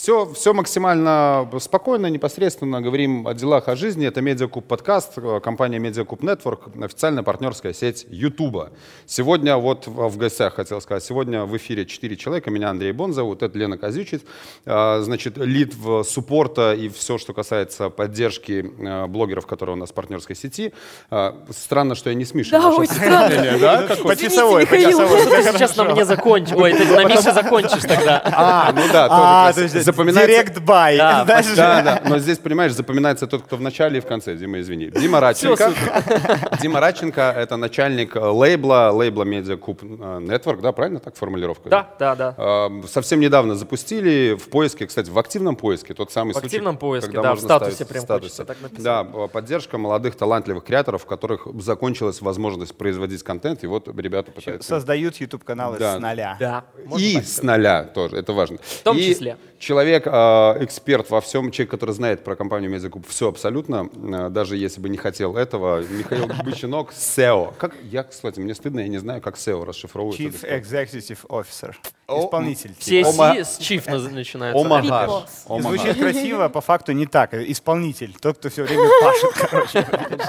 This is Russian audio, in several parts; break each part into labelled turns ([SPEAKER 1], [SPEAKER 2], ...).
[SPEAKER 1] Все максимально спокойно, непосредственно говорим о делах, о жизни. Это Медиакуб подкаст, компания Медиакуб Network, официальная партнерская сеть Ютуба. Сегодня вот в гостях, хотел сказать, сегодня в эфире 4 человека. Меня Андрей Бон зовут, это Лена Козючич, значит, лид в суппорта и все, что касается поддержки блогеров, которые у нас в партнерской сети. Странно, что я не с Мишей.
[SPEAKER 2] Да, очень странно.
[SPEAKER 3] По часовой.
[SPEAKER 4] Ты сейчас на мне закончишь. Ой, ты на Мише закончишь тогда.
[SPEAKER 1] Ну да,
[SPEAKER 3] то есть
[SPEAKER 1] запоминается.
[SPEAKER 3] Direct buy.
[SPEAKER 1] Да, но здесь, понимаешь, запоминается тот, кто в начале и в конце. Дима, извини. Дима Радченко. Дима Радченко — это начальник лейбла Медиакуб Network, да, правильно так формулировка?
[SPEAKER 4] Да.
[SPEAKER 1] Совсем недавно запустили в поиске, кстати, в активном поиске, тот самый случай.
[SPEAKER 4] В активном поиске,
[SPEAKER 1] когда
[SPEAKER 4] да, в
[SPEAKER 1] можно
[SPEAKER 4] статусе
[SPEAKER 1] ставить
[SPEAKER 4] прям
[SPEAKER 1] в статусе.
[SPEAKER 4] хочется так написать.
[SPEAKER 1] Да, поддержка молодых талантливых креаторов, у которых закончилась возможность производить контент, и вот ребята пытаются.
[SPEAKER 3] Создают YouTube-каналы с нуля.
[SPEAKER 4] Да.
[SPEAKER 1] И с нуля тоже, это важно.
[SPEAKER 4] В том числе.
[SPEAKER 1] Человек, эксперт во всем, человек, который знает про компанию Медиакуб все абсолютно, даже если бы не хотел этого, Михаил Быченок, SEO. Кстати, мне стыдно, я не знаю, как SEO расшифровывают.
[SPEAKER 3] Chief Executive Officer. Исполнитель.
[SPEAKER 4] Все Си с Chief начинаются.
[SPEAKER 3] Звучит красиво, по факту не так. Исполнитель, тот, кто все время пашет, короче.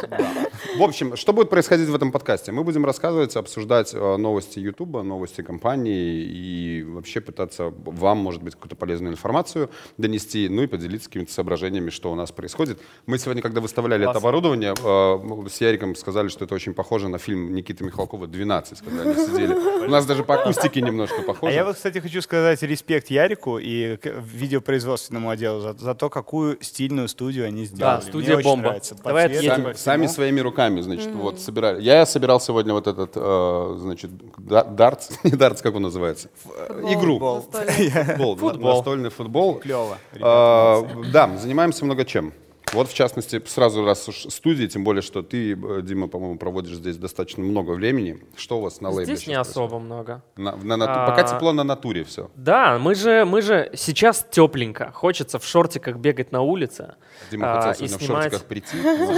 [SPEAKER 1] В общем, что будет происходить в этом подкасте? Мы будем рассказывать, обсуждать новости Ютуба, новости компании и вообще пытаться вам, может быть, какую-то полезную информацию донести, ну и поделиться какими-то соображениями, что у нас происходит. Мы сегодня, когда выставляли это оборудование, с Яриком сказали, что это очень похоже на фильм Никиты Михалкова «12», когда они сидели. У нас даже по акустике немножко похоже.
[SPEAKER 3] А я вот, кстати, хочу сказать респект Ярику и видеопроизводственному отделу за то, какую стильную студию они сделали.
[SPEAKER 4] Да, студия
[SPEAKER 3] Мне
[SPEAKER 4] бомба.
[SPEAKER 3] очень нравится.
[SPEAKER 4] Давай отъедем.
[SPEAKER 1] Сами своими руками, значит, вот собирали. Я собирал сегодня вот этот, значит, дартс, как он называется? Игру. Футбол. Настольный футбол.
[SPEAKER 3] Клево.
[SPEAKER 1] Да, занимаемся много чем. Вот, в частности, сразу раз уж студии, тем более, что ты, Дима, по-моему, проводишь здесь достаточно много времени. Что у вас на лейбле?
[SPEAKER 4] Здесь не особо много.
[SPEAKER 1] Пока тепло на натуре все.
[SPEAKER 4] Да, мы же сейчас тепленько. Хочется в шортиках бегать на улице.
[SPEAKER 1] Дима хотел сегодня в шортиках прийти.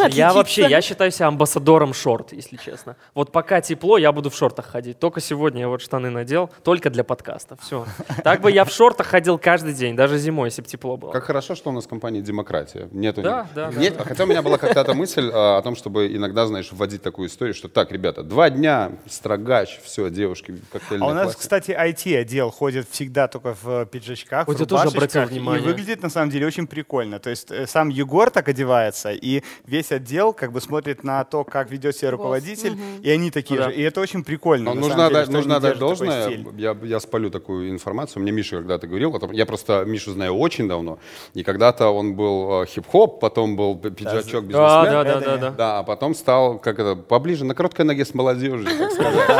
[SPEAKER 4] Я считаю себя амбассадором шорт, если честно. Вот пока тепло, я буду в шортах ходить. Только сегодня я вот штаны надел, только для подкаста. Все. Так бы я в шортах ходил каждый день, даже зимой, если бы тепло было.
[SPEAKER 1] Как хорошо, что у нас в компании демократия.
[SPEAKER 4] Да.
[SPEAKER 1] Хотя у меня была когда-то мысль о том, чтобы иногда, знаешь, вводить такую историю, что так, ребята, 2 дня, строгач, все, девушки, коктейльная
[SPEAKER 3] А у нас,
[SPEAKER 1] классика.
[SPEAKER 3] кстати, IT-отдел ходит всегда только в пиджачках,
[SPEAKER 4] Вот
[SPEAKER 3] в
[SPEAKER 4] я тоже обратил
[SPEAKER 3] рубашечках, и
[SPEAKER 4] внимание.
[SPEAKER 3] выглядит, на самом деле, очень прикольно. То есть сам Егор так одевается, и весь отдел как бы смотрит на то, как ведет себя руководитель, и они такие же. И это очень прикольно.
[SPEAKER 1] Нужно отдать должное. Я спалю такую информацию. Мне Миша когда-то говорил, я просто Мишу знаю очень давно, и когда-то он был хип-хоп, потом был пиджачок бизнесмен, да, а потом стал поближе на короткой ноге с молодежью, так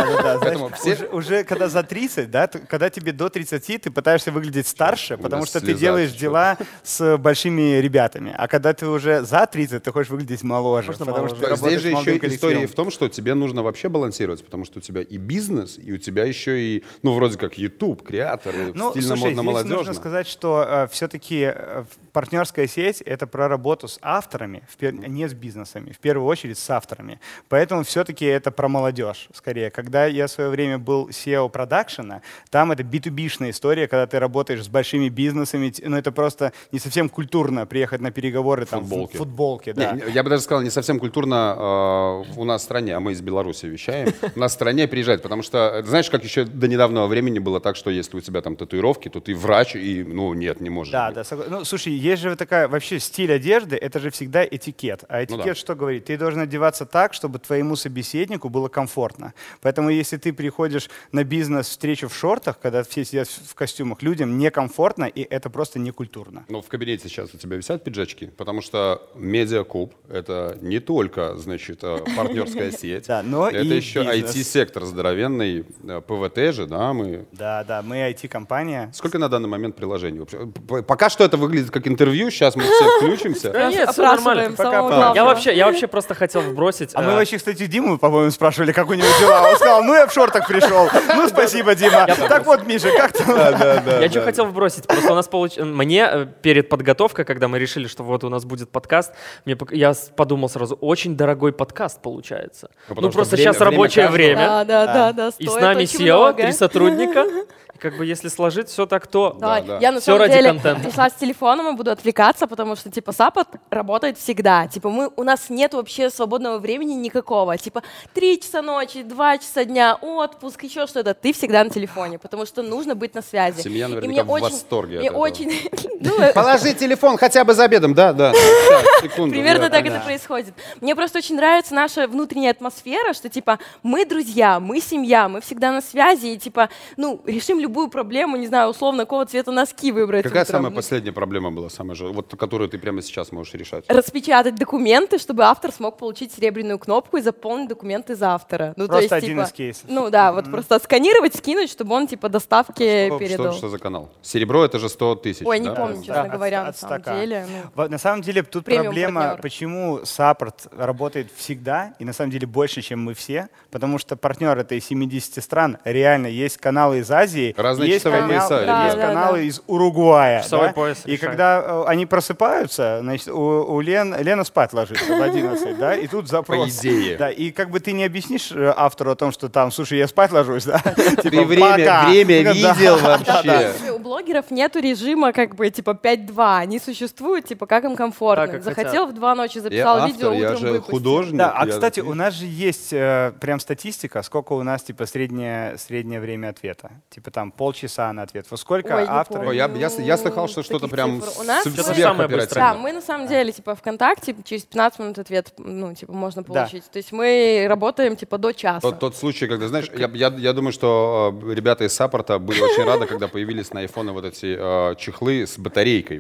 [SPEAKER 1] сказать.
[SPEAKER 3] Уже когда за 30, да, когда тебе до 30, ты пытаешься выглядеть старше, потому что ты делаешь дела с большими ребятами, а когда ты уже за 30, ты хочешь выглядеть моложе. Потому что ты работаешь
[SPEAKER 1] здесь же
[SPEAKER 3] с молодым
[SPEAKER 1] еще история
[SPEAKER 3] коллективом.
[SPEAKER 1] в том, что тебе нужно вообще балансировать, потому что у тебя и бизнес, и у тебя еще и, вроде как YouTube, креатор, стильно, модно, молодежно.
[SPEAKER 3] Нужно сказать, что все-таки партнерская сеть — это про работу с авторами, не с бизнесами, в первую очередь с авторами. Поэтому все-таки это про молодежь, скорее. Когда я в свое время был SEO продакшена, там это B2B-шная история, когда ты работаешь с большими бизнесами, но это просто не совсем культурно приехать на переговоры там, в футболке. Да.
[SPEAKER 1] Я бы даже сказал, не совсем культурно у нас в стране, а мы из Беларуси вещаем, у нас в стране приезжать, потому что, знаешь, как еще до недавнего времени было так, что если у тебя там татуировки, то ты врач, и, нет, не можешь быть.
[SPEAKER 3] Да. Слушай, есть же такая вообще стиль одежды, это же всегда этикет. А этикет что говорит? Ты должен одеваться так, чтобы твоему собеседнику было комфортно. Поэтому если ты приходишь на бизнес-встречу в шортах, когда все сидят в костюмах, людям некомфортно, и это просто не культурно.
[SPEAKER 1] В кабинете сейчас у тебя висят пиджачки, потому что Медиакуб — это не только, значит, партнерская сеть,
[SPEAKER 3] но
[SPEAKER 1] это
[SPEAKER 3] и
[SPEAKER 1] еще IT-сектор здоровенный, ПВТ же, да, мы...
[SPEAKER 3] Да, мы IT-компания.
[SPEAKER 1] Сколько на данный момент приложений? Пока что это выглядит как интервью, сейчас мы все включимся.
[SPEAKER 4] Да нет, все нормально. Я вообще просто хотел вбросить...
[SPEAKER 3] А мы вообще, кстати, Диму, по-моему, спрашивали, как у него дела. Он сказал, я в шортах пришел. Спасибо, Дима. Так вот, Миша, как ты?
[SPEAKER 4] Я что хотел вбросить. Просто у нас мне перед подготовкой, когда мы решили, что вот у нас будет подкаст, я подумал сразу, очень дорогой подкаст получается. Просто сейчас рабочее время.
[SPEAKER 2] Да.
[SPEAKER 4] И с нами SEO, 3 сотрудника. Как бы если сложить все так, то
[SPEAKER 1] Да, да.
[SPEAKER 2] Я на
[SPEAKER 4] Всё
[SPEAKER 2] самом
[SPEAKER 4] ради
[SPEAKER 2] деле
[SPEAKER 4] контента.
[SPEAKER 2] пришла с телефоном и буду отвлекаться, потому что, типа, саппорт работает всегда. Типа, у нас нет вообще свободного времени никакого. Типа, 3 часа ночи, 2 часа дня, отпуск, еще что-то. Ты всегда на телефоне, потому что нужно быть на связи.
[SPEAKER 1] Семья
[SPEAKER 2] И
[SPEAKER 1] наверняка
[SPEAKER 2] мне
[SPEAKER 1] в восторге от
[SPEAKER 2] Мне
[SPEAKER 1] этого.
[SPEAKER 2] очень... ну,
[SPEAKER 1] Положи телефон хотя бы за обедом, да. Сейчас, секунду.
[SPEAKER 2] примерно
[SPEAKER 1] да.
[SPEAKER 2] так это происходит. Мне просто очень нравится наша внутренняя атмосфера, что, типа, мы друзья, мы семья, мы всегда на связи, и, типа, ну, решим любую проблему, не знаю, условно, какого цвета носки выбрать.
[SPEAKER 1] Какая
[SPEAKER 2] утром.
[SPEAKER 1] самая последняя проблема была, вот которую ты прямо сейчас можешь решать?
[SPEAKER 2] Распечатать документы, чтобы автор смог получить серебряную кнопку и заполнить документы за автора. Ну,
[SPEAKER 3] Просто
[SPEAKER 2] то есть,
[SPEAKER 3] один
[SPEAKER 2] типа,
[SPEAKER 3] из кейсов.
[SPEAKER 2] Ну да, вот просто отсканировать, скинуть, чтобы он типа доставки
[SPEAKER 1] Что
[SPEAKER 2] передал.
[SPEAKER 1] за канал? Серебро — это же 100 тысяч.
[SPEAKER 2] Ой,
[SPEAKER 1] да?
[SPEAKER 2] не помню, честно
[SPEAKER 3] Да,
[SPEAKER 2] говоря, на
[SPEAKER 3] от
[SPEAKER 2] самом
[SPEAKER 3] стака.
[SPEAKER 2] деле. Ну.
[SPEAKER 3] На самом деле тут
[SPEAKER 2] Премиум
[SPEAKER 3] проблема,
[SPEAKER 2] партнер.
[SPEAKER 3] почему саппорт работает всегда, и на самом деле больше, чем мы все, потому что партнеры это из 70 стран, реально есть каналы из Азии,
[SPEAKER 1] Разные
[SPEAKER 3] есть,
[SPEAKER 1] часовые пояса,
[SPEAKER 3] есть
[SPEAKER 1] ребят.
[SPEAKER 2] Да,
[SPEAKER 3] каналы
[SPEAKER 2] да.
[SPEAKER 3] из Уругвая.
[SPEAKER 4] Часовой
[SPEAKER 3] да?
[SPEAKER 4] пояс
[SPEAKER 3] И
[SPEAKER 4] решает.
[SPEAKER 3] когда они просыпаются, значит, у Лена спать ложится в 11, да, и тут запрос.
[SPEAKER 1] По идее.
[SPEAKER 3] Да, и как бы ты не объяснишь автору о том, что там, слушай, я спать ложусь, да?
[SPEAKER 1] Ты
[SPEAKER 3] Типа,
[SPEAKER 1] время
[SPEAKER 3] пока. Да.
[SPEAKER 1] видел
[SPEAKER 2] Да,
[SPEAKER 1] вообще?
[SPEAKER 2] у блогеров нету режима как бы типа 5-2. Они существуют типа как им комфортно.
[SPEAKER 4] Так, как
[SPEAKER 2] Захотел в 2 ночи,
[SPEAKER 1] Я
[SPEAKER 2] записал видео,
[SPEAKER 1] автор, я
[SPEAKER 2] утром
[SPEAKER 1] же
[SPEAKER 2] выпустил.
[SPEAKER 1] художник.
[SPEAKER 3] Да, а
[SPEAKER 1] я-
[SPEAKER 3] кстати, у нас же есть прям статистика, сколько у нас типа среднее время ответа. Типа там полчаса на ответ. Вот сколько
[SPEAKER 2] Ой, не
[SPEAKER 3] авторы...
[SPEAKER 1] Ой, я слыхал, что что-то
[SPEAKER 2] Таких
[SPEAKER 1] прям
[SPEAKER 2] цифр. У нас
[SPEAKER 1] сверх-
[SPEAKER 2] что-то
[SPEAKER 4] самое
[SPEAKER 1] сверхоперативно.
[SPEAKER 2] Да, мы на самом деле, типа, ВКонтакте через 15 минут ответ, ну, типа, можно получить. То есть мы работаем, типа, до часа.
[SPEAKER 1] Тот случай, когда, знаешь, я думаю, что ребята из саппорта были очень рады, когда появились на айфоны вот эти чехлы с батарейкой.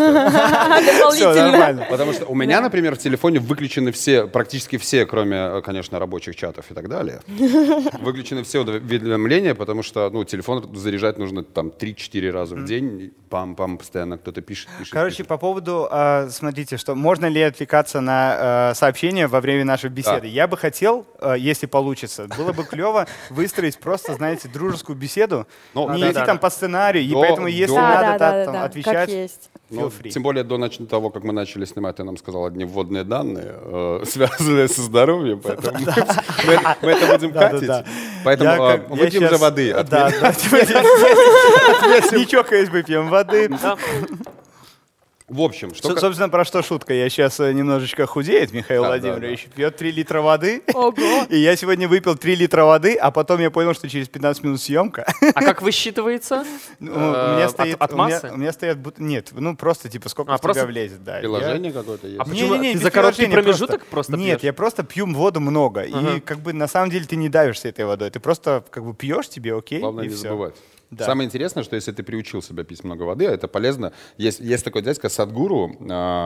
[SPEAKER 3] Все нормально.
[SPEAKER 1] Потому что у меня, например, в телефоне выключены все, практически все, кроме, конечно, рабочих чатов и так далее. Выключены все уведомления, потому что, ну, телефон заряжать нужно там 3-4 раза в день. И пам-пам, постоянно кто-то пишет.
[SPEAKER 3] Короче, по поводу, смотрите, что можно ли отвлекаться на сообщения во время нашей беседы.
[SPEAKER 1] Да.
[SPEAKER 3] Я бы хотел, если получится, было бы клево выстроить просто, знаете, дружескую беседу,
[SPEAKER 1] Ну,
[SPEAKER 3] не
[SPEAKER 1] да,
[SPEAKER 3] идти
[SPEAKER 4] да,
[SPEAKER 3] там
[SPEAKER 4] да.
[SPEAKER 3] по сценарию, и
[SPEAKER 1] До-
[SPEAKER 3] поэтому, если
[SPEAKER 1] до-
[SPEAKER 3] надо
[SPEAKER 2] да,
[SPEAKER 3] там
[SPEAKER 2] как
[SPEAKER 3] отвечать,
[SPEAKER 2] есть.
[SPEAKER 1] Ну,
[SPEAKER 3] feel free.
[SPEAKER 1] тем более до того, как мы начали снимать, ты нам сказал одни вводные данные, связанные со здоровьем, поэтому мы это будем катить.
[SPEAKER 3] Да.
[SPEAKER 1] Поэтому выпьем за воды.
[SPEAKER 3] Да, не чокаясь, выпьем воды.
[SPEAKER 4] Да.
[SPEAKER 1] В общем, что...
[SPEAKER 3] Собственно, про что шутка? Я сейчас немножечко худеет, Михаил
[SPEAKER 1] Да,
[SPEAKER 3] Владимирович, пьет 3 литра воды.
[SPEAKER 2] Ого.
[SPEAKER 3] И я сегодня выпил 3 литра воды, а потом я понял, что через 15 минут съемка.
[SPEAKER 4] А как высчитывается?
[SPEAKER 3] Ну, у меня стоит...
[SPEAKER 4] от массы?
[SPEAKER 3] У меня стоит... Нет, ну просто типа сколько в тебя
[SPEAKER 4] просто
[SPEAKER 3] влезет, да.
[SPEAKER 1] Приложение какое-то есть?
[SPEAKER 4] А почему?
[SPEAKER 3] Не-не-не,
[SPEAKER 4] Ты
[SPEAKER 3] без
[SPEAKER 4] за короткий
[SPEAKER 3] приложения,
[SPEAKER 4] промежуток просто
[SPEAKER 3] Нет,
[SPEAKER 4] пьешь?
[SPEAKER 3] я просто пью воду много.
[SPEAKER 4] Ага.
[SPEAKER 3] И как бы на самом деле ты не давишься этой водой. Ты просто как бы пьешь, тебе окей,
[SPEAKER 1] Главное
[SPEAKER 3] и
[SPEAKER 1] не
[SPEAKER 3] всё.
[SPEAKER 1] забывать.
[SPEAKER 3] Да.
[SPEAKER 1] Самое интересное, что если ты приучил себя пить много воды, это полезно. Есть такой дядька Садгуру,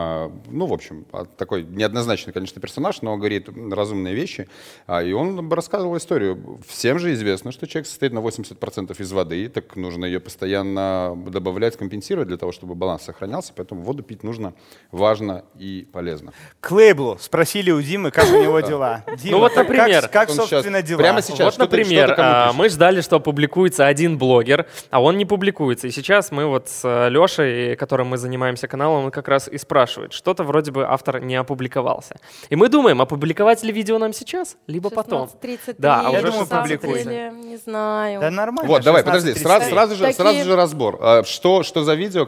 [SPEAKER 1] ну, в общем, такой неоднозначный, конечно, персонаж, но говорит разумные вещи. И он рассказывал историю. Всем же известно, что человек состоит на 80% из воды, так нужно ее постоянно добавлять, компенсировать для того, чтобы баланс сохранялся. Поэтому воду пить нужно, важно и полезно.
[SPEAKER 3] К лейблу спросили у Димы, как у него дела. Дима,
[SPEAKER 4] Ну вот,
[SPEAKER 3] как-
[SPEAKER 4] например,
[SPEAKER 3] как,
[SPEAKER 1] он
[SPEAKER 3] собственно,
[SPEAKER 1] сейчас-
[SPEAKER 3] дела?
[SPEAKER 1] прямо сейчас.
[SPEAKER 4] Вот,
[SPEAKER 1] что ты
[SPEAKER 4] например,
[SPEAKER 1] кому пишешь?
[SPEAKER 4] мы ждали, что опубликуется один блогер, а он не публикуется. И сейчас мы вот с Лешей, которым мы занимаемся каналом, он как раз и спрашивает. Что-то вроде бы автор не опубликовался. И мы думаем, опубликовать ли видео нам сейчас, либо потом.
[SPEAKER 2] 16:33,
[SPEAKER 4] Да, а
[SPEAKER 3] уже
[SPEAKER 2] на самом
[SPEAKER 3] публикуется.
[SPEAKER 2] деле, не знаю.
[SPEAKER 3] Да нормально.
[SPEAKER 1] Вот, давай, подожди,
[SPEAKER 3] 16:33.
[SPEAKER 1] сразу же разбор. Что за видео,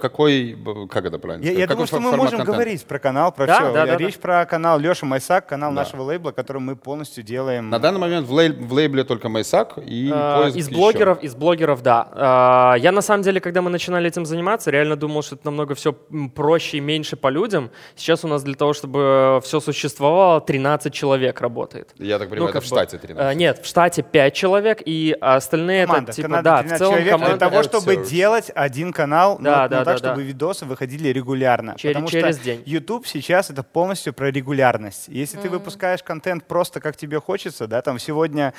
[SPEAKER 1] как это правильно
[SPEAKER 3] Я
[SPEAKER 1] сказать?
[SPEAKER 3] думаю,
[SPEAKER 1] Какой
[SPEAKER 3] что мы
[SPEAKER 1] формат
[SPEAKER 3] можем
[SPEAKER 1] контента?
[SPEAKER 3] говорить про канал, про
[SPEAKER 4] Да,
[SPEAKER 3] все.
[SPEAKER 4] да, да,
[SPEAKER 3] Речь про канал Леша Майсак, канал
[SPEAKER 1] Да.
[SPEAKER 3] нашего лейбла, который мы полностью делаем.
[SPEAKER 1] На данный момент в лейбле только Майсак и поиск
[SPEAKER 4] Из
[SPEAKER 1] еще.
[SPEAKER 4] блогеров, да. Я на самом деле, когда мы начинали этим заниматься, реально думал, что это намного все проще и меньше по людям. Сейчас у нас для того, чтобы все существовало, 13 человек работает.
[SPEAKER 1] Я так понимаю,
[SPEAKER 4] Ну,
[SPEAKER 1] это
[SPEAKER 4] как
[SPEAKER 1] в
[SPEAKER 4] бы,
[SPEAKER 1] штате 13.
[SPEAKER 4] Нет, в штате 5 человек, и остальные
[SPEAKER 3] Команда.
[SPEAKER 4] это типа,
[SPEAKER 3] Канада
[SPEAKER 4] да, в
[SPEAKER 3] 13
[SPEAKER 4] целом
[SPEAKER 3] человек
[SPEAKER 4] команда.
[SPEAKER 3] для того, чтобы
[SPEAKER 1] Outsource.
[SPEAKER 3] делать один канал,
[SPEAKER 4] Да,
[SPEAKER 3] но
[SPEAKER 4] да,
[SPEAKER 3] так,
[SPEAKER 4] да,
[SPEAKER 3] чтобы
[SPEAKER 4] да.
[SPEAKER 3] видосы выходили регулярно. Потому
[SPEAKER 4] Через
[SPEAKER 3] что
[SPEAKER 4] день.
[SPEAKER 3] YouTube сейчас это полностью про регулярность. Если ты выпускаешь контент просто как тебе хочется, да, там сегодня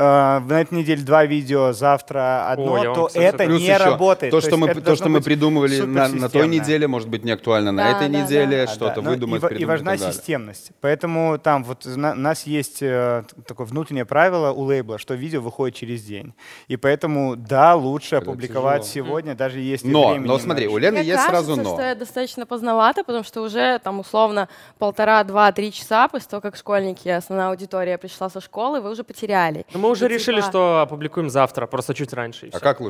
[SPEAKER 3] на этой неделе 2 видео, завтра одно,
[SPEAKER 4] я вам,
[SPEAKER 3] то
[SPEAKER 4] кстати,
[SPEAKER 3] это
[SPEAKER 1] Плюс
[SPEAKER 3] не
[SPEAKER 1] еще
[SPEAKER 3] работает.
[SPEAKER 1] То, что
[SPEAKER 3] есть
[SPEAKER 1] мы,
[SPEAKER 3] это
[SPEAKER 1] то,
[SPEAKER 3] должно
[SPEAKER 1] что мы
[SPEAKER 3] быть
[SPEAKER 1] придумывали на той
[SPEAKER 3] суперсистемно.
[SPEAKER 1] неделе, может быть не актуально на
[SPEAKER 2] Да,
[SPEAKER 1] этой
[SPEAKER 2] да,
[SPEAKER 1] неделе,
[SPEAKER 2] да.
[SPEAKER 1] что-то
[SPEAKER 3] Да,
[SPEAKER 1] выдумать,
[SPEAKER 3] и
[SPEAKER 1] придумать
[SPEAKER 3] важна
[SPEAKER 1] и так далее.
[SPEAKER 3] системность. Поэтому там вот у нас есть такое внутреннее правило у лейбла, что видео выходит через день. И поэтому, да, лучше
[SPEAKER 1] Это
[SPEAKER 3] опубликовать
[SPEAKER 1] тяжело.
[SPEAKER 3] сегодня, даже если
[SPEAKER 1] Но
[SPEAKER 3] времени
[SPEAKER 1] смотри, у
[SPEAKER 3] немножечко.
[SPEAKER 1] Лены
[SPEAKER 2] Мне
[SPEAKER 1] есть
[SPEAKER 2] кажется,
[SPEAKER 1] сразу но.
[SPEAKER 2] что это достаточно поздновато, потому что уже там условно 1,5, 2, 3 часа после того, как школьники, основная аудитория пришла со школы, вы уже потеряли.
[SPEAKER 4] Но мы уже
[SPEAKER 2] И,
[SPEAKER 4] решили,
[SPEAKER 2] типа,
[SPEAKER 4] что опубликуем завтра, просто чуть раньше. и
[SPEAKER 1] А
[SPEAKER 4] всё.
[SPEAKER 1] как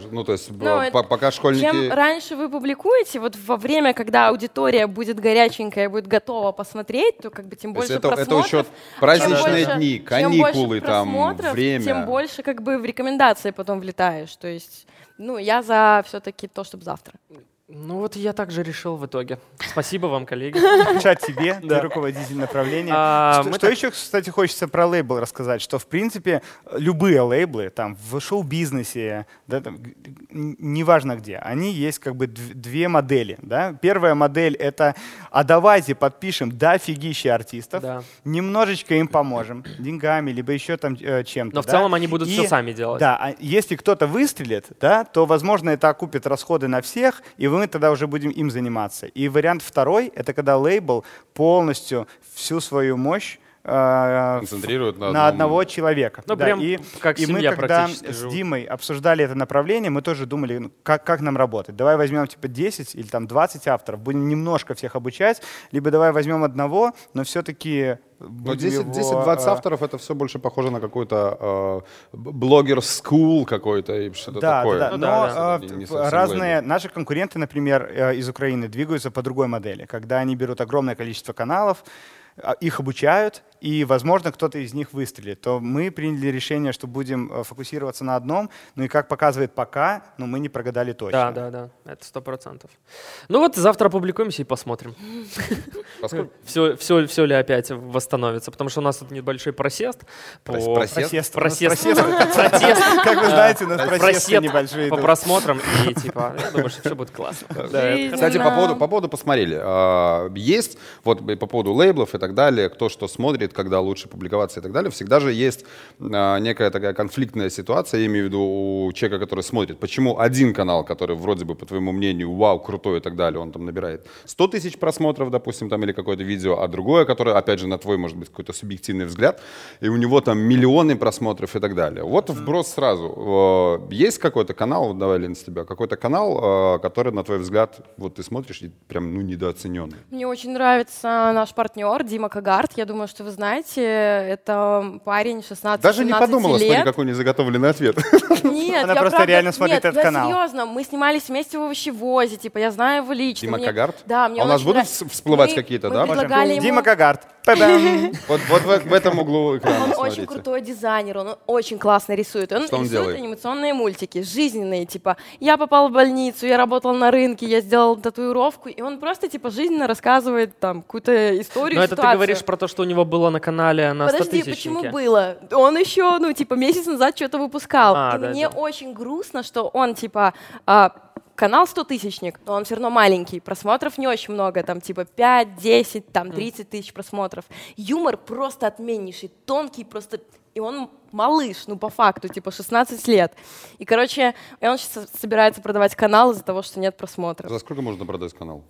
[SPEAKER 1] Ну, то есть
[SPEAKER 2] это-
[SPEAKER 1] пока школьники...
[SPEAKER 2] Чем раньше вы публикуете, вот во время, когда аудитория будет горяченькая, будет готова посмотреть, то как бы тем
[SPEAKER 1] То есть
[SPEAKER 2] больше
[SPEAKER 1] это
[SPEAKER 2] просмотров.
[SPEAKER 1] учет праздничные
[SPEAKER 2] чем
[SPEAKER 1] дни,
[SPEAKER 2] больше
[SPEAKER 1] каникулы, там,
[SPEAKER 2] просмотров,
[SPEAKER 1] время.
[SPEAKER 2] тем больше как бы в рекомендации потом влетаешь. То есть, ну, я за все-таки то, чтобы завтра.
[SPEAKER 4] Ну вот я также решил в итоге. Спасибо вам, коллеги.
[SPEAKER 3] Чат тебе, ты
[SPEAKER 4] Да.
[SPEAKER 3] руководитель направления.
[SPEAKER 4] Мы
[SPEAKER 3] Что еще, кстати, хочется про лейбл рассказать, что, в принципе, любые лейблы там в шоу-бизнесе, да, там, неважно где, они есть как бы две модели. Да? Первая модель — это «а давайте подпишем дофигища артистов,
[SPEAKER 4] Да.
[SPEAKER 3] немножечко им поможем, деньгами, либо еще там чем-то».
[SPEAKER 4] Но в
[SPEAKER 3] да?
[SPEAKER 4] целом они будут
[SPEAKER 3] И,
[SPEAKER 4] все сами делать.
[SPEAKER 3] Да, а если кто-то выстрелит, да, то, возможно, это окупит расходы на всех, и мы тогда уже будем им заниматься. И вариант второй — это когда лейбл полностью всю свою мощь
[SPEAKER 1] Концентрирует на одном.
[SPEAKER 3] одного человека.
[SPEAKER 4] Ну,
[SPEAKER 3] Да,
[SPEAKER 4] прям
[SPEAKER 3] и
[SPEAKER 4] как
[SPEAKER 3] и мы,
[SPEAKER 4] семья
[SPEAKER 3] когда
[SPEAKER 4] практически
[SPEAKER 3] с
[SPEAKER 4] живут.
[SPEAKER 3] Димой обсуждали это направление, мы тоже думали, ну, как нам работать. Давай возьмем типа 10 или там 20 авторов, будем немножко всех обучать, либо давай возьмем одного, но все-таки
[SPEAKER 1] Но 10-20 авторов — это все больше похоже на какой-то блогер-скул какой-то и что-то
[SPEAKER 3] Да,
[SPEAKER 1] такое.
[SPEAKER 3] да, да.
[SPEAKER 4] Ну
[SPEAKER 3] Но
[SPEAKER 4] да,
[SPEAKER 1] Не совсем
[SPEAKER 3] разные
[SPEAKER 1] лейбл.
[SPEAKER 3] наши конкуренты, например, из Украины, двигаются по другой модели, когда они берут огромное количество каналов, их обучают, и, возможно, кто-то из них выстрелит. То мы приняли решение, что будем фокусироваться на одном, ну и как показывает пока, ну мы не прогадали точно.
[SPEAKER 4] Да, это 100%. Ну вот завтра опубликуемся и посмотрим,
[SPEAKER 1] Поскольку-
[SPEAKER 4] все ли опять восстановится, потому что у нас тут небольшой просест.
[SPEAKER 1] Просест?
[SPEAKER 3] Просест.
[SPEAKER 4] Просест. Протест.
[SPEAKER 3] Как вы знаете, у нас просесты
[SPEAKER 4] Просед
[SPEAKER 3] небольшие
[SPEAKER 4] по
[SPEAKER 3] идут.
[SPEAKER 4] просмотрам, и типа, я думаю, что все будет классно. Да, это
[SPEAKER 2] Жизнь.
[SPEAKER 1] Кстати,
[SPEAKER 2] Да.
[SPEAKER 1] по поводу посмотрели. Есть, вот по поводу лейблов и так далее, кто что смотрит, когда лучше публиковаться и так далее, всегда же есть некая такая конфликтная ситуация, я имею в виду у человека, который смотрит. Почему один канал, который вроде бы, по твоему мнению, вау, крутой и так далее, он там набирает 100 тысяч просмотров, допустим, там или какое-то видео, а другое, которое, опять же, на твой, может быть, какой-то субъективный взгляд, и у него там миллионы просмотров и так далее. Вот вброс сразу. Есть какой-то канал, вот давай, Лен, с тебя, какой-то канал, который, на твой взгляд, вот ты смотришь и прям, ну, недооцененный?
[SPEAKER 2] Мне очень нравится наш партнер Дима Кагард. Я думаю, что вы знаете, это парень 16-17
[SPEAKER 1] Даже не подумала,
[SPEAKER 2] лет.
[SPEAKER 1] смотри, какой незаготовленный ответ.
[SPEAKER 2] Нет,
[SPEAKER 3] Она
[SPEAKER 2] я
[SPEAKER 3] просто
[SPEAKER 2] правда-
[SPEAKER 3] реально смотрит
[SPEAKER 2] нет,
[SPEAKER 3] этот
[SPEAKER 2] я
[SPEAKER 3] канал.
[SPEAKER 2] серьезно, мы снимались вместе в овощевозе, типа, я знаю его лично.
[SPEAKER 1] Дима
[SPEAKER 2] Мне-
[SPEAKER 1] Кагард?
[SPEAKER 2] Да, мне
[SPEAKER 1] А у нас
[SPEAKER 2] очень
[SPEAKER 1] будут
[SPEAKER 2] нравится.
[SPEAKER 1] всплывать
[SPEAKER 2] Мы-
[SPEAKER 1] какие-то,
[SPEAKER 2] мы
[SPEAKER 1] да?
[SPEAKER 2] предлагали ему-
[SPEAKER 3] Дима Кагард. Па-бам.
[SPEAKER 1] Вот в этом углу экрана,
[SPEAKER 2] Он
[SPEAKER 1] смотрите.
[SPEAKER 2] очень крутой дизайнер, он очень классно рисует. Он
[SPEAKER 1] Что он
[SPEAKER 2] рисует
[SPEAKER 1] делает?
[SPEAKER 2] анимационные мультики, жизненные, типа, я попал в больницу, я работал на рынке, я сделал татуировку, и он просто, типа, жизненно рассказывает там какую-то историю,
[SPEAKER 4] Но это ты
[SPEAKER 2] ситуацию.
[SPEAKER 4] говоришь про то, что у него было на канале на
[SPEAKER 2] Подожди,
[SPEAKER 4] 100-тысячнике.
[SPEAKER 2] почему было? Он еще, ну, типа, месяц назад что-то выпускал.
[SPEAKER 4] А,
[SPEAKER 2] И
[SPEAKER 4] да,
[SPEAKER 2] мне
[SPEAKER 4] да.
[SPEAKER 2] очень грустно, что он, типа, канал 100-тысячник, но он все равно маленький, просмотров не очень много, там, типа, 5, 10, там, 30 тысяч просмотров. Юмор просто отменнейший, тонкий просто... И он малыш, ну, по факту, типа, 16 лет. И, короче, он сейчас собирается продавать канал из-за того, что нет просмотров.
[SPEAKER 1] За сколько можно продать канал?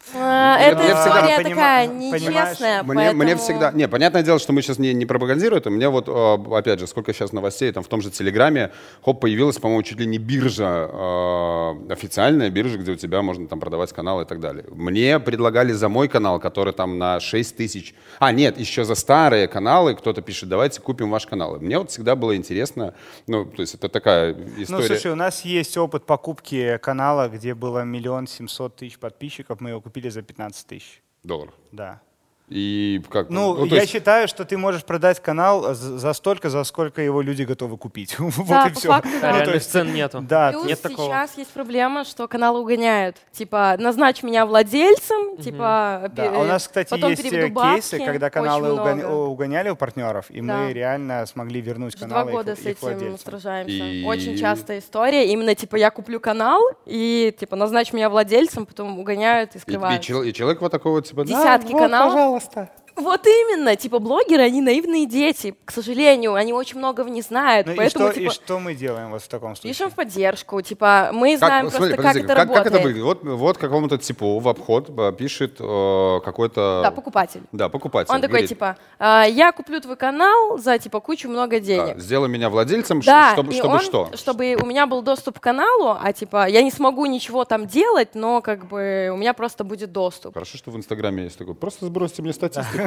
[SPEAKER 2] Эта
[SPEAKER 1] я всегда-
[SPEAKER 2] история такая
[SPEAKER 3] понимаешь,
[SPEAKER 2] нечестная,
[SPEAKER 1] Мне
[SPEAKER 2] поэтому-
[SPEAKER 1] всегда... Не, понятное дело, что мы сейчас не пропагандируем это. Мне вот, опять же, сколько сейчас новостей, там в том же Телеграме, хоп, появилась, по-моему, чуть ли не биржа, официальная биржа, где у тебя можно там продавать каналы и так далее. Мне предлагали за мой канал, который там на 6 тысяч... А, нет, еще за старые каналы кто-то пишет, давайте купим ваш канал. И мне вот всегда было интересно, ну, то есть это такая
[SPEAKER 3] Ну,
[SPEAKER 1] история...
[SPEAKER 3] слушай, у нас есть опыт покупки канала, где было 1 700 000 подписчиков, мы его купили за 15 тысяч.
[SPEAKER 1] долларов.
[SPEAKER 3] Да.
[SPEAKER 1] И как...
[SPEAKER 3] Ну,
[SPEAKER 1] то
[SPEAKER 3] я
[SPEAKER 1] есть-
[SPEAKER 3] считаю, что ты можешь продать канал за столько, за сколько его люди готовы купить. Вот
[SPEAKER 2] Да,
[SPEAKER 3] и
[SPEAKER 2] по
[SPEAKER 3] все.
[SPEAKER 2] факту,
[SPEAKER 4] Да,
[SPEAKER 2] да.
[SPEAKER 3] Ну, то
[SPEAKER 4] реальных
[SPEAKER 3] есть-
[SPEAKER 4] цен нету.
[SPEAKER 3] Да,
[SPEAKER 2] Плюс
[SPEAKER 4] нет такого.
[SPEAKER 2] сейчас есть проблема, что каналы угоняют. Типа, назначь меня владельцем, типа,
[SPEAKER 3] да. А у нас, кстати,
[SPEAKER 2] потом
[SPEAKER 3] есть
[SPEAKER 2] переведу бабки.
[SPEAKER 3] кейсы, когда
[SPEAKER 2] Очень
[SPEAKER 3] каналы
[SPEAKER 2] много.
[SPEAKER 3] угоняли у партнеров, и
[SPEAKER 2] Да.
[SPEAKER 3] мы реально смогли вернуть
[SPEAKER 2] Уже
[SPEAKER 3] каналы
[SPEAKER 2] 2 года
[SPEAKER 3] их
[SPEAKER 2] с этим
[SPEAKER 3] владельцам.
[SPEAKER 2] сражаемся.
[SPEAKER 1] И-
[SPEAKER 2] Очень частая история. Именно, типа, я куплю канал, и, типа, назначь меня владельцем, потом угоняют и
[SPEAKER 1] И
[SPEAKER 2] скрывают.
[SPEAKER 1] человек вот такой вот, типа, да,
[SPEAKER 2] Десятки
[SPEAKER 1] вот,
[SPEAKER 2] каналов.
[SPEAKER 1] пожалуйста.
[SPEAKER 2] Вот именно, типа, блогеры, они наивные дети. К сожалению, они очень многого не знают.
[SPEAKER 3] Ну
[SPEAKER 2] поэтому,
[SPEAKER 3] и
[SPEAKER 2] типа,
[SPEAKER 3] что мы делаем вот в таком случае?
[SPEAKER 2] пишем в поддержку. Типа, мы знаем
[SPEAKER 1] Как,
[SPEAKER 2] просто,
[SPEAKER 1] смотри,
[SPEAKER 2] как
[SPEAKER 1] подожди,
[SPEAKER 2] это
[SPEAKER 1] как
[SPEAKER 2] работает.
[SPEAKER 1] это выглядит? Вот какому-то типу в обход пишет какой-то...
[SPEAKER 2] Да, покупатель.
[SPEAKER 1] Да, покупатель.
[SPEAKER 2] Он такой,
[SPEAKER 1] Говорит,
[SPEAKER 2] типа, я куплю твой канал за, типа, кучу много
[SPEAKER 1] да,
[SPEAKER 2] денег.
[SPEAKER 1] сделай меня владельцем,
[SPEAKER 2] Да,
[SPEAKER 1] чтобы
[SPEAKER 2] и он,
[SPEAKER 1] что?
[SPEAKER 2] чтобы у меня был доступ к каналу, а, типа, я не смогу ничего там делать, но, как бы, у меня просто будет доступ.
[SPEAKER 1] Хорошо, что в Инстаграме есть такой. Просто сбросьте мне статистику.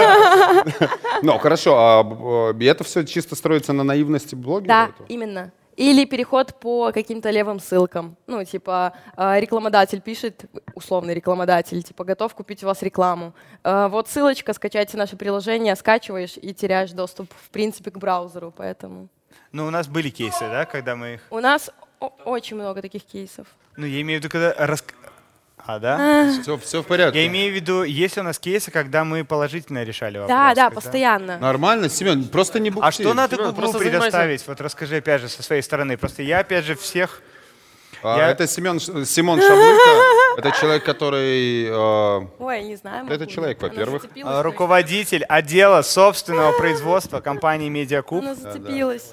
[SPEAKER 1] Ну, хорошо, и это все чисто строится на наивности блогера?
[SPEAKER 2] Да,
[SPEAKER 1] этого?
[SPEAKER 2] именно. Или переход по каким-то левым ссылкам. Ну, типа, рекламодатель пишет, условный рекламодатель, типа, готов купить у вас рекламу. Вот ссылочка, скачайте наше приложение, скачиваешь и теряешь доступ, в принципе, к браузеру, поэтому...
[SPEAKER 3] Ну, у нас были кейсы, да, когда мы их...
[SPEAKER 2] У нас очень много таких кейсов.
[SPEAKER 3] Ну, я имею в виду, когда... да?
[SPEAKER 1] Все в порядке.
[SPEAKER 3] Я имею в виду, есть у нас кейсы, когда мы положительно решали вопрос.
[SPEAKER 2] Да,
[SPEAKER 3] когда-
[SPEAKER 2] постоянно.
[SPEAKER 1] Нормально, Семен, просто не бухти.
[SPEAKER 3] А что надо
[SPEAKER 4] Семен,
[SPEAKER 3] Гуглу
[SPEAKER 4] просто
[SPEAKER 3] предоставить? Вот расскажи опять же со своей стороны. Просто я опять же всех...
[SPEAKER 1] Это Симон Шаблыка. Это человек, который...
[SPEAKER 2] Ой, не знаю.
[SPEAKER 1] Это
[SPEAKER 2] могу.
[SPEAKER 1] человек,
[SPEAKER 2] Она
[SPEAKER 1] во-первых.
[SPEAKER 2] зацепилась точно.
[SPEAKER 3] Руководитель отдела собственного производства компании Медиакуб.
[SPEAKER 2] Она зацепилась.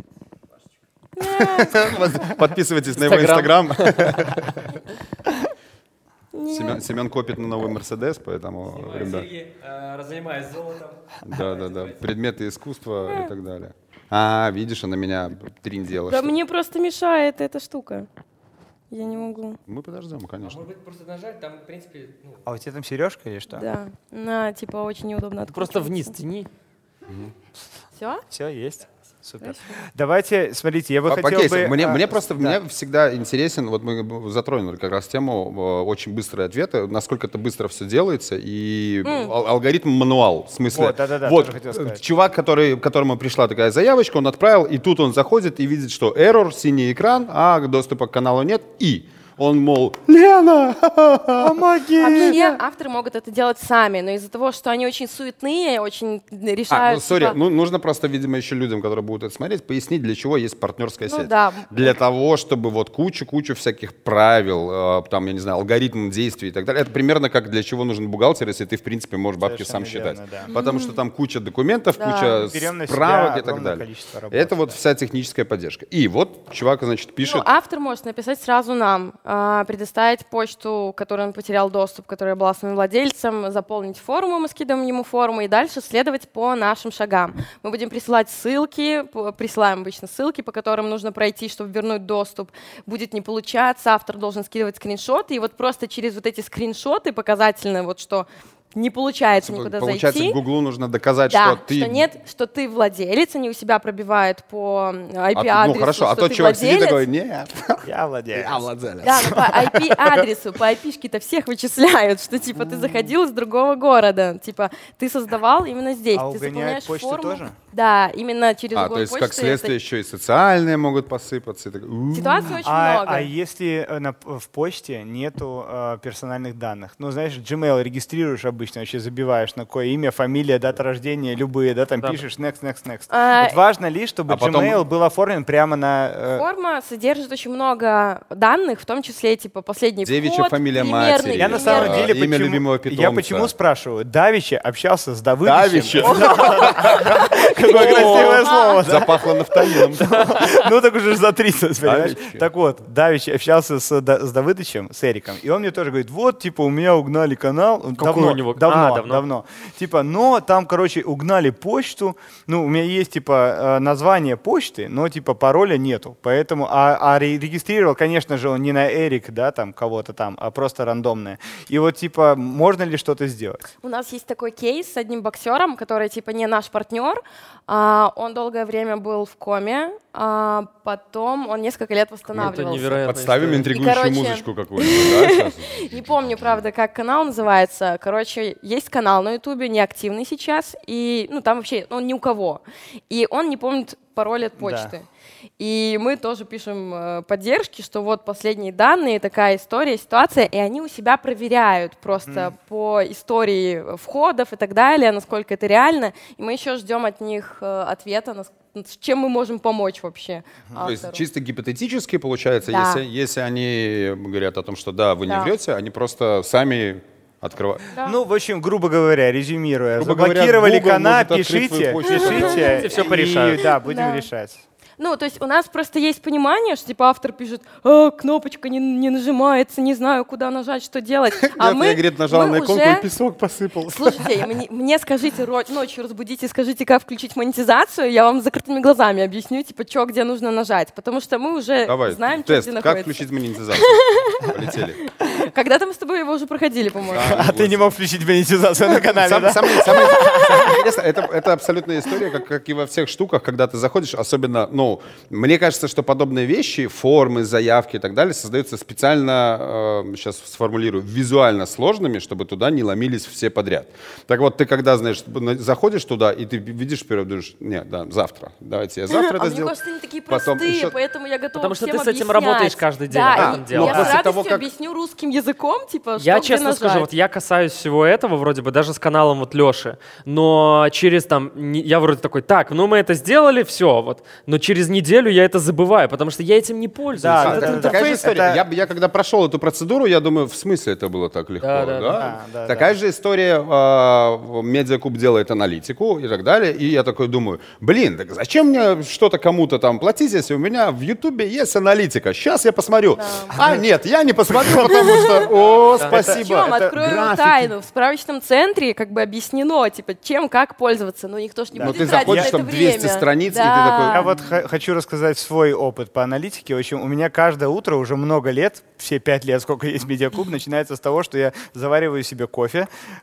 [SPEAKER 1] Подписывайтесь на его
[SPEAKER 4] Инстаграм.
[SPEAKER 1] Инстаграм. Семен копит на новый Мерседес, поэтому, ребят,
[SPEAKER 4] Занимаюсь золотом.
[SPEAKER 1] да, предметы искусства и так далее. Видишь, она меня триндела.
[SPEAKER 2] Да мне просто мешает эта штука. Я не могу.
[SPEAKER 1] Мы подождем, конечно.
[SPEAKER 4] Может быть, просто нажать, там, в принципе,
[SPEAKER 3] А у тебя там сережка или что?
[SPEAKER 2] Да. На, типа, очень неудобно
[SPEAKER 4] просто
[SPEAKER 2] откручиваться.
[SPEAKER 4] вниз тяни.
[SPEAKER 2] Все?
[SPEAKER 3] Все, есть. Супер. Давайте, смотрите, я бы
[SPEAKER 1] По
[SPEAKER 3] хотел
[SPEAKER 1] кейсам.
[SPEAKER 3] бы...
[SPEAKER 1] Мне всегда интересен, вот мы затронули как раз тему очень быстрые ответы, насколько это быстро все делается, и алгоритм-мануал, в смысле.
[SPEAKER 3] Вот, да-да-да,
[SPEAKER 1] вот,
[SPEAKER 3] тоже хотел сказать.
[SPEAKER 1] чувак, которому пришла такая заявочка, он отправил, и тут он заходит и видит, что error, синий экран, доступа к каналу нет, и он, мол, Лена, помоги!
[SPEAKER 2] Вообще авторы могут это делать сами, но из-за того, что они очень суетные, очень решают... типа,
[SPEAKER 1] нужно просто, видимо, еще людям, которые будут это смотреть, пояснить, для чего есть партнерская
[SPEAKER 2] Ну
[SPEAKER 1] сеть.
[SPEAKER 2] да.
[SPEAKER 1] Для того, чтобы вот кучу всяких правил, там, я не знаю, алгоритм действий и так далее. Это примерно как для чего нужен бухгалтер, если ты, в принципе, можешь бабки сам
[SPEAKER 3] Совершенно
[SPEAKER 1] считать.
[SPEAKER 3] верно, да.
[SPEAKER 1] Потому что там куча документов,
[SPEAKER 2] Да.
[SPEAKER 1] куча
[SPEAKER 3] Берем на себя
[SPEAKER 1] справок и так
[SPEAKER 3] огромное
[SPEAKER 1] далее.
[SPEAKER 3] количество работы,
[SPEAKER 1] Это вот
[SPEAKER 3] да.
[SPEAKER 1] вся техническая поддержка. И вот чувак, значит, пишет...
[SPEAKER 2] Ну, автор может написать сразу нам, предоставить почту, которой он потерял доступ, которая была своим владельцем, заполнить форму, мы скидываем ему форму, и дальше следовать по нашим шагам. Мы будем присылать ссылки, присылаем обычно ссылки, по которым нужно пройти, чтобы вернуть доступ. Будет не получаться, автор должен скидывать скриншоты, и вот просто через вот эти скриншоты показательно, вот что не получается никуда
[SPEAKER 1] Получается,
[SPEAKER 2] зайти.
[SPEAKER 1] Гуглу нужно доказать,
[SPEAKER 2] Да,
[SPEAKER 1] что ты...
[SPEAKER 2] что ты владелец, они у себя пробивают по IP-адресу,
[SPEAKER 1] ну хорошо,
[SPEAKER 2] что
[SPEAKER 1] а тот
[SPEAKER 2] ты
[SPEAKER 1] чувак сидит
[SPEAKER 2] владелец.
[SPEAKER 1] такой, нет,
[SPEAKER 3] Я владею.
[SPEAKER 1] я владелец.
[SPEAKER 2] Да, но по IP-адресу, по IP-шке-то всех вычисляют, что типа ты заходил из другого города, типа ты создавал именно здесь,
[SPEAKER 3] А
[SPEAKER 2] ты
[SPEAKER 3] угоняют
[SPEAKER 2] заполняешь
[SPEAKER 3] почту
[SPEAKER 2] форму.
[SPEAKER 3] тоже?
[SPEAKER 2] Да, именно через
[SPEAKER 1] То
[SPEAKER 2] угон
[SPEAKER 1] есть,
[SPEAKER 2] почты.
[SPEAKER 1] как следствие, еще и социальные могут посыпаться.
[SPEAKER 2] Ситуаций очень
[SPEAKER 3] А
[SPEAKER 2] много.
[SPEAKER 3] если в почте нету персональных данных? Ну, знаешь, Gmail регистрируешь обычно, вообще забиваешь на какое имя, фамилия, дата рождения, любые, да, там
[SPEAKER 4] Да.
[SPEAKER 3] пишешь next.
[SPEAKER 2] А,
[SPEAKER 3] Вот важно ли, чтобы
[SPEAKER 1] А потом-
[SPEAKER 3] Gmail был оформлен прямо на...
[SPEAKER 2] Форма содержит очень много данных, в том числе типа последний
[SPEAKER 1] Девичья
[SPEAKER 2] вход,
[SPEAKER 1] фамилия
[SPEAKER 2] примерный,
[SPEAKER 1] матери.
[SPEAKER 3] Я на самом
[SPEAKER 1] примерно.
[SPEAKER 3] деле
[SPEAKER 1] Имя любимого
[SPEAKER 3] Я
[SPEAKER 1] питомца.
[SPEAKER 3] почему спрашиваю? Давичи общался с
[SPEAKER 1] Давичи.
[SPEAKER 3] Давыдовичем. Какое красивое слово. да?
[SPEAKER 1] Запахло нафталином.
[SPEAKER 3] Ну так уже за 30, понимаешь?
[SPEAKER 1] Давичи.
[SPEAKER 3] Так вот, Давич общался с Давыдовичем, с Эриком, и он мне тоже говорит, вот, типа, у меня угнали канал.
[SPEAKER 4] Какой у него?
[SPEAKER 3] Давно. Типа, но там, короче, угнали почту. Ну, у меня есть, типа, название почты, но, типа, пароля нету. Поэтому, регистрировал, конечно же, он не на Эрик, да, там, кого-то там, а просто рандомное. И вот, типа, можно ли что-то сделать?
[SPEAKER 2] У нас есть такой кейс с одним боксером, который типа не наш партнер. Он долгое время был в коме, потом он несколько лет
[SPEAKER 4] Это
[SPEAKER 2] восстанавливался.
[SPEAKER 4] невероятно.
[SPEAKER 1] Подставим интригующую
[SPEAKER 2] короче-
[SPEAKER 1] музычку какую-нибудь, да, сейчас?
[SPEAKER 2] Не помню, правда, как канал называется. Короче, есть канал на Ютубе, неактивный сейчас, и ну там вообще он ни у кого. И он не помнит пароль от почты. И мы тоже пишем поддержки, что вот последние данные, такая история, ситуация, и они у себя проверяют просто по истории входов и так далее, насколько это реально. И мы еще ждем от них ответа, чем мы можем помочь вообще
[SPEAKER 1] То есть
[SPEAKER 2] автору.
[SPEAKER 1] чисто гипотетически получается,
[SPEAKER 2] Да.
[SPEAKER 1] если они говорят о том, что да, вы не
[SPEAKER 2] Да.
[SPEAKER 1] врете, они просто сами открывают.
[SPEAKER 2] Да.
[SPEAKER 3] Ну, в общем, грубо говоря, резюмируя,
[SPEAKER 1] Грубо говоря,
[SPEAKER 3] заблокировали
[SPEAKER 1] Google
[SPEAKER 3] канал,
[SPEAKER 1] может открыть
[SPEAKER 3] пишите,
[SPEAKER 1] твою почту.
[SPEAKER 3] пишите,
[SPEAKER 4] Всё
[SPEAKER 3] и,
[SPEAKER 4] порешают.
[SPEAKER 3] да, будем
[SPEAKER 2] Да.
[SPEAKER 3] решать.
[SPEAKER 2] Ну, то есть у нас просто есть понимание, что типа автор пишет, кнопочка не нажимается, не знаю, куда нажать, что делать. А
[SPEAKER 1] Я, говорит, нажал на иконку, и песок посыпался.
[SPEAKER 2] Слушайте, мне скажите, ночью разбудите, скажите, как включить монетизацию, я вам с закрытыми глазами объясню, типа, что, где нужно нажать. Потому что мы уже
[SPEAKER 1] Давай,
[SPEAKER 2] знаем, что
[SPEAKER 1] тест,
[SPEAKER 2] где
[SPEAKER 1] как
[SPEAKER 2] находится.
[SPEAKER 1] включить монетизацию? Полетели.
[SPEAKER 2] Когда-то мы с тобой его уже проходили, по-моему.
[SPEAKER 3] А ты не мог включить монетизацию на канале, да?
[SPEAKER 1] Самое интересное, это абсолютная история, как и во всех штуках, когда ты заходишь, особенно, мне кажется, что подобные вещи, формы, заявки и так далее создаются специально, сейчас сформулирую, визуально сложными, чтобы туда не ломились все подряд. Так вот, ты когда, знаешь, заходишь туда, и ты видишь вперед, думаешь, нет, да, завтра, давайте я завтра это
[SPEAKER 2] Мне
[SPEAKER 1] сделаю.
[SPEAKER 2] кажется, они такие
[SPEAKER 1] Потом
[SPEAKER 2] простые,
[SPEAKER 1] еще-
[SPEAKER 2] поэтому я готова
[SPEAKER 4] Потому что
[SPEAKER 2] всем
[SPEAKER 4] ты с этим
[SPEAKER 2] объяснять.
[SPEAKER 4] работаешь каждый день,
[SPEAKER 2] Да,
[SPEAKER 4] этим
[SPEAKER 2] и
[SPEAKER 4] делом.
[SPEAKER 2] я
[SPEAKER 1] после
[SPEAKER 2] с радостью
[SPEAKER 1] того, как-
[SPEAKER 2] объясню русским языком, типа, что
[SPEAKER 4] Я
[SPEAKER 2] где
[SPEAKER 4] честно скажу,
[SPEAKER 2] нажать.
[SPEAKER 4] вот я касаюсь всего этого вроде бы даже с каналом вот Леши, но через я вроде такой, так, мы это сделали, все, вот, но через неделю я это забываю, потому что я этим не пользуюсь.
[SPEAKER 3] Да,
[SPEAKER 4] Это
[SPEAKER 3] да,
[SPEAKER 4] интерфейс.
[SPEAKER 1] Такая же история.
[SPEAKER 3] это-
[SPEAKER 1] Я когда прошел эту процедуру, я думаю, в смысле это было так легко?
[SPEAKER 4] Да.
[SPEAKER 1] Такая же история, Медиакуб делает аналитику и так далее, и я такой думаю, блин, так зачем мне что-то кому-то там платить, если у меня в Ютубе есть аналитика? Сейчас я посмотрю. А, нет, я не посмотрю, потому что, спасибо.
[SPEAKER 2] Причем,
[SPEAKER 1] это
[SPEAKER 2] открою
[SPEAKER 1] графики.
[SPEAKER 2] тайну, в справочном центре как бы объяснено, типа, чем, как пользоваться, но никто ж не
[SPEAKER 1] Ну,
[SPEAKER 2] будет
[SPEAKER 1] ты
[SPEAKER 2] тратить
[SPEAKER 1] заходишь,
[SPEAKER 2] на это
[SPEAKER 1] там 200
[SPEAKER 2] время.
[SPEAKER 1] страниц, и ты
[SPEAKER 2] Да.
[SPEAKER 1] такой,
[SPEAKER 3] Я вот хочу рассказать свой опыт по аналитике. В общем, у меня каждое утро уже много лет, все 5 лет, сколько есть Медиакуб, начинается с того, что я завариваю себе кофе,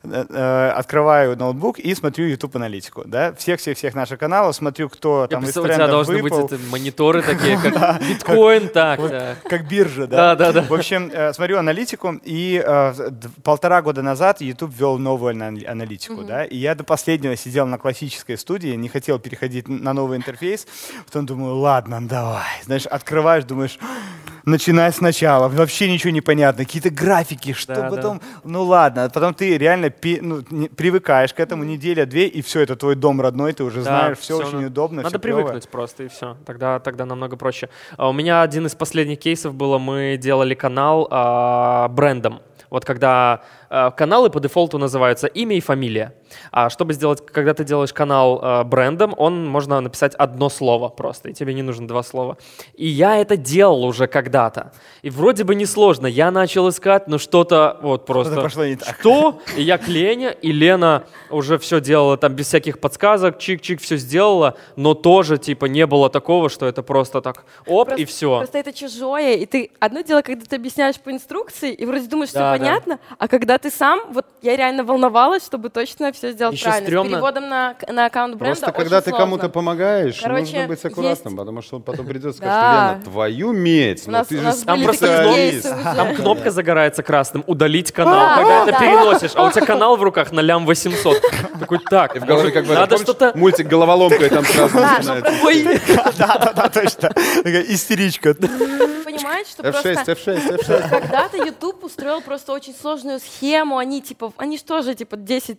[SPEAKER 3] открываю ноутбук и смотрю YouTube-аналитику. Да? Всех наших каналов, смотрю, кто
[SPEAKER 4] Я
[SPEAKER 3] там из
[SPEAKER 4] представляю, у тебя
[SPEAKER 3] трендов
[SPEAKER 4] должны
[SPEAKER 3] выпал.
[SPEAKER 4] быть мониторы такие, как биткоин, так.
[SPEAKER 3] Как биржа, да?
[SPEAKER 4] Да.
[SPEAKER 3] В общем, смотрю аналитику, и 1,5 года назад YouTube ввел новую аналитику, да, и я до последнего сидел на классической студии, не хотел переходить на новый интерфейс, потом думаю, ладно, давай, знаешь, открываешь, думаешь, начинай сначала, вообще ничего не понятно, какие-то графики, что
[SPEAKER 4] Да,
[SPEAKER 3] потом, ну ладно, потом ты реально привыкаешь к этому, неделя-две, и все, это твой дом родной, ты уже знаешь, все очень удобно,
[SPEAKER 4] Надо
[SPEAKER 3] всё клёво.
[SPEAKER 4] привыкнуть просто, и все. Тогда намного проще. У меня один из последних кейсов было, мы делали канал брендом. Вот когда каналы по дефолту называются имя и фамилия. А чтобы сделать, когда ты делаешь канал брендом, можно написать одно слово просто, и тебе не нужно 2 слова. И я это делал уже когда-то. И вроде бы несложно. Я начал искать, но что-то вот просто...
[SPEAKER 3] Что-то пошло не так.
[SPEAKER 4] Что? И я к Лене, и Лена уже все делала там без всяких подсказок, чик-чик все сделала, но тоже типа не было такого, что это просто так оп, и все.
[SPEAKER 2] Просто это чужое, и ты одно дело, когда ты объясняешь по инструкции, и вроде думаешь,
[SPEAKER 4] Да,
[SPEAKER 2] все понятно, а когда ты сам, вот я реально волновалась, чтобы точно все сделать
[SPEAKER 4] Еще
[SPEAKER 2] правильно.
[SPEAKER 4] стрёмно.
[SPEAKER 2] С переводом на аккаунт бренда
[SPEAKER 1] Просто когда ты
[SPEAKER 2] очень
[SPEAKER 1] кому-то
[SPEAKER 2] сложно.
[SPEAKER 1] помогаешь,
[SPEAKER 2] Короче,
[SPEAKER 1] нужно быть аккуратным,
[SPEAKER 2] есть-
[SPEAKER 1] потому что он потом придет и скажет,
[SPEAKER 2] Да.
[SPEAKER 1] Лена, твою медь,
[SPEAKER 2] У
[SPEAKER 1] но
[SPEAKER 2] нас-
[SPEAKER 1] ты
[SPEAKER 2] у
[SPEAKER 1] же
[SPEAKER 2] нас
[SPEAKER 4] Там
[SPEAKER 2] были
[SPEAKER 4] просто
[SPEAKER 2] такие
[SPEAKER 1] специалист.
[SPEAKER 2] кейсы уже.
[SPEAKER 4] Там кнопка загорается красным, удалить канал.
[SPEAKER 2] Да,
[SPEAKER 4] Когда
[SPEAKER 2] да.
[SPEAKER 4] это переносишь, а у тебя канал в руках на лям 800. Такой, так,
[SPEAKER 1] И в голове как бы,
[SPEAKER 4] надо
[SPEAKER 1] помнишь,
[SPEAKER 4] что-то...
[SPEAKER 1] мультик «Головоломка», и там сразу начинается.
[SPEAKER 4] Ой,
[SPEAKER 3] Да, точно. Такая истеричка.
[SPEAKER 2] Понимаешь, что
[SPEAKER 1] F6,
[SPEAKER 2] просто
[SPEAKER 1] F6.
[SPEAKER 2] когда-то YouTube устроил просто очень сложную схему, они же тоже 10,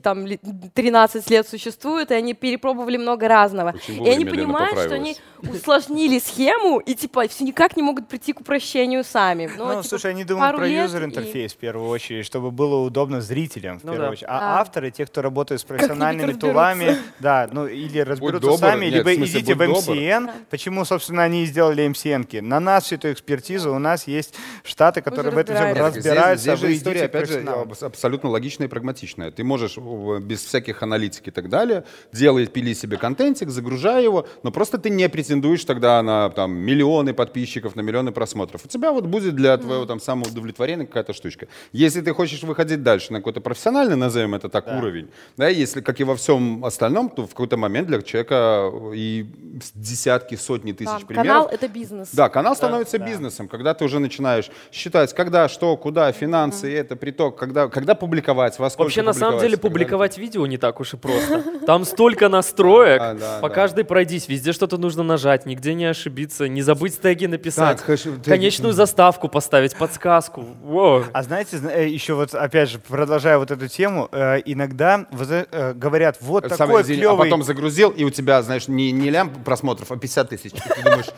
[SPEAKER 2] 13 лет существуют, и они перепробовали много разного.
[SPEAKER 1] Очень
[SPEAKER 2] И
[SPEAKER 1] вовремя
[SPEAKER 2] они
[SPEAKER 1] Лена
[SPEAKER 2] понимают, что они
[SPEAKER 1] поправилась.
[SPEAKER 2] усложнили схему, и все никак не могут прийти к упрощению сами.
[SPEAKER 3] Ну, слушай, они думают
[SPEAKER 2] пару
[SPEAKER 3] про
[SPEAKER 2] лет
[SPEAKER 3] юзер-интерфейс в первую очередь, чтобы было удобно зрителям в
[SPEAKER 4] Ну
[SPEAKER 3] первую
[SPEAKER 4] да.
[SPEAKER 3] очередь. А
[SPEAKER 2] Да.
[SPEAKER 3] авторы, те, кто работают с профессиональными
[SPEAKER 2] разберутся.
[SPEAKER 3] тулами, да, ну или разберутся
[SPEAKER 1] добр.
[SPEAKER 3] сами,
[SPEAKER 1] Нет,
[SPEAKER 3] либо
[SPEAKER 1] в смысле,
[SPEAKER 3] идите в
[SPEAKER 1] будь добр.
[SPEAKER 3] MCN. Почему, собственно, они и сделали MCN-ки? На нас всю эту экспертизу, у нас есть штаты, которые в этом всем
[SPEAKER 2] разбираются.
[SPEAKER 3] разбираются.
[SPEAKER 1] Здесь же
[SPEAKER 3] вы
[SPEAKER 1] история,
[SPEAKER 3] идите к
[SPEAKER 1] опять же,
[SPEAKER 3] профессионалам.
[SPEAKER 1] абсолютно логичная и прагматичная. Ты можешь без всяких аналитик и так далее пили себе контентик, загружай его, но просто ты не претендуешь тогда на там, миллионы подписчиков, на миллионы просмотров. У тебя вот будет для твоего там самоудовлетворения какая-то штучка. Если ты хочешь выходить дальше на какой-то профессиональный, назовем это так, уровень, да, если, как и во всем остальном, то в какой-то момент для человека и десятки, сотни тысяч примеров.
[SPEAKER 2] канал — это бизнес.
[SPEAKER 1] Да, канал становится бизнесом, когда ты уже начинаешь считать, когда, что, куда, финансы, это, приток, когда публиковать, во сколько
[SPEAKER 4] вообще, на самом деле,
[SPEAKER 1] публиковать и так далее.
[SPEAKER 4] публиковать видео не так уж и просто. Там столько настроек,
[SPEAKER 1] Да,
[SPEAKER 4] по
[SPEAKER 1] да.
[SPEAKER 4] каждой пройдись, везде что-то нужно нажать, нигде не ошибиться, не забыть теги написать,
[SPEAKER 1] Так, хэш-
[SPEAKER 4] конечную заставку поставить, подсказку. Во.
[SPEAKER 3] А знаете, еще вот, опять же, продолжая вот эту тему, иногда говорят, вот
[SPEAKER 1] Самое
[SPEAKER 3] такой
[SPEAKER 1] извини,
[SPEAKER 3] клевый...
[SPEAKER 1] А потом загрузил, и у тебя, знаешь, не лям просмотров, а 50 тысяч. И ты думаешь,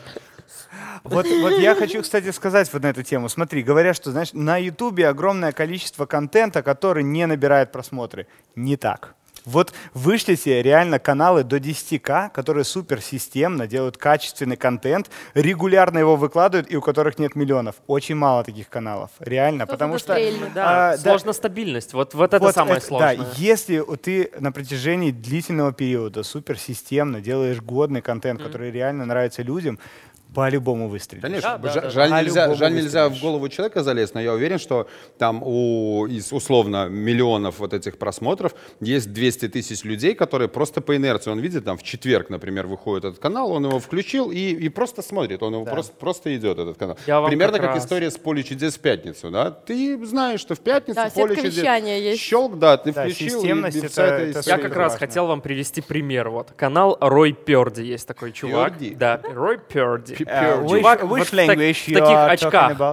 [SPEAKER 3] Вот я хочу, кстати, сказать вот на эту тему. Смотри, говорят, что, знаешь, на Ютубе огромное количество контента, который не набирает просмотры. Не так. Вот вышлите реально каналы до 10К, которые суперсистемно делают качественный контент, регулярно его выкладывают, и у которых нет миллионов. Очень мало таких каналов. Реально.
[SPEAKER 2] Кто-то
[SPEAKER 3] Потому что...
[SPEAKER 2] дострельный.
[SPEAKER 4] Да,
[SPEAKER 3] да.
[SPEAKER 4] сложна стабильность. Вот это
[SPEAKER 3] Вот
[SPEAKER 4] самое
[SPEAKER 3] это-
[SPEAKER 4] сложное.
[SPEAKER 3] Да, если ты на протяжении длительного периода суперсистемно делаешь годный контент, который реально нравится людям, по-любому выстрелишь.
[SPEAKER 1] Конечно,
[SPEAKER 4] Да.
[SPEAKER 1] жаль, нельзя
[SPEAKER 3] По-любому
[SPEAKER 1] в голову человека залезть, но я уверен, что там из условно миллионов вот этих просмотров есть 200 тысяч людей, которые просто по инерции, он видит, там в четверг, например, выходит этот канал, он его включил и просто смотрит, он его просто идет, этот канал.
[SPEAKER 4] Я вам
[SPEAKER 1] Примерно
[SPEAKER 4] как
[SPEAKER 1] как
[SPEAKER 4] раз-
[SPEAKER 1] история с «Поле чудес» в пятницу, да? Ты знаешь, что в пятницу
[SPEAKER 2] Да,
[SPEAKER 1] «Поле
[SPEAKER 2] сетка
[SPEAKER 1] чудес».
[SPEAKER 2] вещания есть.
[SPEAKER 1] Щелк, да, ты
[SPEAKER 3] Да,
[SPEAKER 1] включил,
[SPEAKER 3] системность
[SPEAKER 1] и
[SPEAKER 3] это
[SPEAKER 1] вся эта
[SPEAKER 3] супер
[SPEAKER 1] история.
[SPEAKER 4] Я как раз
[SPEAKER 3] важно.
[SPEAKER 4] хотел вам привести пример. Вот канал Рой Перди есть такой чувак.
[SPEAKER 1] Перди?
[SPEAKER 4] Да, Рой Перди.
[SPEAKER 3] Which
[SPEAKER 4] вот в
[SPEAKER 3] language
[SPEAKER 4] в
[SPEAKER 3] you
[SPEAKER 4] таких
[SPEAKER 3] are
[SPEAKER 4] очках
[SPEAKER 3] talking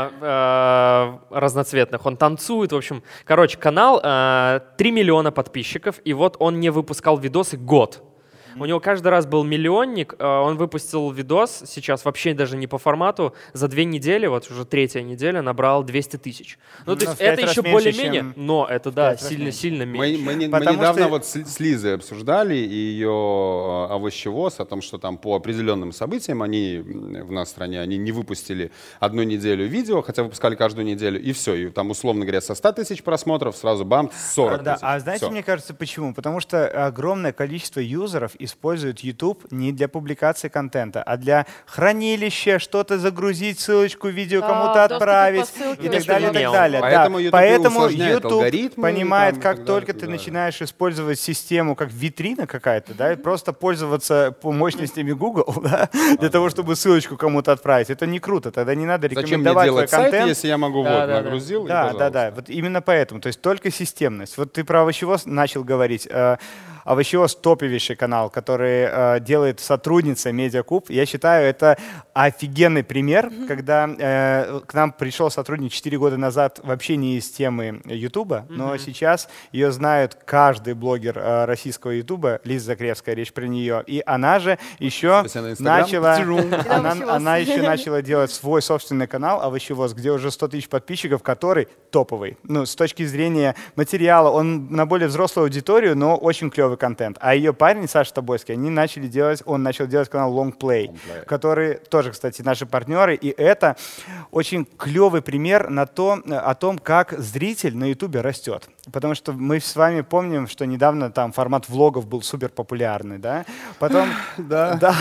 [SPEAKER 4] разноцветных. Он танцует, в общем. Короче, канал 3 миллиона подписчиков, и вот он не выпускал видосы год. У него каждый раз был миллионник, он выпустил видос, сейчас вообще даже не по формату, за 2 недели, вот уже 3-я неделя, набрал 200 тысяч. Ну, то
[SPEAKER 3] Ну,
[SPEAKER 4] есть
[SPEAKER 3] в 5
[SPEAKER 4] это
[SPEAKER 3] раз
[SPEAKER 4] еще
[SPEAKER 3] меньше,
[SPEAKER 4] более-менее,
[SPEAKER 3] чем-
[SPEAKER 4] но это, да,
[SPEAKER 3] раз
[SPEAKER 4] сильно-сильно
[SPEAKER 1] Мы
[SPEAKER 4] меньше.
[SPEAKER 3] Потому
[SPEAKER 1] недавно
[SPEAKER 3] что-
[SPEAKER 1] вот с Лизой обсуждали ее овощевоз, о том, что там по определенным событиям они в нашей стране они не выпустили 1 неделю видео, хотя выпускали каждую неделю, и все. И там, условно говоря, со 100 тысяч просмотров сразу бам, 40
[SPEAKER 3] Да,
[SPEAKER 1] тысяч.
[SPEAKER 3] а знаете,
[SPEAKER 1] Всё.
[SPEAKER 3] мне кажется, почему? Потому что огромное количество юзеров используют YouTube не для публикации контента, а для хранилища, что-то загрузить, ссылочку, видео
[SPEAKER 2] Да,
[SPEAKER 3] кому-то
[SPEAKER 2] доступы по
[SPEAKER 3] отправить
[SPEAKER 2] ссылке
[SPEAKER 3] и так
[SPEAKER 4] вместо
[SPEAKER 3] далее, и так
[SPEAKER 4] email.
[SPEAKER 3] далее.
[SPEAKER 1] Поэтому
[SPEAKER 3] Да.
[SPEAKER 1] YouTube
[SPEAKER 3] Поэтому
[SPEAKER 1] усложняет
[SPEAKER 3] YouTube
[SPEAKER 1] алгоритмы
[SPEAKER 3] понимает,
[SPEAKER 1] там и
[SPEAKER 3] как
[SPEAKER 1] так
[SPEAKER 3] только
[SPEAKER 1] далее,
[SPEAKER 3] ты
[SPEAKER 1] да.
[SPEAKER 3] начинаешь использовать систему как витрина какая-то, да, и просто пользоваться по мощностями Google, да, для того, чтобы ссылочку кому-то отправить. Это не круто, тогда не надо
[SPEAKER 1] Зачем мне
[SPEAKER 3] рекомендовать твой
[SPEAKER 1] делать сайт,
[SPEAKER 3] контент.
[SPEAKER 1] если я могу
[SPEAKER 4] Да,
[SPEAKER 1] вот
[SPEAKER 4] да, да.
[SPEAKER 1] нагрузил и
[SPEAKER 3] Да,
[SPEAKER 1] пожалуйста.
[SPEAKER 3] да. Вот именно поэтому. То есть только системность. Вот ты про овощевоз начал говорить. Овощевоз — топовейший канал, который делает сотрудница Медиакуб. Я считаю, это офигенный пример, когда к нам пришел сотрудник 4 года назад вообще не из темы Ютуба, но сейчас ее знает каждый блогер российского Ютуба, Лиза Закревская, речь про нее. И она же еще
[SPEAKER 1] есть она Инстаграм?
[SPEAKER 3] начала,
[SPEAKER 2] Овощевоз.
[SPEAKER 3] она еще начала делать свой собственный канал «Овощевоз», где уже 100 тысяч подписчиков, который топовый. Ну, с точки зрения материала, он на более взрослую аудиторию, но очень клевый контент. А ее парень, Саша Тобольский, он начал делать канал Long Play, который тоже, кстати, наши партнеры. И это очень клевый пример о том, как зритель на Ютубе растет. Потому что мы с вами помним, что недавно там формат влогов был супер популярный, да? Потом... Да.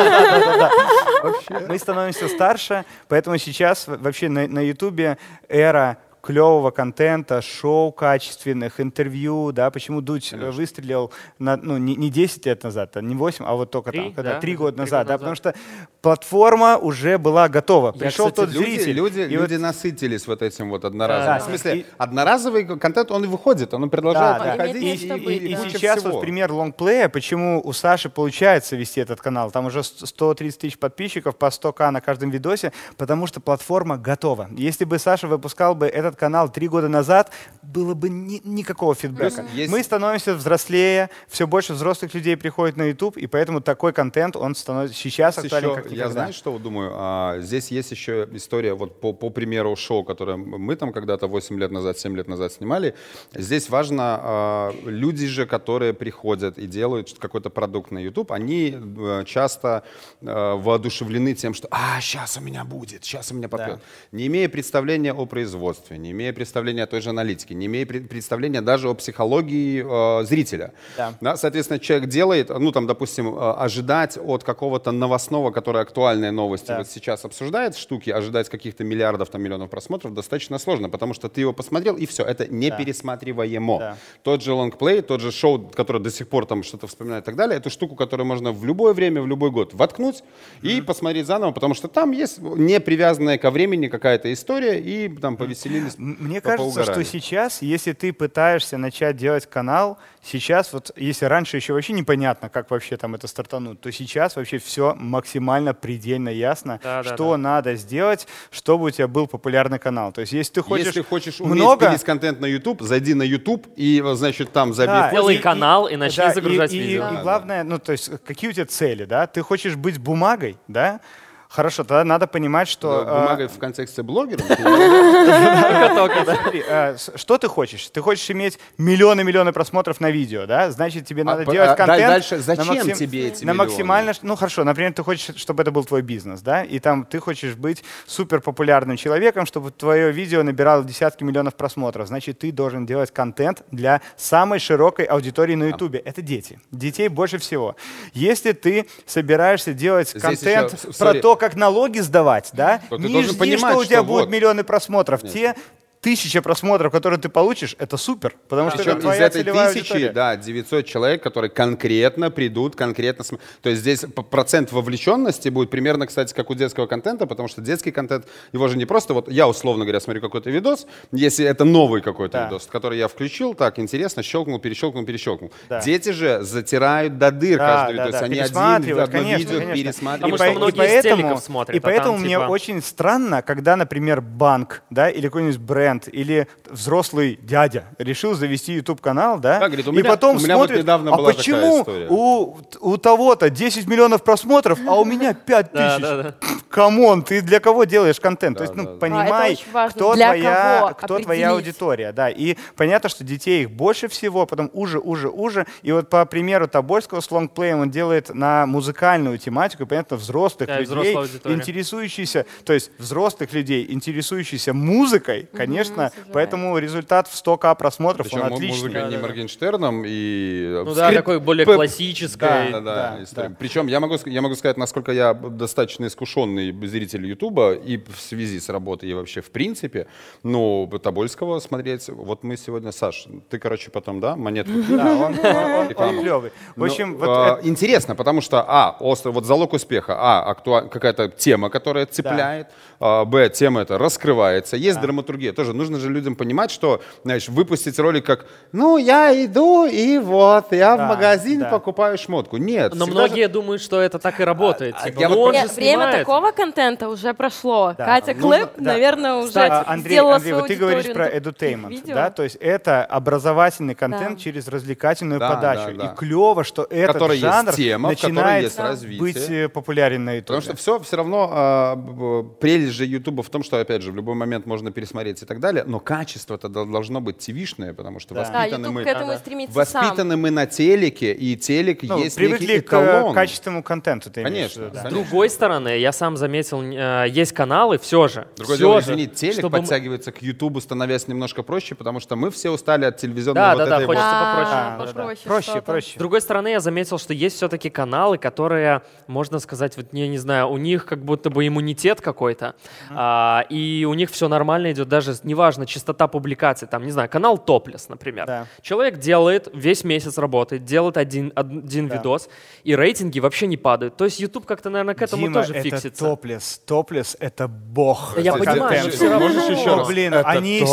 [SPEAKER 3] Мы становимся старше, поэтому сейчас вообще на Ютубе эра клевого контента, шоу качественных, интервью, да, почему Дудь выстрелил не 10 лет назад, не 8, а вот только
[SPEAKER 4] 3,
[SPEAKER 3] там, когда
[SPEAKER 4] да,
[SPEAKER 3] 3 года
[SPEAKER 4] 3
[SPEAKER 3] назад,
[SPEAKER 4] года
[SPEAKER 3] да,
[SPEAKER 4] назад.
[SPEAKER 3] потому что платформа уже была готова.
[SPEAKER 4] Я,
[SPEAKER 3] Пришел
[SPEAKER 4] кстати,
[SPEAKER 3] тот зритель. и вот-
[SPEAKER 1] Люди насытились вот этим вот одноразовым.
[SPEAKER 3] Да,
[SPEAKER 1] В смысле,
[SPEAKER 3] и-
[SPEAKER 1] одноразовый контент, он и выходит, он и продолжает
[SPEAKER 3] Да,
[SPEAKER 1] выходить.
[SPEAKER 2] Имеет место быть,
[SPEAKER 3] И
[SPEAKER 2] да.
[SPEAKER 3] сейчас
[SPEAKER 1] всего.
[SPEAKER 3] вот пример лонгплея, почему у Саши получается вести этот канал. Там уже 130 тысяч подписчиков, по 100К на каждом видосе, потому что платформа готова. Если бы Саша выпускал бы этот канал 3 года назад, было бы никакого фидбэка.
[SPEAKER 1] Есть-
[SPEAKER 3] Мы становимся взрослее, все больше взрослых людей приходит на YouTube, и поэтому такой контент, он становится сейчас актуален как
[SPEAKER 1] Я
[SPEAKER 3] никогда.
[SPEAKER 1] знаю, что вот думаю. Здесь есть еще история, вот по примеру шоу, которое мы там когда-то 8 лет назад, 7 лет назад снимали. Здесь важно, люди же, которые приходят и делают какой-то продукт на YouTube, они часто воодушевлены тем, что сейчас у меня будет, сейчас у меня попьет. Не имея представления о производстве, не имея представления о той же аналитике, не имея представления даже о психологии зрителя.
[SPEAKER 3] Да.
[SPEAKER 1] Соответственно, человек делает, допустим, ожидать от какого-то новостного, который актуальные новости вот сейчас обсуждает штуки, ожидать каких-то миллиардов, миллионов просмотров достаточно сложно, потому что ты его посмотрел, и все, это не пересматриваемо.
[SPEAKER 3] Да.
[SPEAKER 1] Тот же лонгплей, тот же шоу, который до сих пор там что-то вспоминает и так далее, эту штуку, которую можно в любое время, в любой год воткнуть и посмотреть заново, потому что там есть не привязанная ко времени какая-то история, и там повеселились.
[SPEAKER 3] Мне кажется, что
[SPEAKER 1] поугарали.
[SPEAKER 3] сейчас, если ты пытаешься начать делать канал, сейчас, вот если раньше еще вообще непонятно, как вообще там это стартануть, то сейчас вообще все максимально предельно ясно, что надо сделать, чтобы у тебя был популярный канал. То есть если ты хочешь
[SPEAKER 1] уметь
[SPEAKER 3] много...
[SPEAKER 1] пилить контент на YouTube, зайди на YouTube и, значит, там забей
[SPEAKER 3] Да,
[SPEAKER 4] Делай канал и начни загружать видео.
[SPEAKER 3] И главное, то есть какие у тебя цели, да? Ты хочешь быть бумагой, да? Хорошо, тогда надо понимать, что...
[SPEAKER 1] Бумагой в контексте блогера?
[SPEAKER 3] Смотри, что ты хочешь? Ты хочешь иметь миллионы просмотров на видео, да? Значит, тебе надо делать контент...
[SPEAKER 1] Дальше, зачем тебе эти
[SPEAKER 3] на
[SPEAKER 1] миллионы?
[SPEAKER 3] максимально... Ну, хорошо, например, ты хочешь, чтобы это был твой бизнес, да? И там ты хочешь быть супер популярным человеком, чтобы твое видео набирало десятки миллионов просмотров. Значит, ты должен делать контент для самой широкой аудитории на Ютубе. Это дети. Детей больше всего. Если ты собираешься делать
[SPEAKER 1] Здесь
[SPEAKER 3] контент
[SPEAKER 1] еще,
[SPEAKER 3] про то, как налоги сдавать, да,
[SPEAKER 1] То ты
[SPEAKER 3] не
[SPEAKER 1] должен
[SPEAKER 3] жди,
[SPEAKER 1] понимать,
[SPEAKER 3] что у тебя
[SPEAKER 1] что
[SPEAKER 3] будут
[SPEAKER 1] вот.
[SPEAKER 3] миллионы просмотров.
[SPEAKER 1] Нет.
[SPEAKER 3] Те 1000 просмотров, которые ты получишь, это супер, потому что
[SPEAKER 1] Причем
[SPEAKER 3] это
[SPEAKER 1] из
[SPEAKER 3] твоя
[SPEAKER 1] этой
[SPEAKER 3] целевая
[SPEAKER 1] 1000,
[SPEAKER 3] аудитория.
[SPEAKER 1] да, 900 человек, которые конкретно придут, конкретно... То есть здесь процент вовлеченности будет примерно, кстати, как у детского контента, потому что детский контент, его же не просто... Вот я, условно говоря, смотрю какой-то видос, если это новый какой-то
[SPEAKER 3] Да.
[SPEAKER 1] видос, который я включил, так, интересно, щелкнул, перещелкнул.
[SPEAKER 3] Да.
[SPEAKER 1] Дети же затирают до дыр каждый видос. Они
[SPEAKER 3] пересматривают,
[SPEAKER 1] одно
[SPEAKER 3] конечно,
[SPEAKER 1] видео
[SPEAKER 3] конечно.
[SPEAKER 1] пересматривают.
[SPEAKER 4] Потому что многие из телеков смотрят,
[SPEAKER 3] И
[SPEAKER 4] а там
[SPEAKER 3] поэтому мне
[SPEAKER 4] типа-
[SPEAKER 3] очень странно, когда, например, банк, да, или какой-нибудь бренд, или взрослый дядя решил завести YouTube-канал, да,
[SPEAKER 1] Да, говорит, у
[SPEAKER 3] и
[SPEAKER 1] меня-
[SPEAKER 3] потом
[SPEAKER 1] у меня вот
[SPEAKER 3] смотрит,
[SPEAKER 1] недавно
[SPEAKER 3] а
[SPEAKER 1] была такая
[SPEAKER 3] почему
[SPEAKER 1] история.
[SPEAKER 3] у того-то 10 миллионов просмотров, а у меня 5000?
[SPEAKER 4] Да.
[SPEAKER 3] Камон, ты для кого делаешь контент? То есть,
[SPEAKER 1] да.
[SPEAKER 3] ну,
[SPEAKER 1] Да,
[SPEAKER 3] понимай,
[SPEAKER 2] это очень важно.
[SPEAKER 3] кто
[SPEAKER 2] Для
[SPEAKER 3] твоя,
[SPEAKER 2] кого
[SPEAKER 3] кто твоя
[SPEAKER 2] определить.
[SPEAKER 3] аудитория, да. И понятно, что детей их больше всего, потом уже. И вот по примеру Тобольского с лонгплеем он делает на музыкальную тематику, и, понятно, взрослых
[SPEAKER 4] Да, и
[SPEAKER 3] людей,
[SPEAKER 4] взрослая аудитория.
[SPEAKER 3] интересующихся, то есть взрослых людей, интересующихся музыкой, конечно,
[SPEAKER 2] сужает.
[SPEAKER 3] поэтому результат в 100К просмотров,
[SPEAKER 1] Причем
[SPEAKER 3] он отличный.
[SPEAKER 1] музыка не Моргенштерном и...
[SPEAKER 4] Ну да, такой более классической.
[SPEAKER 3] Да,
[SPEAKER 1] история.
[SPEAKER 3] да.
[SPEAKER 1] Причем я могу сказать, насколько я достаточно искушенный зритель Ютуба и в связи с работой, и вообще в принципе, ну, Тобольского смотреть, вот мы сегодня, Саш, ты, короче, потом, да, монетку?
[SPEAKER 3] Да, он клевый. В
[SPEAKER 1] Ну,
[SPEAKER 3] общем, вот это-
[SPEAKER 1] интересно, потому что, острый, вот залог успеха, какая-то тема, которая цепляет, б, тема эта раскрывается, есть драматургия, тоже нужно же людям понимать, что, знаешь, выпустить ролик как, ну, я иду и вот, я в
[SPEAKER 3] Да,
[SPEAKER 1] магазин
[SPEAKER 3] да.
[SPEAKER 1] покупаю шмотку. Нет.
[SPEAKER 4] Но
[SPEAKER 1] всегда же-
[SPEAKER 4] многие думают, что это так и работает. Типа,
[SPEAKER 1] я
[SPEAKER 4] ну,
[SPEAKER 1] вот
[SPEAKER 4] он же
[SPEAKER 2] Нет, время
[SPEAKER 4] снимает.
[SPEAKER 2] такого контента уже прошло.
[SPEAKER 3] Да.
[SPEAKER 2] Катя
[SPEAKER 1] Нужно-
[SPEAKER 2] Клэп,
[SPEAKER 3] да.
[SPEAKER 2] наверное, уже
[SPEAKER 3] Кстати, Андрей,
[SPEAKER 2] сделала
[SPEAKER 3] вот
[SPEAKER 2] свою
[SPEAKER 3] ты говоришь про
[SPEAKER 2] аудиторию на таких
[SPEAKER 3] edutainment,
[SPEAKER 2] видео.
[SPEAKER 3] да, то есть это образовательный контент
[SPEAKER 2] Да.
[SPEAKER 3] через развлекательную
[SPEAKER 1] Да,
[SPEAKER 3] подачу.
[SPEAKER 1] да, да.
[SPEAKER 3] И клево, что этот
[SPEAKER 1] Который есть
[SPEAKER 3] жанр
[SPEAKER 1] тема, в которой
[SPEAKER 3] начинает
[SPEAKER 1] есть развитие.
[SPEAKER 3] быть популярен на YouTube.
[SPEAKER 1] Потому что все равно прелесть же Ютуба в том, что, опять же, в любой момент можно пересмотреть и так далее, но качество-то должно быть ТВшное, потому что
[SPEAKER 3] Да.
[SPEAKER 2] Да,
[SPEAKER 1] воспитаны
[SPEAKER 2] YouTube
[SPEAKER 1] мы...
[SPEAKER 2] к этому стремится сам.
[SPEAKER 1] Воспитаны мы на телеке, и телек
[SPEAKER 3] Ну,
[SPEAKER 1] есть некий
[SPEAKER 3] привыкли к
[SPEAKER 1] эталон.
[SPEAKER 3] качественному контенту, ты имеешь в
[SPEAKER 1] Конечно,
[SPEAKER 3] виду, да.
[SPEAKER 4] С другой стороны, я сам заметил, есть каналы, все же.
[SPEAKER 1] Другое
[SPEAKER 4] всё
[SPEAKER 1] дело,
[SPEAKER 4] же,
[SPEAKER 1] извини, телек
[SPEAKER 4] чтобы мы-
[SPEAKER 1] подтягивается к Ютубу, становясь немножко проще, потому что мы все устали от телевизионной
[SPEAKER 4] Да,
[SPEAKER 1] вот
[SPEAKER 4] да,
[SPEAKER 1] этой
[SPEAKER 4] хочется
[SPEAKER 1] вот...
[SPEAKER 4] попроще.
[SPEAKER 3] Да, да, да.
[SPEAKER 2] Попроще
[SPEAKER 3] Проще,
[SPEAKER 2] что-то.
[SPEAKER 3] проще.
[SPEAKER 4] С другой стороны, я заметил, что есть все-таки каналы, которые, можно сказать, вот я не знаю, у них как будто бы иммунитет какой-то, и у них все нормально идет, даже неважно, частота публикаций, там, не знаю, канал Топлес, например.
[SPEAKER 3] Да.
[SPEAKER 4] Человек делает, весь месяц работает, делает один видос, и рейтинги вообще не падают. То есть YouTube как-то, наверное, к этому
[SPEAKER 3] Дима,
[SPEAKER 4] тоже
[SPEAKER 3] это
[SPEAKER 4] фиксится.
[SPEAKER 3] топлес. Топлес — это бог.
[SPEAKER 4] Да я
[SPEAKER 3] Кстати,
[SPEAKER 4] понимаю, но
[SPEAKER 3] контента.
[SPEAKER 4] всё равно.
[SPEAKER 1] Можешь еще
[SPEAKER 3] О,
[SPEAKER 1] раз?
[SPEAKER 3] блин,
[SPEAKER 1] Это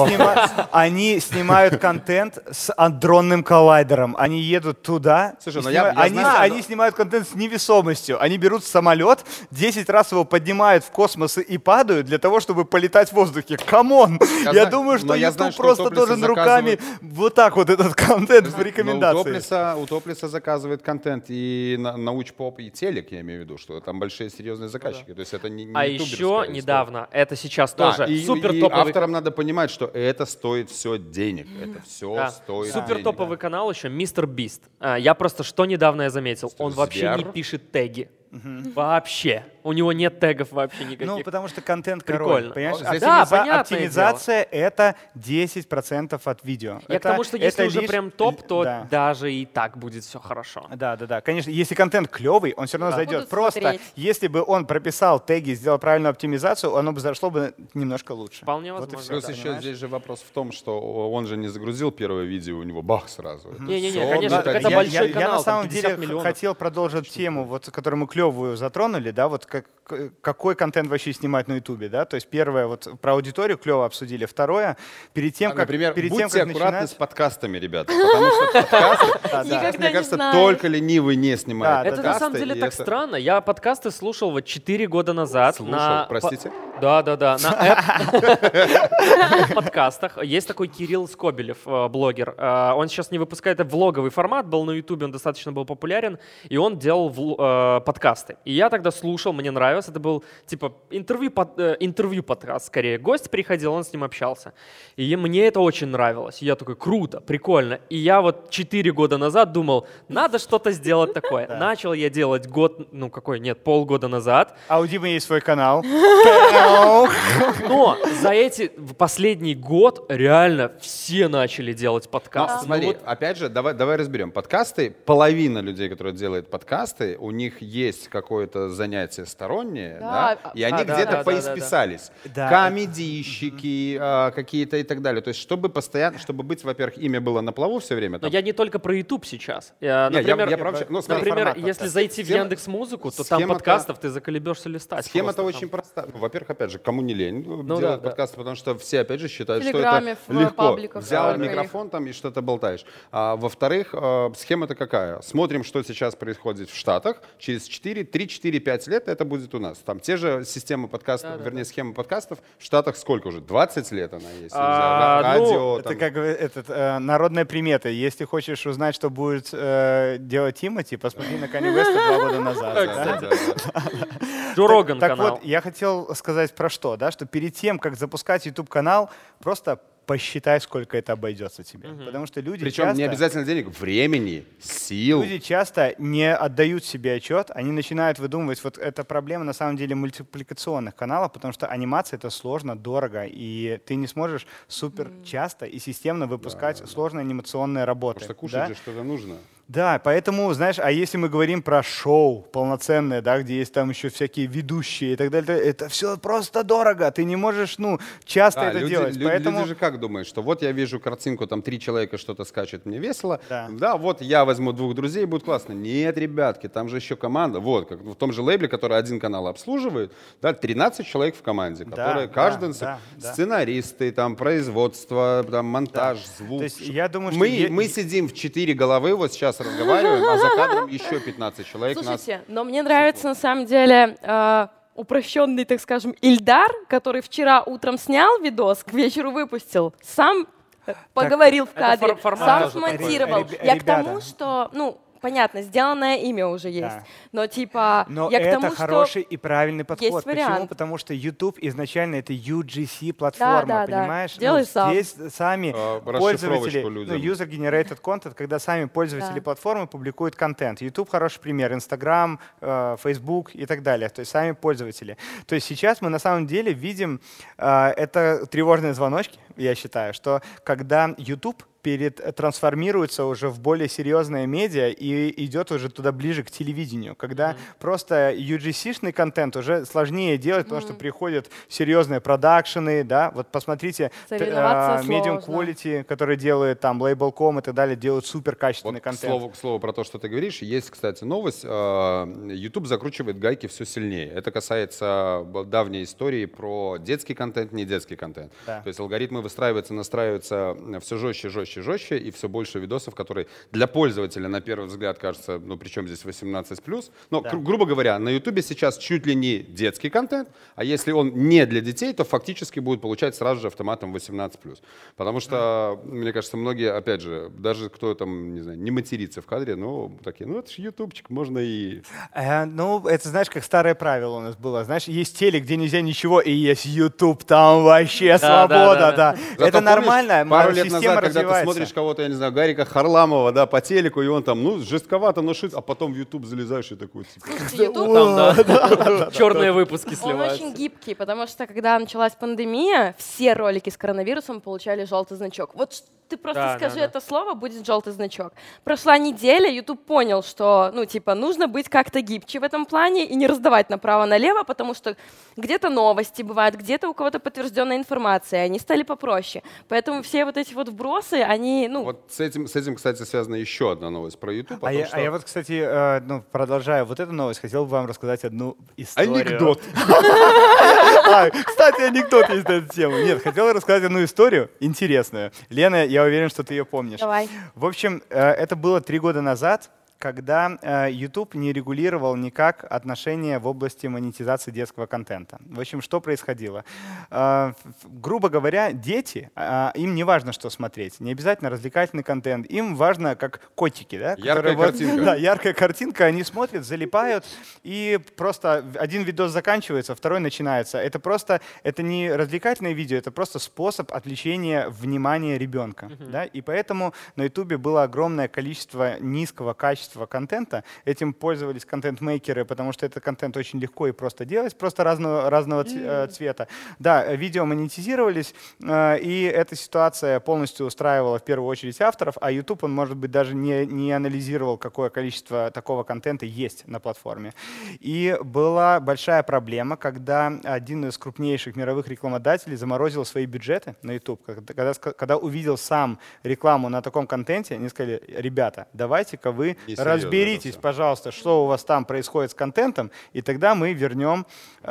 [SPEAKER 3] они снимают контент с адронным коллайдером. Они едут туда.
[SPEAKER 1] Слушай,
[SPEAKER 3] и
[SPEAKER 1] ну я
[SPEAKER 3] снимают-
[SPEAKER 1] знаю,
[SPEAKER 3] они снимают контент с невесомостью. Они берут самолет, 10 раз его поднимают в космос и падают для того, чтобы полетать в воздухе. Камон! Я
[SPEAKER 1] знаю,
[SPEAKER 3] думаю, что
[SPEAKER 1] но я
[SPEAKER 3] YouTube
[SPEAKER 1] знаю, что
[SPEAKER 3] просто
[SPEAKER 1] у Топлеса
[SPEAKER 3] должен руками
[SPEAKER 1] заказывают-
[SPEAKER 3] вот так вот этот контент в
[SPEAKER 1] Но
[SPEAKER 3] рекомендации.
[SPEAKER 1] у Топлеса заказывает контент и научпоп, и телек, я имею в виду, что там большие серьезные заказчики. То есть это не
[SPEAKER 4] А
[SPEAKER 1] ютуберская
[SPEAKER 4] еще
[SPEAKER 1] история.
[SPEAKER 4] недавно, это сейчас
[SPEAKER 1] Да,
[SPEAKER 4] тоже
[SPEAKER 1] и
[SPEAKER 4] супер топовый
[SPEAKER 1] авторам надо понимать, что это стоит все денег. Это все
[SPEAKER 4] Да.
[SPEAKER 1] стоит
[SPEAKER 4] Супер
[SPEAKER 1] денег.
[SPEAKER 4] топовый канал еще Мистер Бист. Я просто что недавно я заметил, он вообще не
[SPEAKER 1] Звер.
[SPEAKER 4] пишет теги. Вообще. У него нет тегов вообще никаких.
[SPEAKER 3] Ну, потому что контент
[SPEAKER 4] Прикольно.
[SPEAKER 3] король. Понимаешь?
[SPEAKER 1] Здесь
[SPEAKER 4] да, понятное
[SPEAKER 3] Оптимизация — это 10% от видео.
[SPEAKER 4] Я к тому, что если
[SPEAKER 3] это
[SPEAKER 4] уже
[SPEAKER 3] лишь-
[SPEAKER 4] прям топ, то
[SPEAKER 3] Да.
[SPEAKER 4] даже и так будет все хорошо.
[SPEAKER 3] Да. Конечно, если контент клевый, он все равно
[SPEAKER 2] Да.
[SPEAKER 3] зайдет.
[SPEAKER 2] Будут
[SPEAKER 3] Просто
[SPEAKER 2] смотреть.
[SPEAKER 3] если бы он прописал теги, сделал правильную оптимизацию, оно бы зашло бы немножко лучше.
[SPEAKER 4] Вполне
[SPEAKER 3] Вот и
[SPEAKER 4] возможно,
[SPEAKER 3] всё,
[SPEAKER 1] Плюс
[SPEAKER 4] да.
[SPEAKER 1] еще
[SPEAKER 3] понимаешь?
[SPEAKER 1] здесь же вопрос в том, что он же не загрузил первое видео, у него бах сразу. Это
[SPEAKER 4] Не-не-не,
[SPEAKER 1] всё
[SPEAKER 4] конечно,
[SPEAKER 1] вот
[SPEAKER 4] так это
[SPEAKER 1] я-
[SPEAKER 4] большой
[SPEAKER 3] я
[SPEAKER 4] канал,
[SPEAKER 3] на
[SPEAKER 4] там
[SPEAKER 3] самом
[SPEAKER 4] 50
[SPEAKER 3] деле
[SPEAKER 4] миллионов.
[SPEAKER 3] хотел продолжить тему, вот, которую мы клевую затронули, да, вот какой контент вообще снимать на Ютубе, да, то есть первое, вот про аудиторию клево обсудили, второе, перед тем, как,
[SPEAKER 1] Например,
[SPEAKER 3] перед тем,
[SPEAKER 1] будьте
[SPEAKER 3] как
[SPEAKER 1] аккуратны
[SPEAKER 3] начинать...
[SPEAKER 1] с подкастами, ребята, потому что подкасты,
[SPEAKER 2] Никогда
[SPEAKER 1] мне
[SPEAKER 2] не
[SPEAKER 1] кажется,
[SPEAKER 2] знаешь.
[SPEAKER 1] только ленивый не снимает
[SPEAKER 3] Да,
[SPEAKER 4] Это на самом
[SPEAKER 1] подкасты,
[SPEAKER 4] деле
[SPEAKER 1] и
[SPEAKER 4] так
[SPEAKER 1] это-
[SPEAKER 4] странно. Я подкасты слушал вот 4 года назад.
[SPEAKER 1] Слушал, простите?
[SPEAKER 4] Да. На подкастах. Есть такой Кирилл Скобелев, блогер. Он сейчас не выпускает влоговый формат, был на Ютубе, он достаточно был популярен, и он делал подкасты. И я тогда слушал, мне нравилось. Это был типа интервью подкаст скорее. Гость приходил, он с ним общался. И мне это очень нравилось. И я такой, круто, прикольно. И я вот 4 года назад думал, надо что-то сделать такое. Начал я делать полгода назад.
[SPEAKER 3] А у Димы есть свой канал.
[SPEAKER 4] Но за последний год реально все начали делать
[SPEAKER 1] Но
[SPEAKER 4] подкасты.
[SPEAKER 1] смотри, опять же, давай разберем. Подкасты, половина людей, которые делают подкасты, у них есть есть какое-то занятие стороннее,
[SPEAKER 2] Да,
[SPEAKER 1] да, и они
[SPEAKER 4] да,
[SPEAKER 1] где-то
[SPEAKER 4] да, да,
[SPEAKER 1] поисписались.
[SPEAKER 3] Да.
[SPEAKER 1] Комедийщики какие-то и так далее. То есть чтобы постоянно, чтобы быть, во-первых, имя было на плаву все время.
[SPEAKER 4] Но
[SPEAKER 1] там-
[SPEAKER 4] я не только про YouTube сейчас.
[SPEAKER 1] Не,
[SPEAKER 4] Например,
[SPEAKER 1] я про вообще- ну, смотри,
[SPEAKER 4] например,
[SPEAKER 3] формат
[SPEAKER 4] если
[SPEAKER 3] подкаста.
[SPEAKER 4] зайти в
[SPEAKER 1] Схема-
[SPEAKER 4] Яндекс.Музыку, то там
[SPEAKER 1] схема-то-
[SPEAKER 4] подкастов ты заколебешься листать.
[SPEAKER 1] Схема-то
[SPEAKER 4] просто
[SPEAKER 1] очень
[SPEAKER 4] там.
[SPEAKER 1] проста. Ну, во-первых, опять же, кому не лень
[SPEAKER 4] да,
[SPEAKER 1] делать
[SPEAKER 4] да.
[SPEAKER 1] подкасты, потому что все, опять же, считают,
[SPEAKER 2] В
[SPEAKER 1] что
[SPEAKER 2] Телеграме,
[SPEAKER 1] это
[SPEAKER 2] в
[SPEAKER 1] легко.
[SPEAKER 2] пабликах
[SPEAKER 1] Взял
[SPEAKER 2] своих.
[SPEAKER 1] микрофон там и что-то болтаешь. А во-вторых, схема-то какая? Смотрим, что сейчас происходит в Штатах. Через 3-4-5 лет это будет у нас. Там те же системы подкастов, вернее, схемы подкастов в Штатах сколько уже? 20 лет она есть. Радио.
[SPEAKER 3] Это
[SPEAKER 1] там.
[SPEAKER 3] как народная примета. Если хочешь узнать, что будет делать Тимати, посмотри на Канье Уэста 2 года назад.
[SPEAKER 1] Да, да, да.
[SPEAKER 4] Джо Роган
[SPEAKER 3] Так
[SPEAKER 4] канал.
[SPEAKER 3] вот, я хотел сказать про что, да, что перед тем, как запускать YouTube-канал, просто посчитай, сколько это обойдется тебе. Потому что люди
[SPEAKER 1] Причем
[SPEAKER 3] часто...
[SPEAKER 1] не обязательно денег, времени, сил.
[SPEAKER 3] Люди часто не отдают себе отчет, они начинают выдумывать, вот эта проблема на самом деле мультипликационных каналов, потому что анимация — это сложно, дорого, и ты не сможешь супер часто и системно выпускать сложные анимационные работы.
[SPEAKER 1] Потому что кушать
[SPEAKER 3] да?
[SPEAKER 1] же что-то нужно.
[SPEAKER 3] Да, поэтому, знаешь, а если мы говорим про шоу полноценное, да, где есть там еще всякие ведущие и так далее, это все просто дорого, ты не можешь, часто это делать. Поэтому...
[SPEAKER 1] Люди же как думают, что вот я вижу картинку, там 3 человека что-то скачет, мне весело,
[SPEAKER 3] Да.
[SPEAKER 1] да, вот я возьму 2 друзей, будет классно. Нет, ребятки, там же еще команда, вот, как в том же лейбле, который один канал обслуживает, да, 13 человек в команде, которые каждый,
[SPEAKER 3] да.
[SPEAKER 1] сценаристы, там, производство, там, монтаж, звук.
[SPEAKER 3] То есть я думаю, что
[SPEAKER 1] мы сидим в 4 головы, вот сейчас разговариваем, а за кадром еще 15 человек.
[SPEAKER 2] Слушайте, но мне нравится на самом деле упрощенный, так скажем, Ильдар, который вчера утром снял видос, к вечеру выпустил, сам поговорил в
[SPEAKER 4] это
[SPEAKER 2] кадре,
[SPEAKER 4] формат
[SPEAKER 2] сам
[SPEAKER 4] тоже
[SPEAKER 2] смонтировал.
[SPEAKER 3] такой.
[SPEAKER 2] Я к тому,
[SPEAKER 3] Ребята.
[SPEAKER 2] что, понятно, сделанное имя уже есть,
[SPEAKER 3] Да.
[SPEAKER 2] но типа
[SPEAKER 3] Но
[SPEAKER 2] я к
[SPEAKER 3] это
[SPEAKER 2] тому,
[SPEAKER 3] хороший и правильный подход.
[SPEAKER 2] есть
[SPEAKER 3] Почему?
[SPEAKER 2] вариант.
[SPEAKER 3] Потому что YouTube изначально это UGC-платформа,
[SPEAKER 2] Да.
[SPEAKER 3] понимаешь?
[SPEAKER 2] Делай сам.
[SPEAKER 3] Здесь сами
[SPEAKER 1] расшифровочку
[SPEAKER 3] пользователи,
[SPEAKER 1] людям.
[SPEAKER 3] user-generated content, когда сами пользователи
[SPEAKER 2] Да.
[SPEAKER 3] платформы публикуют контент. YouTube хороший пример, Instagram, Facebook и так далее. То есть сами пользователи. То есть сейчас мы на самом деле видим, это тревожные звоночки, я считаю, что когда YouTube трансформируется уже в более серьезное медиа и идет уже туда ближе к телевидению, когда просто UGC-шный контент уже сложнее делать, потому что приходят серьезные продакшены, да, вот посмотрите,
[SPEAKER 2] Соревноваться
[SPEAKER 3] Medium
[SPEAKER 2] сложно.
[SPEAKER 3] Quality, который делает там Label.com и так далее, делают супер качественный
[SPEAKER 1] Вот
[SPEAKER 3] контент.
[SPEAKER 1] к слову про то, что ты говоришь, есть, кстати, новость. YouTube закручивает гайки все сильнее. Это касается давней истории про детский контент, не детский контент.
[SPEAKER 3] Да.
[SPEAKER 1] То есть алгоритмы настраиваются все жестче, и все больше видосов, которые для пользователя, на первый взгляд, кажется, причем здесь 18+. Но,
[SPEAKER 3] Да.
[SPEAKER 1] грубо говоря, на YouTube сейчас чуть ли не детский контент, а если он не для детей, то фактически будет получать сразу же автоматом 18+. Потому что, мне кажется, многие, опять же, даже кто там, не знаю, не матерится в кадре, такие, это же ютубчик, можно и...
[SPEAKER 3] Это знаешь, как старое правило у нас было. Знаешь, есть телек, где нельзя ничего, и есть YouTube, там вообще свобода, да.
[SPEAKER 1] Зато
[SPEAKER 3] Это
[SPEAKER 1] помнишь,
[SPEAKER 3] нормально,
[SPEAKER 1] пару лет
[SPEAKER 3] система
[SPEAKER 1] назад, когда ты
[SPEAKER 3] развивается.
[SPEAKER 1] смотришь кого-то, я не знаю, Гарика Харламова, да, по телеку, и он там, жестковато, но шит, а потом в YouTube залезаешь и такой, типа...
[SPEAKER 2] Слушайте, YouTube,
[SPEAKER 4] Там, да. Черные выпуски
[SPEAKER 2] он
[SPEAKER 4] сливаются.
[SPEAKER 2] очень гибкий, потому что когда началась пандемия, все ролики с коронавирусом получали желтый значок. Вот ты просто
[SPEAKER 4] Да,
[SPEAKER 2] скажи
[SPEAKER 4] да, да.
[SPEAKER 2] это слово, будет желтый значок. Прошла неделя, YouTube понял, что, нужно быть как-то гибче в этом плане и не раздавать направо-налево, потому что где-то новости бывают, где-то у кого-то подтвержденная информация, они стали попроще. Поэтому все вот эти вот вбросы, они,
[SPEAKER 1] Вот с этим, кстати, связана еще одна новость про YouTube.
[SPEAKER 3] А я вот, кстати, продолжая вот эту новость, хотел бы вам рассказать одну историю.
[SPEAKER 1] Анекдот.
[SPEAKER 3] Кстати, анекдот есть на эту тему. Нет, хотел рассказать одну историю интересную. Лена, я уверен, что ты ее помнишь.
[SPEAKER 2] давай.
[SPEAKER 3] В общем, это было 3 года назад, когда YouTube не регулировал никак отношения в области монетизации детского контента. В общем, что происходило? Грубо говоря, дети, им не важно, что смотреть, не обязательно развлекательный контент, им важно, как котики, да?
[SPEAKER 1] Яркая картинка.
[SPEAKER 3] Да, яркая картинка, они смотрят, залипают, и просто один видос заканчивается, второй начинается. Это не развлекательное видео, это просто способ отвлечения внимания ребенка. Да? И поэтому на YouTube было огромное количество низкого качества качество контента. Этим пользовались контент-мейкеры, потому что этот контент очень легко и просто делать, просто разного цвета. Да, видео монетизировались, и эта ситуация полностью устраивала в первую очередь авторов, а YouTube, он, может быть, даже не анализировал, какое количество такого контента есть на платформе. И была большая проблема, когда один из крупнейших мировых рекламодателей заморозил свои бюджеты на YouTube. Когда увидел сам рекламу на таком контенте, они сказали: ребята, давайте-ка вы разберитесь, пожалуйста, что у вас там происходит с контентом, и тогда мы вернем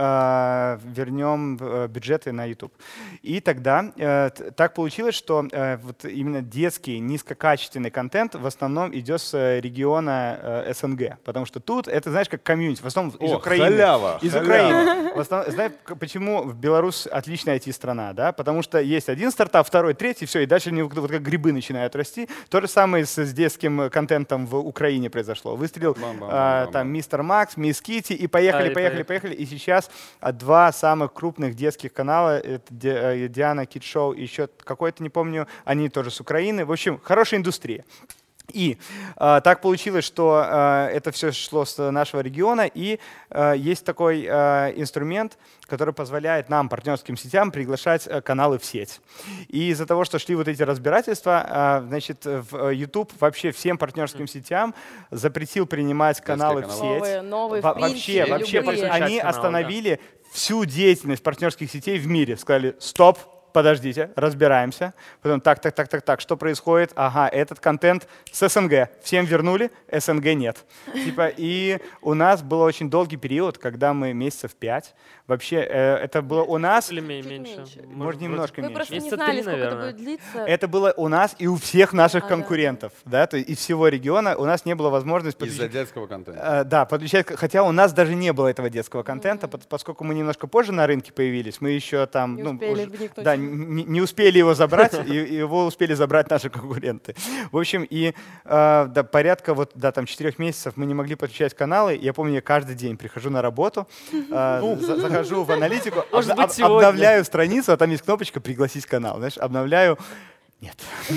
[SPEAKER 3] бюджеты на YouTube. И тогда так получилось, что вот именно детский низкокачественный контент в основном идет с региона СНГ, потому что тут это, знаешь, как комьюнити, в основном из Украины.
[SPEAKER 1] Халява,
[SPEAKER 3] из Украины. В основном, знаешь, почему в Беларусь отличная IT-страна, да? Потому что есть один стартап, второй, третий, все, и дальше они вот как грибы начинают расти. То же самое с детским контентом в Украине произошло. Выстрелил там Мистер Макс, Мисс Китти, и поехали. И сейчас два самых крупных детских канала, это Диана Кид Шоу и еще какой-то, не помню, они тоже с Украины. В общем, хорошая индустрия. И так получилось, что это все шло с нашего региона, и есть такой инструмент, который позволяет нам, партнерским сетям, приглашать каналы в сеть. И из-за того, что шли вот эти разбирательства, значит, в YouTube вообще всем партнерским сетям запретил принимать каналы в сеть.
[SPEAKER 2] Новые,
[SPEAKER 3] вообще, они остановили всю деятельность партнерских сетей в мире. Сказали: стоп, подождите, разбираемся. Потом так, что происходит? Ага, этот контент с СНГ. Всем вернули, СНГ нет. Типа, и у нас был очень долгий период, когда мы месяцев 5. Вообще, это было у нас...
[SPEAKER 4] Или меньше.
[SPEAKER 3] Может, немножко
[SPEAKER 2] Мы
[SPEAKER 3] меньше.
[SPEAKER 2] просто не знали, сколько это будет длиться.
[SPEAKER 3] Это было у нас и у всех наших конкурентов. Да, то есть из всего региона у нас не было возможности подключить...
[SPEAKER 1] Из-за детского контента.
[SPEAKER 3] Да, подключать... Хотя у нас даже не было этого детского контента, поскольку мы немножко позже на рынке появились, мы еще там...
[SPEAKER 2] Не успели вникнуть.
[SPEAKER 3] Да, не успели его забрать, и его успели забрать наши конкуренты. В общем, и порядка там 4 месяцев мы не могли подключать каналы. Я помню, я каждый день прихожу на работу, захожу в аналитику, обновляю страницу, а там есть кнопочка «Пригласить канал». Знаешь, обновляю. Нет.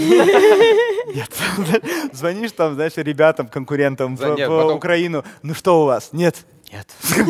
[SPEAKER 3] Нет. Звонишь там, знаешь, ребятам, конкурентам в Украину. Ну что у вас? Нет. Нет.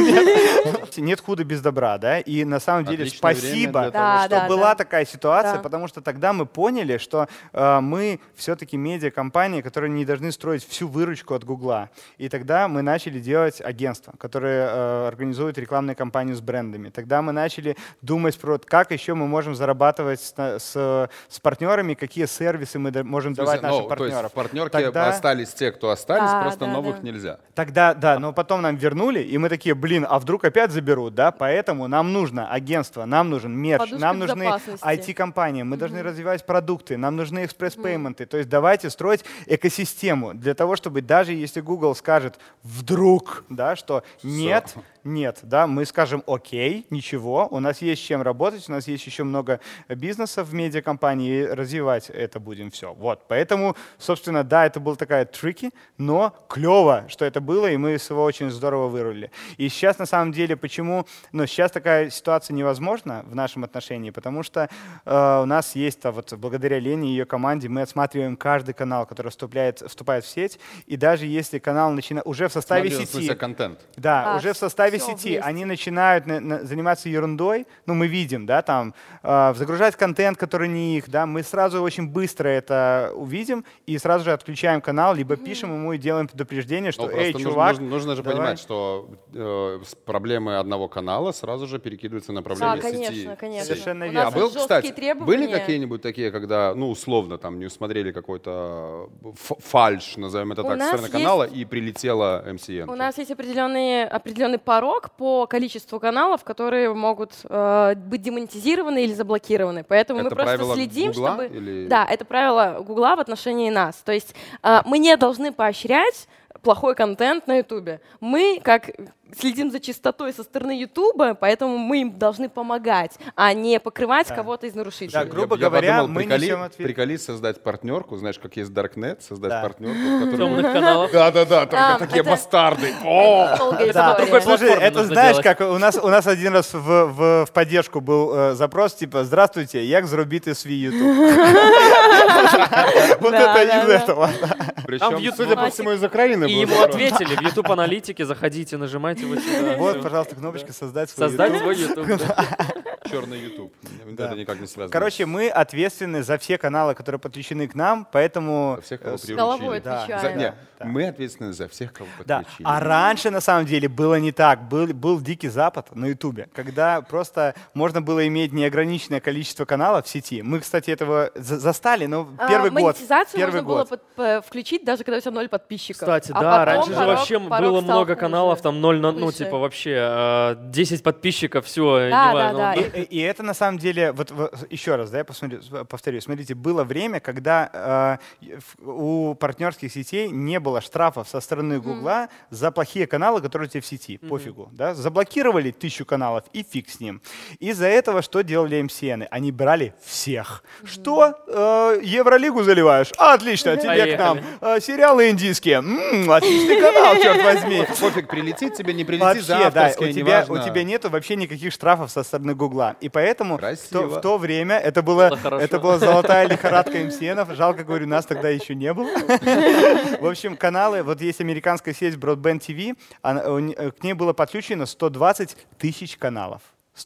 [SPEAKER 3] Нет худа без добра, да? И на самом деле спасибо, что была такая ситуация, потому что тогда мы поняли, что мы все-таки медиакомпания, которые не должны строить всю выручку от Гугла. И тогда мы начали делать агентство, которое организует рекламные кампании с брендами. Тогда мы начали думать про, как еще мы можем зарабатывать с партнерами, какие сервисы мы можем давать нашим партнерам.
[SPEAKER 1] То есть в партнерке остались те, кто остались, просто новых нельзя.
[SPEAKER 3] Тогда, да, но потом нам вернули, и мы такие: блин, а вдруг опять заберут, да? Поэтому нам нужно агентство, нам нужен мерч,
[SPEAKER 2] подушка
[SPEAKER 3] нам нужны IT-компании, мы должны развивать продукты, нам нужны экспресс-пейменты. То есть давайте строить экосистему для того, чтобы даже если Google скажет вдруг, да, что нет, да, мы скажем: окей, ничего, у нас есть чем работать, у нас есть еще много бизнесов в медиакомпании, и развивать это будем все. Вот, поэтому, собственно, да, это было такая трики, но клево, что это было, и мы его очень здорово вырулили. И сейчас, на самом деле, почему, сейчас такая ситуация невозможна в нашем отношении, потому что у нас есть, вот благодаря Лене и ее команде, мы отсматриваем каждый канал, который вступает в сеть, и даже если канал начинает уже в составе сети,
[SPEAKER 1] контент.
[SPEAKER 3] Да, уже в составе сети они начинают заниматься ерундой, мы видим, да, там, загружать контент, который не их, да, мы сразу очень быстро это увидим и сразу же отключаем канал, либо пишем ему и делаем предупреждение, что, эй, чувак,
[SPEAKER 1] нужно же понимать, что проблемы одного канала сразу же перекидываются на проблемы сети.
[SPEAKER 2] Да, конечно.
[SPEAKER 3] Совершенно верно.
[SPEAKER 1] А был, кстати, были какие-нибудь такие, когда, условно, там, не усмотрели какой-то фальш, назовем это так, со стороны канала, и прилетела MCN?
[SPEAKER 2] У нас есть определенный порог по количеству каналов, которые могут быть демонетизированы или заблокированы. Поэтому мы просто следим, чтобы... Да, это правило Гугла в отношении нас. То есть мы не должны поощрять плохой контент на Ютубе. Мы, как следим за чистотой со стороны Ютуба, поэтому мы им должны помогать, а не покрывать кого-то из нарушителей.
[SPEAKER 3] Да, грубо говоря,
[SPEAKER 1] подумал,
[SPEAKER 3] мы несем ответственность.
[SPEAKER 1] приколи создать партнерку, знаешь, как есть Darknet, создать
[SPEAKER 3] Да.
[SPEAKER 1] партнерку, в которой...
[SPEAKER 4] Темных каналов.
[SPEAKER 1] Да-да-да, только такие
[SPEAKER 2] это-
[SPEAKER 1] бастарды. О!
[SPEAKER 2] Долгая
[SPEAKER 3] Да,
[SPEAKER 2] история.
[SPEAKER 3] слушай,
[SPEAKER 4] платформу
[SPEAKER 3] это
[SPEAKER 4] нужно
[SPEAKER 3] знаешь,
[SPEAKER 4] делать.
[SPEAKER 3] как у нас один раз в поддержку был запрос, типа, здравствуйте, як зробити свій YouTube. Вот
[SPEAKER 2] Да,
[SPEAKER 3] это
[SPEAKER 2] да,
[SPEAKER 3] из
[SPEAKER 2] да.
[SPEAKER 3] этого.
[SPEAKER 4] Там в
[SPEAKER 1] Причем,
[SPEAKER 4] YouTube
[SPEAKER 1] судя по всему, из Украины
[SPEAKER 4] И
[SPEAKER 1] был
[SPEAKER 4] ему
[SPEAKER 1] запрос.
[SPEAKER 4] ответили в YouTube аналитике, заходите, нажимайте вот сюда.
[SPEAKER 3] Вот,
[SPEAKER 4] всё.
[SPEAKER 3] пожалуйста, кнопочка «Создать свой
[SPEAKER 4] Создать
[SPEAKER 3] YouTube».
[SPEAKER 4] свой YouTube. да.
[SPEAKER 1] Черный YouTube.
[SPEAKER 3] Да.
[SPEAKER 1] Это никак не связано.
[SPEAKER 3] Короче, мы ответственны за все каналы, которые подключены к нам, поэтому...
[SPEAKER 1] За всех, кого
[SPEAKER 3] с-
[SPEAKER 1] приручили.
[SPEAKER 2] головой
[SPEAKER 3] Да,
[SPEAKER 2] отвечаю.
[SPEAKER 1] Нет,
[SPEAKER 3] да.
[SPEAKER 1] мы ответственны за всех, кого
[SPEAKER 3] Да.
[SPEAKER 1] подключили.
[SPEAKER 3] А раньше, на самом деле, было не так. Был Дикий Запад на Ютубе, когда просто можно было иметь неограниченное количество каналов в сети. Мы, кстати, этого застали, но первый год.
[SPEAKER 2] Монетизацию
[SPEAKER 3] Первый
[SPEAKER 2] можно
[SPEAKER 3] год.
[SPEAKER 2] было включить, даже когда у тебя 0 подписчиков.
[SPEAKER 4] Кстати,
[SPEAKER 2] А
[SPEAKER 4] да,
[SPEAKER 2] потом
[SPEAKER 4] раньше же
[SPEAKER 2] порог-
[SPEAKER 4] вообще
[SPEAKER 2] порог
[SPEAKER 4] было
[SPEAKER 2] стал
[SPEAKER 4] много
[SPEAKER 2] хуже.
[SPEAKER 4] каналов, там 0, ну,
[SPEAKER 2] Выше.
[SPEAKER 4] типа вообще 10 подписчиков, все,
[SPEAKER 2] Да,
[SPEAKER 4] неважно.
[SPEAKER 2] да, да.
[SPEAKER 3] И это на самом деле, вот еще раз, да, я повторю, смотрите, было время, когда у партнерских сетей не было штрафов со стороны Гугла за плохие каналы, которые у тебя в сети, пофигу, да, заблокировали 1000 каналов и фиг с ним. Из-за этого что делали MCN? Они брали всех. Что? Евролигу заливаешь? Отлично, тебе к нам. Сериалы индийские. Отличный канал, черт возьми.
[SPEAKER 1] Пофиг, прилетит тебе, не прилетит,
[SPEAKER 3] Вообще,
[SPEAKER 1] за
[SPEAKER 3] да,
[SPEAKER 1] авторское,
[SPEAKER 3] у
[SPEAKER 1] неважно.
[SPEAKER 3] тебя нету вообще никаких штрафов со стороны Гугла. И поэтому
[SPEAKER 1] Красиво.
[SPEAKER 3] в то время это была
[SPEAKER 4] хорошо.
[SPEAKER 3] золотая лихорадка МСНов. Жалко, говорю, нас тогда еще не было. В общем, каналы, вот есть американская сеть Broadband TV, к ней было подключено 120 тысяч каналов.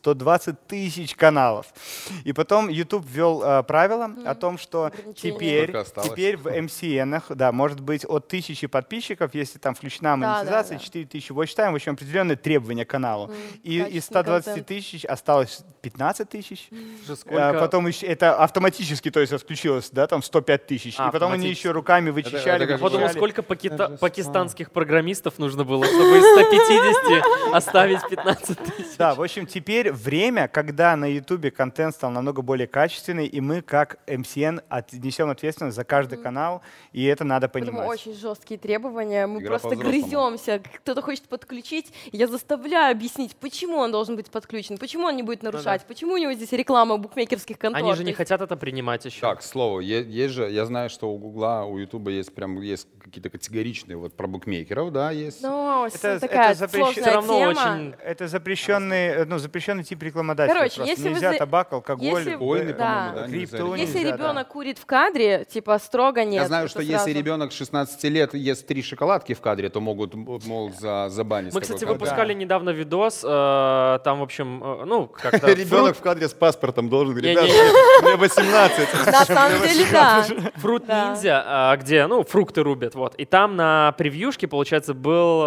[SPEAKER 3] 120 тысяч каналов. И потом YouTube ввел правило о том, что
[SPEAKER 2] Ограничения.
[SPEAKER 1] Сколько осталось?
[SPEAKER 3] теперь в MCN, да, может быть от 1000 подписчиков, если там включена монетизация,
[SPEAKER 2] да.
[SPEAKER 3] 4000 watch time, в общем, определенные требования к каналу. И из
[SPEAKER 2] качественный
[SPEAKER 3] 120
[SPEAKER 2] контент.
[SPEAKER 3] тысяч осталось 15 тысяч.
[SPEAKER 4] Же сколько-
[SPEAKER 3] Потом еще это автоматически, то есть отключилось, да, там 105 тысяч. И потом они
[SPEAKER 4] Автоматически.
[SPEAKER 3] еще руками вычищали.
[SPEAKER 1] это как
[SPEAKER 4] Подумал,
[SPEAKER 3] вычищали.
[SPEAKER 4] сколько пакистанских программистов нужно было, чтобы из 150 оставить 15 тысяч.
[SPEAKER 3] Да, в общем, теперь время, когда на Ютубе контент стал намного более качественный, и мы, как MCN, несем ответственность за каждый канал, и это надо
[SPEAKER 2] Поэтому
[SPEAKER 3] понимать.
[SPEAKER 2] очень жесткие требования. Мы
[SPEAKER 1] Игра
[SPEAKER 2] просто
[SPEAKER 1] по-взрослому.
[SPEAKER 2] грыземся. Кто-то хочет подключить, я заставляю объяснить, почему он должен быть подключен, почему он не будет нарушать, почему у него здесь реклама букмекерских контор.
[SPEAKER 4] Они же
[SPEAKER 2] То
[SPEAKER 4] не
[SPEAKER 2] есть
[SPEAKER 4] хотят это принимать еще.
[SPEAKER 1] Так, к слову, есть же, я знаю, что у Гугла, у Ютуба есть какие-то категоричные, вот про букмекеров, да, есть.
[SPEAKER 2] Ну,
[SPEAKER 3] Это
[SPEAKER 2] такая
[SPEAKER 3] запрещено.
[SPEAKER 2] сложная
[SPEAKER 4] Всё равно
[SPEAKER 2] тема.
[SPEAKER 4] очень-
[SPEAKER 3] Это запрещенный тип рекламодателя.
[SPEAKER 2] Короче,
[SPEAKER 3] просто.
[SPEAKER 2] если вы
[SPEAKER 3] Нельзя
[SPEAKER 2] за-
[SPEAKER 3] табак, алкоголь,
[SPEAKER 2] если-
[SPEAKER 1] Войны,
[SPEAKER 2] Да.
[SPEAKER 1] по-моему, да, нельзя
[SPEAKER 3] Крипту
[SPEAKER 1] рекламировать.
[SPEAKER 2] Если
[SPEAKER 3] нельзя,
[SPEAKER 2] ребенок курит в кадре, типа строго нет.
[SPEAKER 1] Я знаю,
[SPEAKER 2] это
[SPEAKER 1] что
[SPEAKER 2] сразу.
[SPEAKER 1] если ребенок 16 лет ест 3 шоколадки в кадре, то могут забанить.
[SPEAKER 4] Мы,
[SPEAKER 1] с такой
[SPEAKER 4] кстати,
[SPEAKER 1] кадры.
[SPEAKER 4] выпускали недавно видос, там, в общем, ну, как-то...
[SPEAKER 1] Ребенок в кадре с паспортом должен, ребят,
[SPEAKER 4] Не-не-не.
[SPEAKER 1] мне 18.
[SPEAKER 2] На самом деле, да.
[SPEAKER 4] Фрут
[SPEAKER 2] Да.
[SPEAKER 4] ниндзя, где, ну, фрукты рубят, вот. И там на превьюшке, получается, был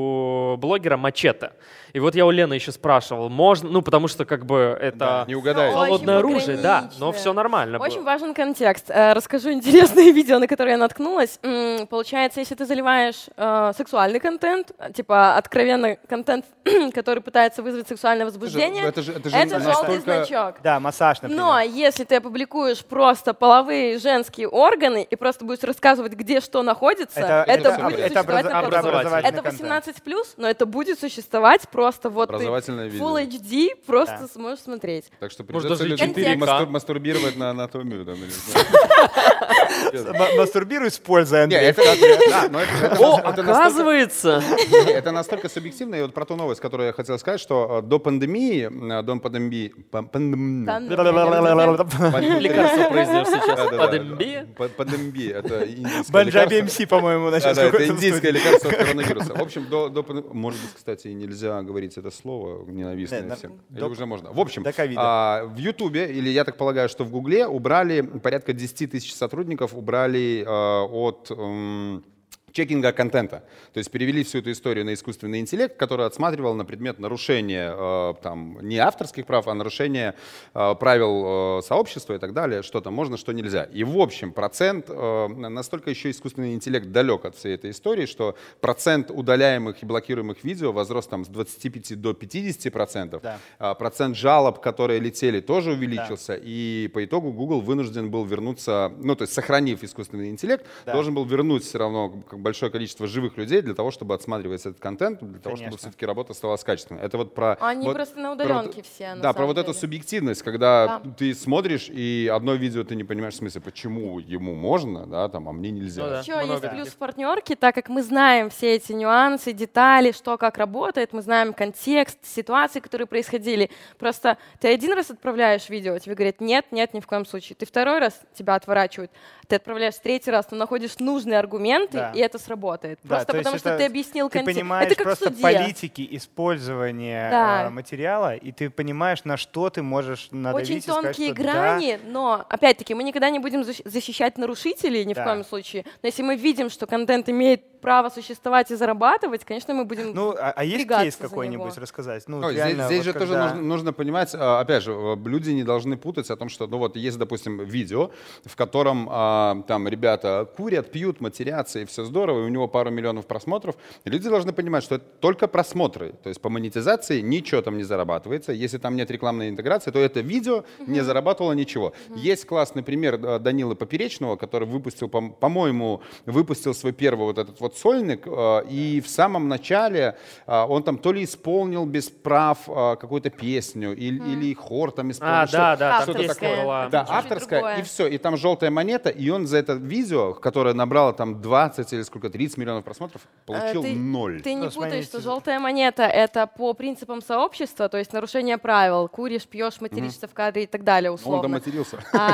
[SPEAKER 4] у блогера мачете. И вот я у Лены еще спрашивал, можно, ну, потому что, как бы, это
[SPEAKER 1] Не угадаешь.
[SPEAKER 2] Очень
[SPEAKER 4] холодное оружие, да, но
[SPEAKER 2] пограничное.
[SPEAKER 4] все нормально
[SPEAKER 2] Очень
[SPEAKER 4] было.
[SPEAKER 2] важен контекст. Расскажу интересное видео, на которое я наткнулась. Получается, если ты заливаешь сексуальный контент, типа откровенно контент, который пытается вызвать сексуальное возбуждение,
[SPEAKER 1] это же
[SPEAKER 2] это желтый
[SPEAKER 1] настолько-
[SPEAKER 2] значок.
[SPEAKER 3] Да, массаж, например.
[SPEAKER 2] Но если ты опубликуешь просто половые женские органы и просто будешь рассказывать, где что находится, это будет
[SPEAKER 3] это
[SPEAKER 2] существовать на платформе.
[SPEAKER 3] образовательный
[SPEAKER 2] Это
[SPEAKER 3] контент.
[SPEAKER 2] 18+, но это будет существовать просто вот ты
[SPEAKER 1] Образовательное видео.
[SPEAKER 2] Full HD просто
[SPEAKER 3] Да.
[SPEAKER 2] сможешь смотреть.
[SPEAKER 1] Так что
[SPEAKER 4] Может,
[SPEAKER 1] придется
[SPEAKER 4] даже
[SPEAKER 1] людям
[SPEAKER 4] 4К.
[SPEAKER 1] мастурбировать на анатомию. Там, или не знаю.
[SPEAKER 3] Мастурбируй с пользой,
[SPEAKER 1] Не,
[SPEAKER 3] Андрей.
[SPEAKER 1] это, да, но
[SPEAKER 4] О,
[SPEAKER 1] это настолько-
[SPEAKER 4] оказывается!
[SPEAKER 1] Не, это настолько субъективно. И вот про ту новость, которую я хотел сказать, что до пандемии,
[SPEAKER 4] Лекарство произнес сейчас.
[SPEAKER 1] Да-да-да.
[SPEAKER 4] Подемби.
[SPEAKER 1] Пандемии, это индийское
[SPEAKER 3] Банджаби
[SPEAKER 1] лекарство.
[SPEAKER 3] МС, по-моему, начал
[SPEAKER 1] Да-да, это
[SPEAKER 3] какой-то
[SPEAKER 1] индийское
[SPEAKER 3] студии.
[SPEAKER 1] лекарство от коронавируса. В общем, может быть, кстати, нельзя говорить это слово ненавистное
[SPEAKER 3] Да,
[SPEAKER 1] всем. Или
[SPEAKER 3] до-
[SPEAKER 1] уже можно. В общем,
[SPEAKER 3] до ковида.
[SPEAKER 1] в Ютубе, или я так полагаю, что в Гугле убрали порядка 10 тысяч сотрудников, убрали от чекинга контента. То есть перевели всю эту историю на искусственный интеллект, который отсматривал на предмет нарушения там, не авторских прав, а нарушения правил сообщества и так далее, что там можно, что нельзя. И в общем процент, настолько еще искусственный интеллект далек от всей этой истории, что процент удаляемых и блокируемых видео возрос там с 25 до 50%.
[SPEAKER 3] Да.
[SPEAKER 1] Процент жалоб, которые летели, тоже увеличился. И по итогу Google вынужден был вернуться, ну то есть сохранив искусственный интеллект,
[SPEAKER 3] Да.
[SPEAKER 1] должен был вернуть все равно как большое количество живых людей для того, чтобы отсматривать этот контент, для того, чтобы все-таки работа оставалась качественной. Это вот про...
[SPEAKER 2] Они
[SPEAKER 1] вот,
[SPEAKER 2] просто на удаленке все,
[SPEAKER 1] Да, про вот эту субъективность, когда ты смотришь, и одно видео ты не понимаешь в смысле, почему ему можно, да, там, а мне нельзя.
[SPEAKER 4] Ну да.
[SPEAKER 2] Еще
[SPEAKER 4] Много
[SPEAKER 2] есть плюс в партнерке, так как мы знаем все эти нюансы, детали, что как работает, мы знаем контекст, ситуации, которые происходили. Просто ты один раз отправляешь видео, тебе говорят, нет, ни в коем случае. Ты второй раз, тебя отворачивают. Ты отправляешь третий раз, ты находишь нужные аргументы, и это сработает.
[SPEAKER 3] Да,
[SPEAKER 2] Просто потому что ты объяснил контекст.
[SPEAKER 3] Ты понимаешь
[SPEAKER 2] это как
[SPEAKER 3] просто политики использования материала, и ты понимаешь, на что ты можешь надавить.
[SPEAKER 2] Очень
[SPEAKER 3] и сказать,
[SPEAKER 2] тонкие
[SPEAKER 3] что
[SPEAKER 2] грани, но, опять-таки, мы никогда не будем защищать нарушителей ни в коем случае. Но если мы видим, что контент имеет право существовать и зарабатывать, конечно, мы будем
[SPEAKER 3] есть кейс какой-нибудь рассказать?
[SPEAKER 1] Здесь же тоже нужно понимать, опять же, люди не должны путать о том, что, есть, допустим, видео, в котором там ребята курят, пьют, матерятся, и все здорово, и у него пару миллионов просмотров. И люди должны понимать, что это только просмотры. То есть по монетизации ничего там не зарабатывается. Если там нет рекламной интеграции, то это видео не зарабатывало ничего. Есть классный пример Данилы Поперечного, который выпустил, по-моему, свой первый вот этот вот сольник, и в самом начале он там то ли исполнил без прав какую-то песню, или хор там исполнил.
[SPEAKER 4] Что-то
[SPEAKER 1] такое. Да, авторская, и все. И там желтая монета, и он за это видео, которое набрало там 20 или сколько, 30 миллионов просмотров, получил 0.
[SPEAKER 2] Ты не путаешь, что желтая монета — это по принципам сообщества, то есть нарушение правил, куришь, пьешь, материшься в кадре и так далее, условно.
[SPEAKER 1] Он доматерился.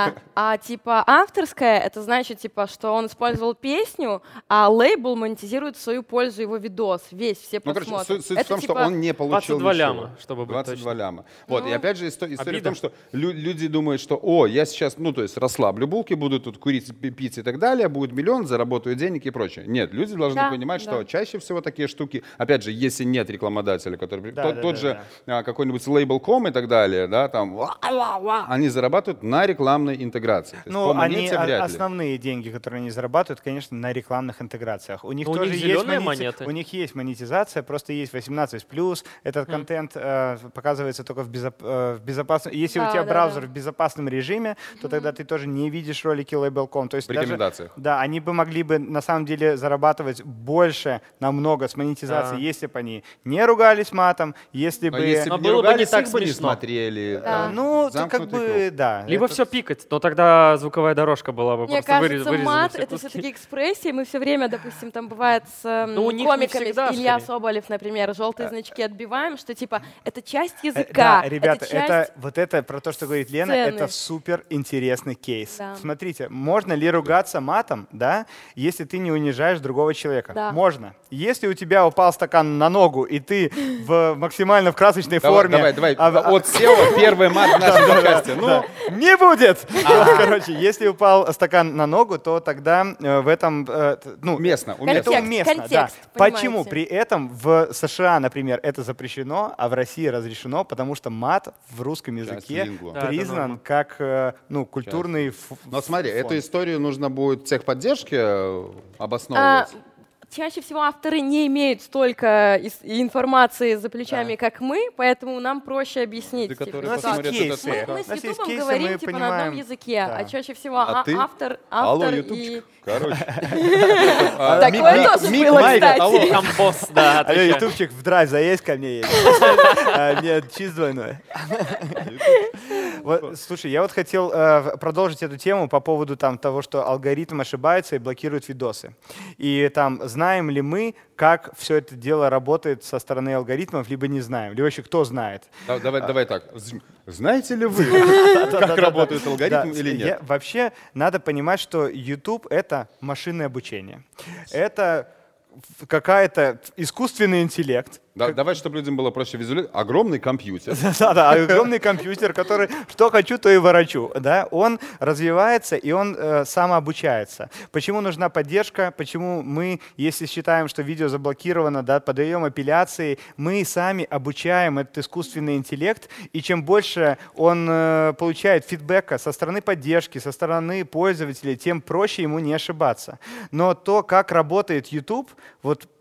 [SPEAKER 2] Типа авторская — это значит, типа, что он использовал песню, а лейбл монетизирует в свою пользу его видос, все просмотры.
[SPEAKER 1] Суть в том, что он не получил
[SPEAKER 4] 22
[SPEAKER 1] ничего.
[SPEAKER 4] ляма, чтобы быть
[SPEAKER 1] 22 ляма. Вот, и опять же история в том, что люди думают, что, я сейчас, расслаблю булки, буду тут курить, пить и так далее, будет миллион, заработаю денег и прочее. Нет, люди должны понимать, что чаще всего такие штуки, опять же, если нет рекламодателя, который тот же какой-нибудь лейбл.com и так далее, да, там, они зарабатывают на рекламной интеграции.
[SPEAKER 3] Они основные деньги, которые они зарабатывают, конечно, на рекламных интеграциях. У них тоже есть монетизация, просто есть 18+, этот контент показывается только в безопасном. Если у тебя браузер в безопасном режиме, то тогда ты тоже не видишь ролики Label.com. То есть
[SPEAKER 1] в рекомендациях.
[SPEAKER 3] Да, они могли бы на самом деле зарабатывать больше намного с монетизацией, если бы они не ругались матом, если бы...
[SPEAKER 1] Если бы не ругались, их бы не смотрели.
[SPEAKER 4] Либо все пикать, но тогда звуковая дорожка была бы просто вырезана.
[SPEAKER 2] Мне кажется, мат — это все-таки экспрессия. Мы все время, допустим, там бывает с комиками, Илья Соболев, например, желтые значки отбиваем, что типа это часть языка.
[SPEAKER 3] Да, ребята, это про то, что говорит Лена, это супер интересный кейс. Смотрите, можно ли ругаться матом, да, если ты не унижаешь другого человека? Можно. Если у тебя упал стакан на ногу, и ты максимально в красочной форме...
[SPEAKER 1] Давай. От SEO первый мат в нашем подкасте.
[SPEAKER 3] Не будет! Короче, если упал стакан на ногу, то тогда в этом...
[SPEAKER 1] Уместно.
[SPEAKER 3] Это уместно, да. Почему при этом в США, например, это запрещено, а в России разрешено? Потому что мат в русском языке признан как культурный фон.
[SPEAKER 1] Но смотри, эту историю нужно будет техподдержке обосновывать.
[SPEAKER 2] Чаще всего авторы не имеют столько информации за плечами, как мы, поэтому нам проще объяснить. Мы с Ютубом говорим на одном языке, а чаще всего автор и...
[SPEAKER 1] Короче.
[SPEAKER 2] Такое тоже было, кстати.
[SPEAKER 4] Компост, да.
[SPEAKER 3] Алло, ютубчик, в драйв заедь ко мне. Нет, чист двойной. Слушай, я вот хотел продолжить эту тему по поводу того, что алгоритм ошибается и блокирует видосы. И знаем ли мы, как все это дело работает со стороны алгоритмов, либо не знаем, либо вообще кто знает?
[SPEAKER 1] Давай так. Знаете ли вы, как работает алгоритм или нет?
[SPEAKER 3] Вообще надо понимать, что YouTube — это машинное обучение. Это какая-то искусственный интеллект.
[SPEAKER 1] Давай, чтобы людям было проще визуализировать. Огромный компьютер.
[SPEAKER 3] Да, огромный компьютер, который что хочу, то и ворочу. Да? Он развивается и он самообучается. Почему нужна поддержка? Почему мы, если считаем, что видео заблокировано, подаем апелляции, мы сами обучаем этот искусственный интеллект, и чем больше он получает фидбэка со стороны поддержки, со стороны пользователей, тем проще ему не ошибаться. Но то, как работает YouTube, вот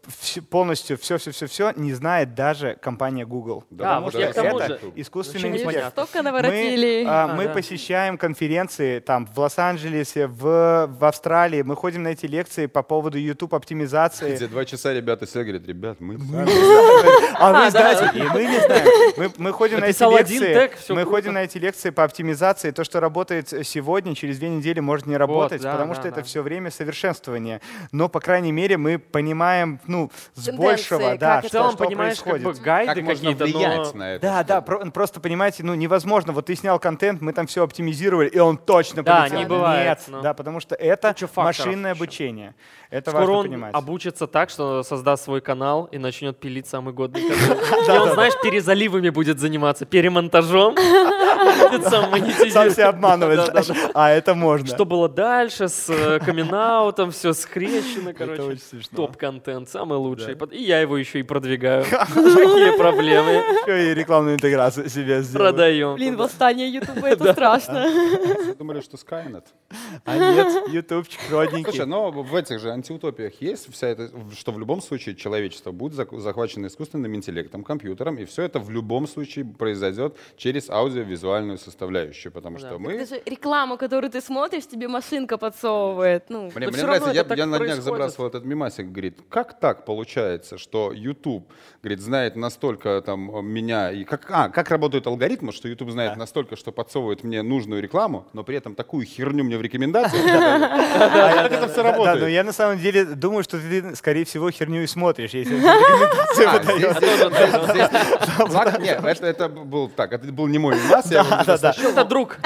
[SPEAKER 3] полностью все не знает даже компания Google.
[SPEAKER 4] Да,
[SPEAKER 3] Потому
[SPEAKER 4] вот
[SPEAKER 3] что
[SPEAKER 4] я к тому
[SPEAKER 3] это
[SPEAKER 4] же.
[SPEAKER 3] искусственный
[SPEAKER 4] Вообще
[SPEAKER 3] интеллект.
[SPEAKER 4] непонятно.
[SPEAKER 2] Столько наворотили.
[SPEAKER 3] Мы посещаем конференции там в Лос-Анджелесе, в Австралии. Мы ходим на эти лекции по поводу YouTube-оптимизации.
[SPEAKER 1] Где 2 часа ребята сидят, говорят, ребят, мы
[SPEAKER 3] А вы знаете, и мы не знаем. Мы ходим на эти
[SPEAKER 4] Написал один
[SPEAKER 3] лекции.
[SPEAKER 4] тег, всё
[SPEAKER 3] Мы
[SPEAKER 4] круто.
[SPEAKER 3] ходим на эти лекции по оптимизации. То, что работает сегодня, через 2 недели может не работать,
[SPEAKER 4] да,
[SPEAKER 3] потому
[SPEAKER 4] да,
[SPEAKER 3] что это
[SPEAKER 4] да.
[SPEAKER 3] все время совершенствование. Но, по крайней мере, мы понимаем, с
[SPEAKER 2] Тенденции,
[SPEAKER 3] большего, да,
[SPEAKER 2] как
[SPEAKER 4] В целом
[SPEAKER 3] что
[SPEAKER 4] понимаешь как
[SPEAKER 3] происходит.
[SPEAKER 4] бы гайды
[SPEAKER 1] как можно
[SPEAKER 4] какие-то,
[SPEAKER 1] влиять
[SPEAKER 4] но...
[SPEAKER 1] на это.
[SPEAKER 3] Да, просто понимаете, невозможно. Вот ты снял контент, мы там все оптимизировали, и он точно
[SPEAKER 4] Да,
[SPEAKER 3] полетел.
[SPEAKER 4] не бывает,
[SPEAKER 3] Нет,
[SPEAKER 4] но-
[SPEAKER 3] да, потому что это
[SPEAKER 4] Куча факторов
[SPEAKER 3] машинное
[SPEAKER 4] еще.
[SPEAKER 3] обучение. Это
[SPEAKER 4] Скоро
[SPEAKER 3] важно
[SPEAKER 4] он
[SPEAKER 3] понимать.
[SPEAKER 4] обучится так, что создаст свой канал и начнет пилить самый годный контент. И он, знаешь, перезаливами будет заниматься, перемонтажом. Будет сам монетизировать.
[SPEAKER 3] Сам себя обманывает,
[SPEAKER 4] Да, да,
[SPEAKER 3] знаешь. А это можно.
[SPEAKER 4] Что было дальше с камин-аутом, все скрещено, короче.
[SPEAKER 3] очень смешно.
[SPEAKER 4] Топ-контент, самый лучший. И я его еще и продвигаю. Какие проблемы.
[SPEAKER 3] Еще и рекламную интеграцию себе сделать.
[SPEAKER 4] Продаем.
[SPEAKER 2] Блин, восстание Ютуба, это страшно.
[SPEAKER 1] Думали, что Skynet.
[SPEAKER 3] А нет, ютубчик родненький.
[SPEAKER 1] Слушай, но в этих же антиутопиях есть вся это, что в любом случае человечество будет захвачено искусственным интеллектом, компьютером, и все это в любом случае произойдет через аудиовизуальную составляющую, потому что мы...
[SPEAKER 2] Даже рекламу, которую ты смотришь, тебе машинка подсовывает. Ну,
[SPEAKER 1] Мне
[SPEAKER 4] всё
[SPEAKER 1] нравится,
[SPEAKER 4] равно это так
[SPEAKER 1] я на днях
[SPEAKER 4] происходит.
[SPEAKER 1] забрасывал этот мемасик, говорит, как так получается, что YouTube, говорит, знает настолько там меня, и как работают алгоритмы, что YouTube знает настолько, что подсовывает мне нужную рекламу, но при этом такую херню мне в рекомендациях. Как это все
[SPEAKER 3] Да, но
[SPEAKER 1] работает?
[SPEAKER 3] я на самом деле думаю, что ты, скорее всего, херню и смотришь, если рекомендации выдает.
[SPEAKER 1] Нет, это был так, это был не мой мемас, я его стащил.
[SPEAKER 4] Это друг.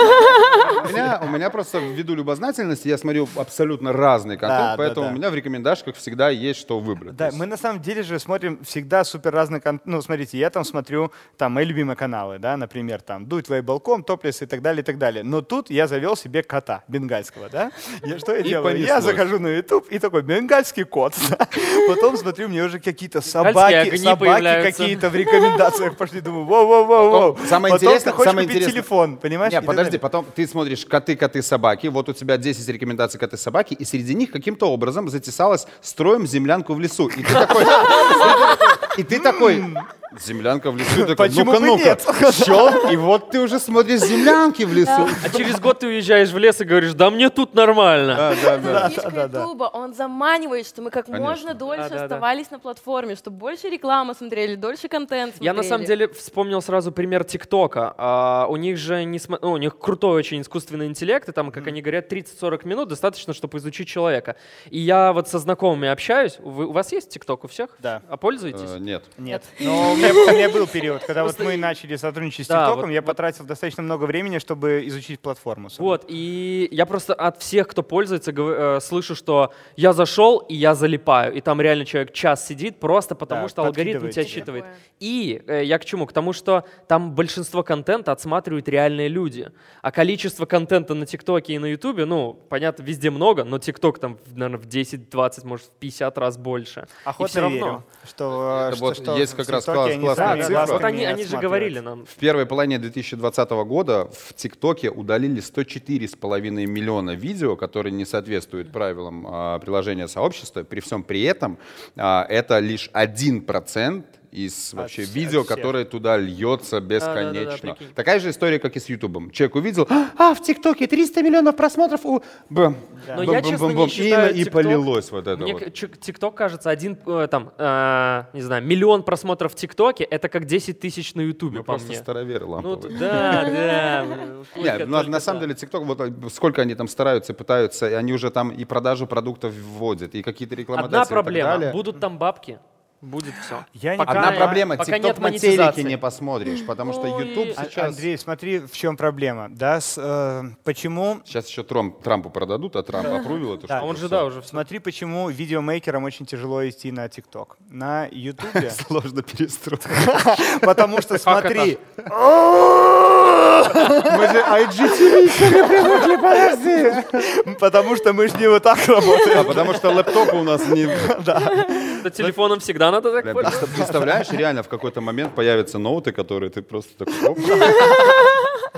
[SPEAKER 1] У меня просто ввиду любознательности я смотрю абсолютно разный контент,
[SPEAKER 3] Да,
[SPEAKER 1] поэтому
[SPEAKER 3] да.
[SPEAKER 1] у меня в рекомендашках всегда есть что выбрать.
[SPEAKER 3] Да, мы на самом деле же смотрим всегда супер разный контент. Ну, смотрите, я там смотрю там мои любимые каналы, да, например, там «Дуй твой балкон», «Топлес» и так далее, и так далее. Но тут я завел себе кота бенгальского, да. Что я
[SPEAKER 1] И
[SPEAKER 3] делаю? Я
[SPEAKER 1] понеслось.
[SPEAKER 3] захожу на YouTube и такой бенгальский кот. Да. Потом смотрю, мне уже какие-то
[SPEAKER 4] огни
[SPEAKER 3] собаки
[SPEAKER 4] появляются.
[SPEAKER 3] какие-то в рекомендациях пошли. Думаю, воу-воу-воу.
[SPEAKER 1] Потом самое
[SPEAKER 3] Потом
[SPEAKER 1] интересное-
[SPEAKER 3] ты хочешь
[SPEAKER 1] самое
[SPEAKER 3] купить
[SPEAKER 1] интересное-
[SPEAKER 3] телефон, понимаешь?
[SPEAKER 1] Нет,
[SPEAKER 3] И так
[SPEAKER 1] подожди,
[SPEAKER 3] далее.
[SPEAKER 1] потом ты смотришь коты, собаки, вот у тебя 10 рекомендаций коты-собаки, и среди них каким-то образом затесалось «Строим землянку в лесу». И ты такой, землянка в лесу, такой,
[SPEAKER 3] Почему бы
[SPEAKER 1] ну-ка,
[SPEAKER 3] нет?
[SPEAKER 1] щелк, и вот ты уже смотришь землянки в лесу.
[SPEAKER 4] А через год ты уезжаешь в лес и говоришь, да мне тут нормально.
[SPEAKER 2] Фишка Ютуба, он заманивает, что мы как можно дольше
[SPEAKER 4] Да-да-да.
[SPEAKER 2] оставались на платформе, чтобы больше рекламы смотрели, дольше контент смотрели.
[SPEAKER 4] Я на самом деле вспомнил сразу пример ТикТока. У них же у них крутой очень искусственный интеллект, и там, как они говорят, 30-40 минут достаточно, чтобы изучить человека. И я вот со знакомыми общаюсь. У вас есть ТикТок у всех?
[SPEAKER 3] Да.
[SPEAKER 4] А пользуетесь?
[SPEAKER 1] Нет.
[SPEAKER 3] Нет. Но у меня был период, когда вот мы начали сотрудничать с
[SPEAKER 4] Да,
[SPEAKER 3] ТикТоком,
[SPEAKER 4] вот-
[SPEAKER 3] я
[SPEAKER 4] вот.
[SPEAKER 3] потратил достаточно много времени, чтобы изучить платформу. саму.
[SPEAKER 4] Вот, и я просто от всех, кто пользуется, слышу, что я зашел, и я залипаю. И там реально человек час сидит, просто потому
[SPEAKER 3] Да,
[SPEAKER 4] что алгоритм
[SPEAKER 3] подкидывает
[SPEAKER 4] тебя
[SPEAKER 3] тебе.
[SPEAKER 4] считывает.
[SPEAKER 2] Такое.
[SPEAKER 4] И я к чему? К тому, что там большинство контента отсматривают реальные люди. А количество контента на ТикТоке и на Ютубе, ну, понятно, везде много, но ТикТок там, наверное, в 10-20, может, в 50 раз больше. И
[SPEAKER 3] Охотно
[SPEAKER 4] всё равно.
[SPEAKER 3] верю, что,
[SPEAKER 1] Это вот есть
[SPEAKER 3] в
[SPEAKER 1] как раз
[SPEAKER 3] ТикТоке они
[SPEAKER 1] классная
[SPEAKER 3] сами
[SPEAKER 1] цифра.
[SPEAKER 3] глазками
[SPEAKER 4] Вот они же
[SPEAKER 3] отсматривают.
[SPEAKER 4] говорили нам.
[SPEAKER 1] В первой половине 2020 года в ТикТоке удалили 104,5 миллиона видео, которые не соответствуют правилам приложения сообщества. При всем при этом это лишь 1% из вообще
[SPEAKER 3] от
[SPEAKER 1] видео,
[SPEAKER 3] всех.
[SPEAKER 1] которое туда льется бесконечно.
[SPEAKER 4] прикинь.
[SPEAKER 1] Такая же история, как и с Ютубом. Человек увидел, в ТикТоке 300 миллионов просмотров, бум,
[SPEAKER 4] Но я, честно, не
[SPEAKER 1] бум,
[SPEAKER 4] считаю
[SPEAKER 1] и
[SPEAKER 4] TikTok.
[SPEAKER 1] полилось вот это
[SPEAKER 4] Мне
[SPEAKER 1] вот.
[SPEAKER 4] ТикТок кажется, не знаю, миллион просмотров в ТикТоке, это как 10 тысяч на Ютубе,
[SPEAKER 1] Мы
[SPEAKER 4] по
[SPEAKER 1] просто
[SPEAKER 4] мне.
[SPEAKER 1] староверы
[SPEAKER 4] Ну,
[SPEAKER 1] ламповые.
[SPEAKER 4] да.
[SPEAKER 1] Нет, на самом деле ТикТок, вот сколько они там стараются, пытаются, и они уже там и продажу продуктов вводят, и какие-то рекламодатели
[SPEAKER 4] Одна
[SPEAKER 1] и так
[SPEAKER 4] проблема,
[SPEAKER 1] далее.
[SPEAKER 4] будут там бабки, будет все.
[SPEAKER 3] Я не
[SPEAKER 4] Пока-
[SPEAKER 1] Одна
[SPEAKER 3] понимаю.
[SPEAKER 1] проблема,
[SPEAKER 4] пока
[SPEAKER 1] ТикТок
[SPEAKER 4] нет
[SPEAKER 1] на телеке
[SPEAKER 4] монетизации.
[SPEAKER 1] не посмотришь, потому что
[SPEAKER 4] Ой.
[SPEAKER 1] YouTube сейчас...
[SPEAKER 3] Андрей, смотри, в чем проблема. Да, почему...
[SPEAKER 1] Сейчас еще Трампу продадут, а Трамп опрувил эту
[SPEAKER 3] Да.
[SPEAKER 4] А
[SPEAKER 1] штуку.
[SPEAKER 4] он же, да, уже все.
[SPEAKER 3] Смотри, почему видеомейкерам очень тяжело идти на ТикТок. На Ютубе...
[SPEAKER 1] Сложно перестроить.
[SPEAKER 3] Потому что смотри...
[SPEAKER 1] Мы же IGTV привыкли, подожди.
[SPEAKER 3] Потому что мы же не вот так работаем.
[SPEAKER 1] А потому что лэптопы у нас не...
[SPEAKER 4] Да, телефоном всегда надо так
[SPEAKER 1] Бля,
[SPEAKER 4] пользоваться.
[SPEAKER 1] Представляешь, реально в какой-то момент появятся ноуты, которые ты просто такой... оп.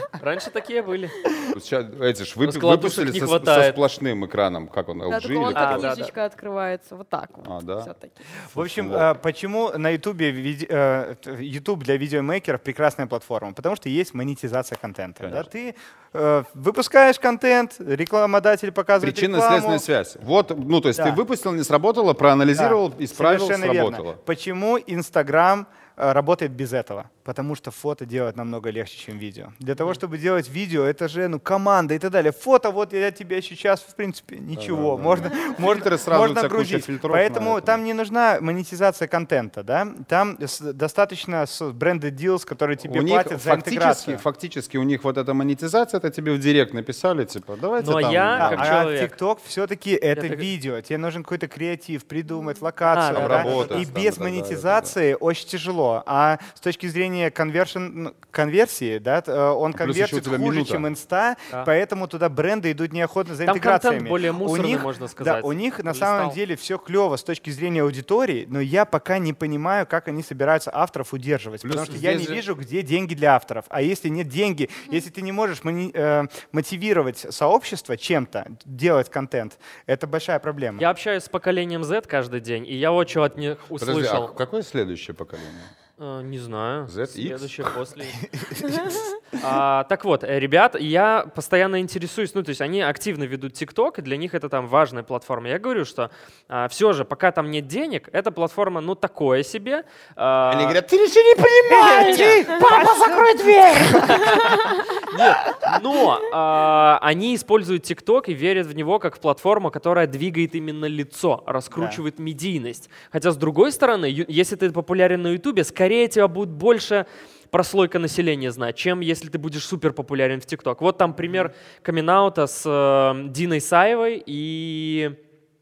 [SPEAKER 4] Раньше такие были.
[SPEAKER 1] Сейчас эти ж
[SPEAKER 4] Раскладушек
[SPEAKER 1] выпустили
[SPEAKER 4] не
[SPEAKER 1] со
[SPEAKER 4] хватает.
[SPEAKER 1] сплошным экраном, как он,
[SPEAKER 2] Да,
[SPEAKER 1] LG
[SPEAKER 2] только
[SPEAKER 1] или
[SPEAKER 2] он
[SPEAKER 1] как?
[SPEAKER 2] как
[SPEAKER 4] да,
[SPEAKER 2] книжечка открывается, вот так вот.
[SPEAKER 1] Да?
[SPEAKER 2] Всё-таки.
[SPEAKER 3] В общем,
[SPEAKER 1] Вот.
[SPEAKER 3] почему на YouTube YouTube для видеомейкеров прекрасная платформа? Потому что есть монетизация контента. Да? Ты выпускаешь контент, рекламодатель показывает
[SPEAKER 1] Причинно-следственная
[SPEAKER 3] рекламу.
[SPEAKER 1] связь. Вот, ну, то есть
[SPEAKER 3] Да.
[SPEAKER 1] ты выпустил, не сработало, проанализировал,
[SPEAKER 3] Да,
[SPEAKER 1] исправил,
[SPEAKER 3] совершенно
[SPEAKER 1] сработало.
[SPEAKER 3] верно. Почему Инстаграм работает без этого? Потому что фото делать намного легче, чем видео. Для того, чтобы делать видео, это же команда и так далее. Фото, вот я тебе сейчас, в принципе, ничего.
[SPEAKER 1] Да.
[SPEAKER 3] Можно
[SPEAKER 1] Фильтры сразу, у
[SPEAKER 3] можно
[SPEAKER 1] тебя куча
[SPEAKER 3] грузить.
[SPEAKER 1] фильтров
[SPEAKER 3] Поэтому
[SPEAKER 1] на этом.
[SPEAKER 3] там не нужна монетизация контента. Да? Там достаточно branded deals, которые тебе
[SPEAKER 1] У них
[SPEAKER 3] платят за интеграцию.
[SPEAKER 1] фактически у них вот эта монетизация, это тебе в директ написали, типа, давайте
[SPEAKER 4] Но
[SPEAKER 1] там...
[SPEAKER 4] я,
[SPEAKER 3] Да,
[SPEAKER 4] как
[SPEAKER 3] а
[SPEAKER 4] человек.
[SPEAKER 3] TikTok все-таки это
[SPEAKER 4] так-
[SPEAKER 3] видео. Тебе нужен какой-то креатив, придумать локацию.
[SPEAKER 4] да,
[SPEAKER 3] да?
[SPEAKER 1] обработать
[SPEAKER 3] И
[SPEAKER 1] там,
[SPEAKER 3] без
[SPEAKER 1] да,
[SPEAKER 3] монетизации очень тяжело. А с точки зрения конверсии, да, он
[SPEAKER 1] Плюс еще у
[SPEAKER 3] конвертит
[SPEAKER 1] тебя
[SPEAKER 3] хуже,
[SPEAKER 1] минута.
[SPEAKER 3] чем инста,
[SPEAKER 4] Да.
[SPEAKER 3] поэтому туда бренды идут неохотно за
[SPEAKER 4] Там
[SPEAKER 3] интеграциями.
[SPEAKER 4] контент более мусорный, можно сказать.
[SPEAKER 3] Да, у них на
[SPEAKER 4] Листал.
[SPEAKER 3] самом деле все клево с точки зрения аудитории, но я пока не понимаю, как они собираются авторов удерживать.
[SPEAKER 1] Плюс
[SPEAKER 3] Потому что я не
[SPEAKER 1] здесь же-
[SPEAKER 3] вижу, где деньги для авторов. А если нет деньги, если ты не можешь мотивировать сообщество чем-то, делать контент, это большая проблема.
[SPEAKER 4] Я общаюсь с поколением Z каждый день, и я вот что от них
[SPEAKER 1] Подожди,
[SPEAKER 4] услышал.
[SPEAKER 1] а какое следующее поколение?
[SPEAKER 4] Не знаю.
[SPEAKER 1] ZX?
[SPEAKER 4] Следующее после. Так вот, ребят, я постоянно интересуюсь, ну, то есть они активно ведут ТикТок, и для них это там важная платформа. Я говорю, что все же, пока там нет денег, эта платформа, ну, такое себе.
[SPEAKER 1] Они говорят, ты ничего не понимаешь!
[SPEAKER 3] Папа, закрой дверь!
[SPEAKER 4] Но они используют ТикТок и верят в него как в платформу, которая двигает именно лицо, раскручивает медийность. Хотя, с другой стороны, если ты популярен на Ютубе, скорее тебя будет больше прослойка населения знать, чем если ты будешь супер популярен в ТикТок. Вот там пример камин-аута с Диной Саевой и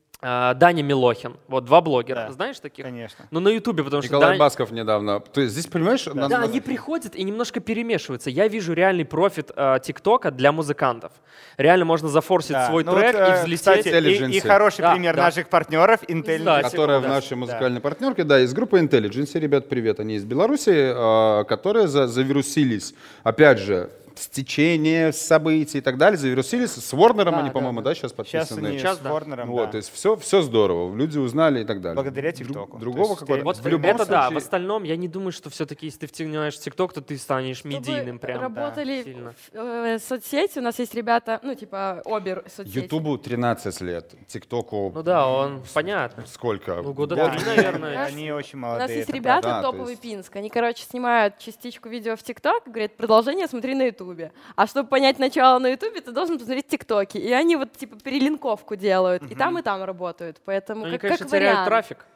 [SPEAKER 4] Даня Милохин. Вот два блогера.
[SPEAKER 3] Да.
[SPEAKER 4] Знаешь таких?
[SPEAKER 3] Конечно.
[SPEAKER 4] Ну, на Ютубе, потому что
[SPEAKER 1] Николай
[SPEAKER 4] Дань-
[SPEAKER 1] Басков недавно. То есть здесь, понимаешь,
[SPEAKER 4] Да, они приходят и немножко перемешиваются. Я вижу реальный профит ТикТока для музыкантов. Реально можно зафорсить
[SPEAKER 3] Да.
[SPEAKER 4] свой
[SPEAKER 3] Ну
[SPEAKER 4] трек
[SPEAKER 3] вот,
[SPEAKER 4] и взлететь.
[SPEAKER 3] Кстати, и
[SPEAKER 1] Intelligence.
[SPEAKER 3] хороший
[SPEAKER 4] Да,
[SPEAKER 3] пример
[SPEAKER 4] да.
[SPEAKER 3] наших партнеров Intelligence.
[SPEAKER 4] Кстати,
[SPEAKER 1] которая в
[SPEAKER 4] да.
[SPEAKER 1] нашей музыкальной партнерке, да, из группы Intelligence. Ребят, привет, они из Беларуси, которые завирусились, опять же, стечение событий и так далее, завирусились. С Warner'ом
[SPEAKER 4] Да,
[SPEAKER 1] они,
[SPEAKER 4] да,
[SPEAKER 1] по-моему,
[SPEAKER 4] да.
[SPEAKER 1] да, сейчас
[SPEAKER 3] Сейчас
[SPEAKER 1] подписаны.
[SPEAKER 3] они
[SPEAKER 4] Сейчас,
[SPEAKER 3] с
[SPEAKER 4] да.
[SPEAKER 3] Warner'ом,
[SPEAKER 1] Вот,
[SPEAKER 3] да.
[SPEAKER 1] то есть все здорово, люди узнали и так далее.
[SPEAKER 3] Благодаря ТикТоку.
[SPEAKER 1] Другого
[SPEAKER 3] То есть
[SPEAKER 1] какого-то.
[SPEAKER 4] Вот
[SPEAKER 1] В любом
[SPEAKER 4] это да, в
[SPEAKER 1] случае,
[SPEAKER 4] остальном я не думаю, что все-таки, если ты втягиваешь в ТикТок, то ты станешь медийным прям.
[SPEAKER 2] Работали
[SPEAKER 4] сильно.
[SPEAKER 2] соцсети, у нас есть ребята, ну, типа, обе соцсети.
[SPEAKER 1] Ютубу 13 лет, ТикТоку
[SPEAKER 4] Ну да, он, понятно.
[SPEAKER 1] сколько?
[SPEAKER 4] Ну, года
[SPEAKER 3] Да,
[SPEAKER 4] три,
[SPEAKER 3] они-
[SPEAKER 4] наверное.
[SPEAKER 3] Они очень
[SPEAKER 2] У
[SPEAKER 3] молодые.
[SPEAKER 2] нас есть
[SPEAKER 3] это
[SPEAKER 2] ребята,
[SPEAKER 1] правда. Да, то
[SPEAKER 2] топовый
[SPEAKER 1] есть-
[SPEAKER 2] Пинск. Они, короче, снимают частичку видео в ТикТок, говорят, продолжение смотри на Ютубе. А чтобы понять начало на Ютубе, ты должен посмотреть ТикТоки. И они вот, типа, перелинковку делают. И там работают. Поэтому
[SPEAKER 4] Они,
[SPEAKER 2] как,
[SPEAKER 4] конечно,
[SPEAKER 2] как
[SPEAKER 4] теряют
[SPEAKER 2] вариант.
[SPEAKER 4] трафик.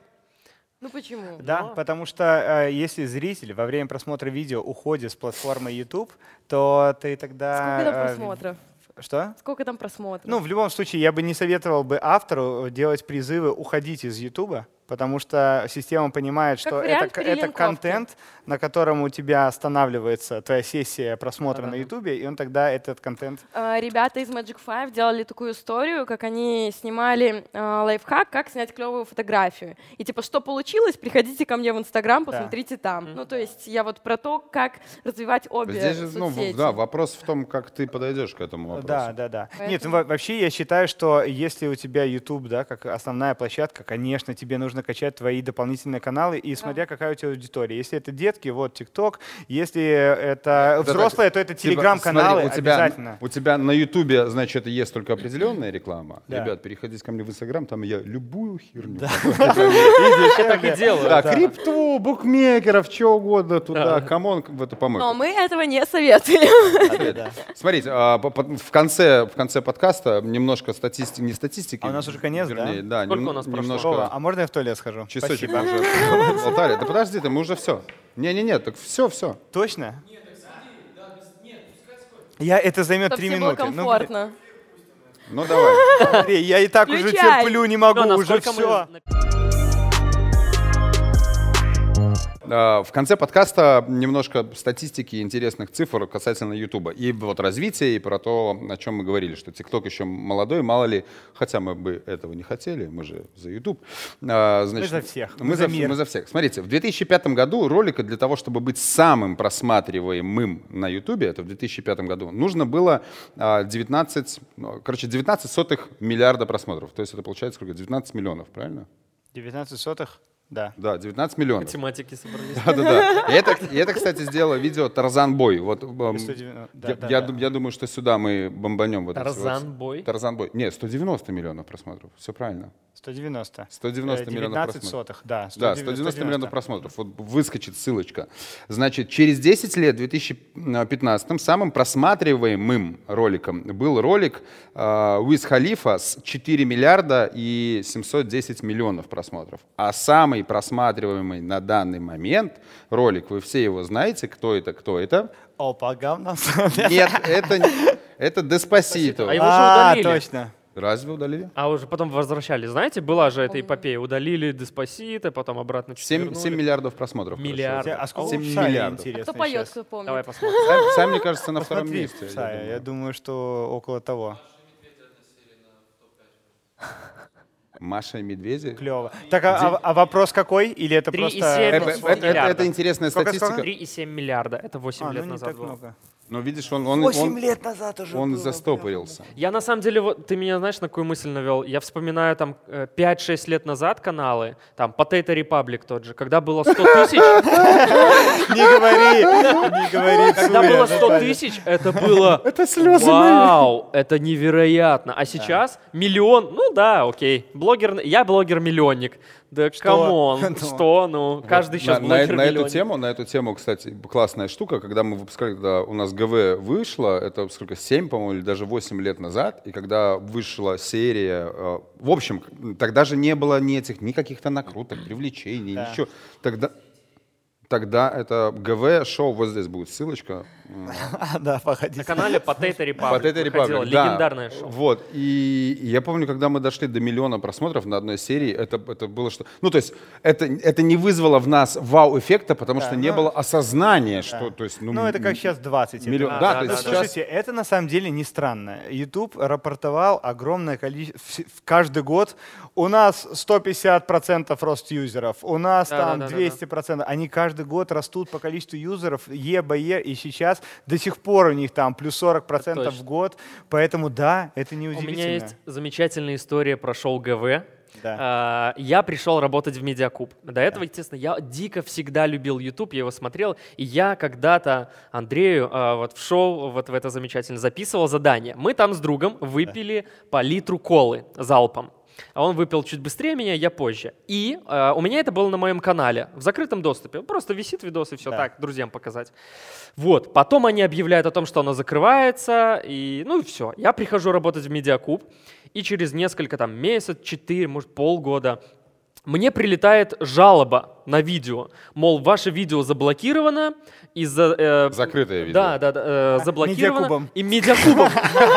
[SPEAKER 2] Ну почему?
[SPEAKER 3] Да,
[SPEAKER 4] Но-
[SPEAKER 3] потому что если зритель во время просмотра видео уходит с платформы YouTube, то ты тогда...
[SPEAKER 2] Сколько там просмотров?
[SPEAKER 3] Что?
[SPEAKER 2] Сколько там просмотров?
[SPEAKER 3] Ну, в любом случае, я бы не советовал бы автору делать призывы уходить из YouTube, потому что система понимает, что
[SPEAKER 2] вариант
[SPEAKER 3] это
[SPEAKER 2] перелинковки.
[SPEAKER 3] контент, на котором у тебя останавливается твоя сессия просмотра на YouTube, и он тогда этот контент...
[SPEAKER 2] Ребята из Magic 5 делали такую историю, как они снимали лайфхак, как снять клевую фотографию. И типа, что получилось, приходите ко мне в Инстаграм, посмотрите там. Ну, то есть я вот про то, как развивать обе
[SPEAKER 1] Здесь же, ну,
[SPEAKER 2] соцсети.
[SPEAKER 1] да, вопрос в том, как ты подойдешь к этому вопросу.
[SPEAKER 3] Да.
[SPEAKER 2] Поэтому-
[SPEAKER 3] Нет, ну, вообще я считаю, что если у тебя YouTube, да, как основная площадка, конечно, тебе нужно качать твои дополнительные каналы, и смотря какая у тебя аудитория. Если это детки, вот TikTok. Если это взрослые, то это
[SPEAKER 1] Типа,
[SPEAKER 3] телеграм-каналы
[SPEAKER 1] смотри,
[SPEAKER 3] обязательно.
[SPEAKER 1] у тебя на Ютубе, значит, есть только определенная реклама.
[SPEAKER 3] Да.
[SPEAKER 1] Ребят, переходите ко мне в Инстаграм, там я любую херню.
[SPEAKER 4] Я так и делаю.
[SPEAKER 1] Да, крипту, букмекеров, что угодно туда, камон, в эту
[SPEAKER 2] Но
[SPEAKER 1] помойку.
[SPEAKER 2] мы этого не советуем.
[SPEAKER 1] Смотрите, в конце подкаста немножко статистики, не статистики.
[SPEAKER 3] А у нас уже конец, да?
[SPEAKER 1] вернее, да?
[SPEAKER 4] Сколько у нас прошло?
[SPEAKER 3] Вова,
[SPEAKER 1] Немножко
[SPEAKER 3] а можно я в туалет схожу?
[SPEAKER 1] часочек
[SPEAKER 3] Спасибо.
[SPEAKER 1] уже болтали. Да подожди ты, мы уже все. Не-не-не, так все.
[SPEAKER 3] Точно? Это займет
[SPEAKER 2] Чтобы
[SPEAKER 3] 3
[SPEAKER 2] всем было
[SPEAKER 3] минуты. Ну, блин,
[SPEAKER 2] комфортно.
[SPEAKER 1] Ну давай.
[SPEAKER 3] Андрей, я и так уже
[SPEAKER 2] Включай.
[SPEAKER 3] терплю, не могу,
[SPEAKER 4] Алена,
[SPEAKER 3] уже
[SPEAKER 4] сколько
[SPEAKER 3] все.
[SPEAKER 4] мы...
[SPEAKER 1] В конце подкаста немножко статистики и интересных цифр касательно YouTube. И вот развитие, и про то, о чем мы говорили, что TikTok еще молодой, мало ли, хотя мы бы этого не хотели, мы же за YouTube. Значит,
[SPEAKER 3] мы за всех.
[SPEAKER 1] Мы за всех. Смотрите, в 2005 году ролика для того, чтобы быть самым просматриваемым на YouTube, это в 2005 году, нужно было 19 миллиарда просмотров. То есть это получается сколько? 19 миллионов, правильно?
[SPEAKER 3] 19 сотых? Да.
[SPEAKER 1] Да, 19 миллионов.
[SPEAKER 4] Математики собрались.
[SPEAKER 1] Да. И это, кстати, сделало видео «Тарзан Бой». Вот, я думаю, что сюда мы бомбанем. Вот
[SPEAKER 4] «Тарзан Бой»?
[SPEAKER 1] «Тарзан Бой». Нет, 190 миллионов просмотров. Все правильно.
[SPEAKER 3] 190.
[SPEAKER 1] 190 миллионов
[SPEAKER 3] 19
[SPEAKER 1] просмотров.
[SPEAKER 3] сотых, да.
[SPEAKER 1] 190 миллионов просмотров. Вот выскочит ссылочка. Значит, через 10 лет, в 2015, самым просматриваемым роликом был ролик Уиз Халифа с 4 миллиарда и 710 миллионов просмотров. А самый просматриваемый на данный момент ролик, вы все его знаете, кто это?
[SPEAKER 3] Опа, говно.
[SPEAKER 1] Нет, это Деспасито.
[SPEAKER 4] А его же удалили.
[SPEAKER 3] Точно.
[SPEAKER 1] Разве удалили?
[SPEAKER 4] А уже потом возвращали. Знаете, была же эта эпопея. Удалили Деспасито, потом обратно
[SPEAKER 1] 7 миллиардов просмотров.
[SPEAKER 4] Миллиард.
[SPEAKER 3] А сколько
[SPEAKER 1] 7
[SPEAKER 3] в Псае,
[SPEAKER 1] миллиардов.
[SPEAKER 3] интересно,
[SPEAKER 2] Кто поет,
[SPEAKER 3] сейчас?
[SPEAKER 2] кто помнит?
[SPEAKER 4] Давай посмотрим.
[SPEAKER 1] Сами, мне кажется, на втором
[SPEAKER 3] Посмотри,
[SPEAKER 1] месте.
[SPEAKER 3] Псае, я думаю, что около того.
[SPEAKER 1] Маша и Медведи.
[SPEAKER 3] Клево. Так, а вопрос какой? Или это
[SPEAKER 4] 3,7
[SPEAKER 3] просто...
[SPEAKER 1] Это интересная
[SPEAKER 3] Сколько,
[SPEAKER 1] статистика.
[SPEAKER 4] 3,7 миллиарда. Это 8 лет
[SPEAKER 3] не
[SPEAKER 4] назад
[SPEAKER 3] так
[SPEAKER 4] было.
[SPEAKER 3] много.
[SPEAKER 1] Но видишь, он
[SPEAKER 3] 8 лет назад уже
[SPEAKER 1] он
[SPEAKER 3] было,
[SPEAKER 1] застопорился.
[SPEAKER 4] Я на самом деле, вот ты меня знаешь, на какую мысль навел? Я вспоминаю там 5-6 лет назад каналы, там Potato Republic тот же, когда было 100 тысяч.
[SPEAKER 3] Не говори.
[SPEAKER 4] Когда было 100 тысяч, это было...
[SPEAKER 1] Это слезы
[SPEAKER 4] Вау, это невероятно. А сейчас миллион, ну да, окей. Я блогер-миллионник. Да камон, что, ну, каждый сейчас
[SPEAKER 1] на
[SPEAKER 4] блогер-миллионник.
[SPEAKER 1] эту тему, кстати, классная штука, когда мы выпускали, когда у нас ГВ вышло, это сколько, 7, по-моему, или даже 8 лет назад, и когда вышла серия, в общем, тогда же не было ни каких-то накруток, привлечений, ничего. Тогда это ГВ-шоу, вот здесь будет ссылочка.
[SPEAKER 3] Да, погоди.
[SPEAKER 4] На канале Potato Republic
[SPEAKER 1] Potato
[SPEAKER 4] выходило,
[SPEAKER 1] Republic, да.
[SPEAKER 4] легендарное шоу.
[SPEAKER 1] Вот, и я помню, когда мы дошли до миллиона просмотров на одной серии, это было что... Ну, то есть это не вызвало в нас вау-эффекта, потому что не было осознания, что... То есть,
[SPEAKER 3] Ну, это как сейчас 20.
[SPEAKER 1] Миллион.
[SPEAKER 3] Да,
[SPEAKER 1] то есть сейчас...
[SPEAKER 3] Слушайте, это на самом деле не странно. YouTube рапортовал огромное количество... Каждый год у нас 150% рост юзеров, у нас там 200%. Они каждый год растут по количеству юзеров, ЕБЕ, и сейчас до сих пор у них там плюс 40% в год. Поэтому да, это не удивительно.
[SPEAKER 4] У меня есть замечательная история про шоу ГВ.
[SPEAKER 3] Да.
[SPEAKER 4] Я пришел работать в Медиакуб. До этого, естественно, я дико всегда любил YouTube, я его смотрел, и я когда-то Андрею вот в шоу, вот в это замечательно, записывал задание. Мы там с другом выпили по литру колы залпом. А он выпил чуть быстрее меня, я позже. И у меня это было на моем канале, в закрытом доступе. Просто висит видос и все, так, друзьям показать. Вот, потом они объявляют о том, что оно закрывается, и ну и все. Я прихожу работать в Медиакуб, и через несколько, там, месяц, 4, может, полгода мне прилетает жалоба на видео. Мол, ваше видео заблокировано из-за...
[SPEAKER 1] Закрытое видео.
[SPEAKER 4] Да, заблокировано.
[SPEAKER 3] Медиакубом.
[SPEAKER 4] И Медиакубом.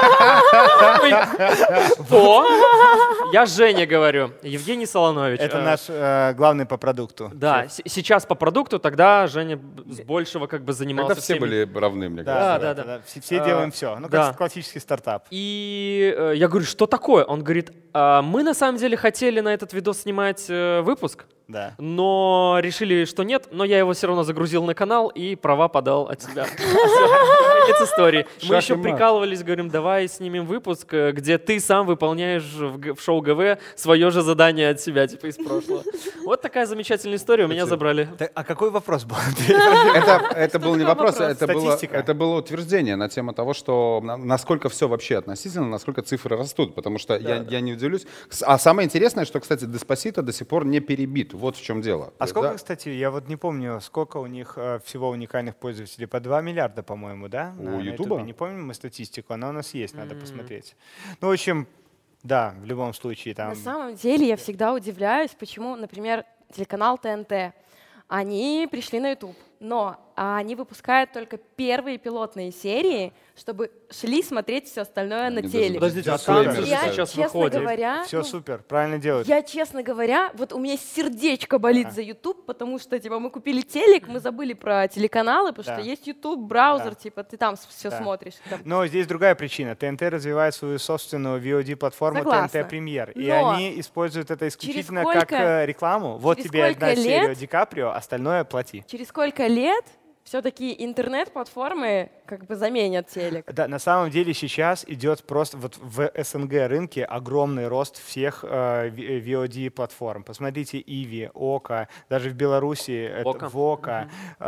[SPEAKER 4] О, я Женя говорю, Евгений Солонович.
[SPEAKER 3] Это наш главный по продукту.
[SPEAKER 4] Да, сейчас по продукту, тогда Женя с большего как бы занимался.
[SPEAKER 1] Тогда все были равны, мне
[SPEAKER 3] Да,
[SPEAKER 1] кажется.
[SPEAKER 3] да. Все делаем все. Ну,
[SPEAKER 4] да.
[SPEAKER 3] как классический стартап.
[SPEAKER 4] И я говорю, что такое? Он говорит, мы на самом деле хотели на этот видос снимать выпуск,
[SPEAKER 3] Да.
[SPEAKER 4] но решили, что нет, но я его все равно загрузил на канал и права подал от себя. Конец истории. Мы еще прикалывались, говорим, давай снимем выпуск, где ты сам выполняешь в шоу ГВ свое же задание от себя, типа из прошлого. Вот такая замечательная история, меня забрали.
[SPEAKER 3] А какой вопрос был?
[SPEAKER 1] Это был не вопрос,
[SPEAKER 3] Статистика.
[SPEAKER 1] это было утверждение на тему того, что насколько все вообще относительно, насколько цифры растут, потому что я не удивлюсь. А самое интересное, что, кстати, Деспасито до сих пор не перебит. Вот в чем дело.
[SPEAKER 3] А сколько, кстати, я вот не помню, сколько у них всего уникальных пользователей? По 2 миллиарда, по-моему, да?
[SPEAKER 1] У
[SPEAKER 3] на
[SPEAKER 1] Ютуба?
[SPEAKER 3] Не помним мы статистику, она у нас есть, надо посмотреть. Ну, в общем, да, в любом случае там...
[SPEAKER 2] На самом деле я всегда удивляюсь, почему, например, телеканал ТНТ, они пришли на YouTube. но они выпускают только первые пилотные серии, чтобы шли смотреть все остальное на телек.
[SPEAKER 4] Подождите, а
[SPEAKER 1] Дисклеймер
[SPEAKER 4] танцы же
[SPEAKER 2] Я,
[SPEAKER 4] сейчас
[SPEAKER 2] честно
[SPEAKER 4] выходят.
[SPEAKER 2] говоря,
[SPEAKER 3] Все супер, правильно делают.
[SPEAKER 2] я, честно говоря, вот у меня сердечко болит за YouTube, потому что, типа, мы купили телек, мы забыли про телеканалы, потому
[SPEAKER 3] Да.
[SPEAKER 2] что есть YouTube, браузер,
[SPEAKER 3] Да.
[SPEAKER 2] типа, ты там все
[SPEAKER 3] Да.
[SPEAKER 2] смотришь. там.
[SPEAKER 3] Но здесь другая причина. ТНТ развивает свою собственную VOD-платформу
[SPEAKER 2] Согласна.
[SPEAKER 3] TNT Premier. И
[SPEAKER 2] Но
[SPEAKER 3] они используют это исключительно
[SPEAKER 2] сколько-
[SPEAKER 3] как рекламу. Вот
[SPEAKER 2] через
[SPEAKER 3] тебе
[SPEAKER 2] сколько
[SPEAKER 3] одна серия
[SPEAKER 2] лет-
[SPEAKER 3] Ди Каприо, остальное плати.
[SPEAKER 2] Через сколько лет все-таки интернет-платформы как бы заменят телек?
[SPEAKER 3] Да, на самом деле сейчас идет просто вот в СНГ рынке огромный рост всех VOD-платформ. Посмотрите Иви, Ока, даже в Беларуси это
[SPEAKER 4] Ока.
[SPEAKER 3] Вока,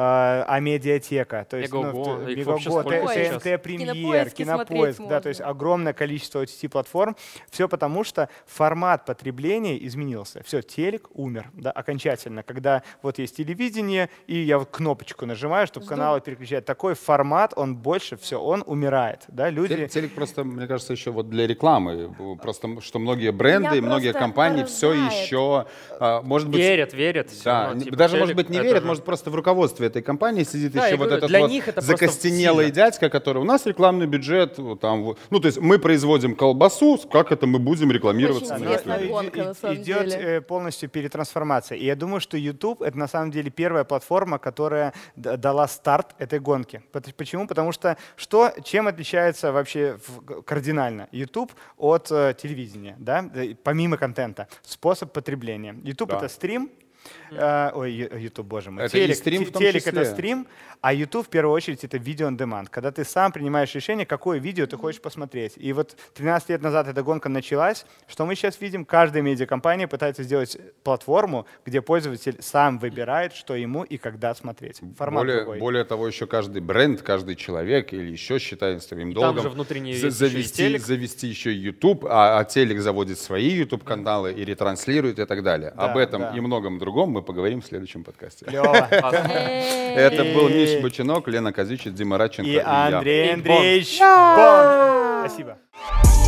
[SPEAKER 3] Амедиатека, то есть
[SPEAKER 4] Мегого. Их
[SPEAKER 3] Мегого,
[SPEAKER 4] вообще сколько
[SPEAKER 2] сейчас?
[SPEAKER 3] ТНТ Премьер,
[SPEAKER 2] Кинопоиске
[SPEAKER 3] Кинопоиск,
[SPEAKER 2] смотреть
[SPEAKER 3] да,
[SPEAKER 2] можно.
[SPEAKER 3] то есть огромное количество OTT-платформ. Все потому, что формат потребления изменился. Все, телек умер, да, окончательно. Когда вот есть телевидение, и я вот кнопочку нажимаю, чтобы каналы переключать. Такой формат, он больше, все, он умирает. Да, люди...
[SPEAKER 1] Телек просто, мне кажется, еще вот для рекламы. Просто, что многие бренды,
[SPEAKER 2] Меня
[SPEAKER 1] и многие
[SPEAKER 2] просто
[SPEAKER 1] компании все
[SPEAKER 2] поражает.
[SPEAKER 1] еще, может быть...
[SPEAKER 4] Верят. всё
[SPEAKER 1] Да,
[SPEAKER 4] равно, типа,
[SPEAKER 1] даже,
[SPEAKER 4] телек
[SPEAKER 1] может быть, не
[SPEAKER 4] это
[SPEAKER 1] верят,
[SPEAKER 4] же-
[SPEAKER 1] может, просто в руководстве этой компании сидит
[SPEAKER 4] Да,
[SPEAKER 1] еще
[SPEAKER 4] я
[SPEAKER 1] вот
[SPEAKER 4] говорю,
[SPEAKER 1] этот
[SPEAKER 4] для
[SPEAKER 1] вот
[SPEAKER 4] них это просто
[SPEAKER 1] закостенелый
[SPEAKER 4] сильно.
[SPEAKER 1] дядька, который у нас рекламный бюджет, там, вот, ну, то есть мы производим колбасу, как это мы будем рекламироваться?
[SPEAKER 2] Очень
[SPEAKER 1] на
[SPEAKER 2] интересная
[SPEAKER 1] этой?
[SPEAKER 2] гонка, на самом
[SPEAKER 3] идет
[SPEAKER 2] деле.
[SPEAKER 3] полностью перетрансформация. И я думаю, что YouTube — это на самом деле первая платформа, которая дала старт этой гонке. Почему? Потому что чем отличается вообще кардинально YouTube от телевидения, да? Помимо контента? Способ потребления. YouTube
[SPEAKER 1] Да.
[SPEAKER 3] — это стрим. YouTube, боже мой.
[SPEAKER 1] Это и стрим в том
[SPEAKER 3] телек —
[SPEAKER 1] числе.
[SPEAKER 3] это стрим, а YouTube в первую очередь это видео on demand, когда ты сам принимаешь решение, какое видео ты хочешь посмотреть. И вот 13 лет назад эта гонка началась. Что мы сейчас видим? Каждая медиакомпания пытается сделать платформу, где пользователь сам выбирает, что ему и когда смотреть. Формат другой.
[SPEAKER 1] Более того, еще каждый бренд, каждый человек или еще считает своим
[SPEAKER 4] И там
[SPEAKER 1] долгом
[SPEAKER 4] же внутри нее есть еще и телек.
[SPEAKER 1] завести еще и YouTube, а телек заводит свои YouTube-каналы и ретранслирует и так далее.
[SPEAKER 3] Да,
[SPEAKER 1] Об этом
[SPEAKER 3] да.
[SPEAKER 1] и многом другом мы поговорим в следующем подкасте.
[SPEAKER 3] Клево.
[SPEAKER 1] Это был Миша Бочинок, Лена Козичич, Дима Радченко
[SPEAKER 3] И
[SPEAKER 1] и я.
[SPEAKER 3] Андрей
[SPEAKER 4] И
[SPEAKER 3] Андреевич Бон. Спасибо.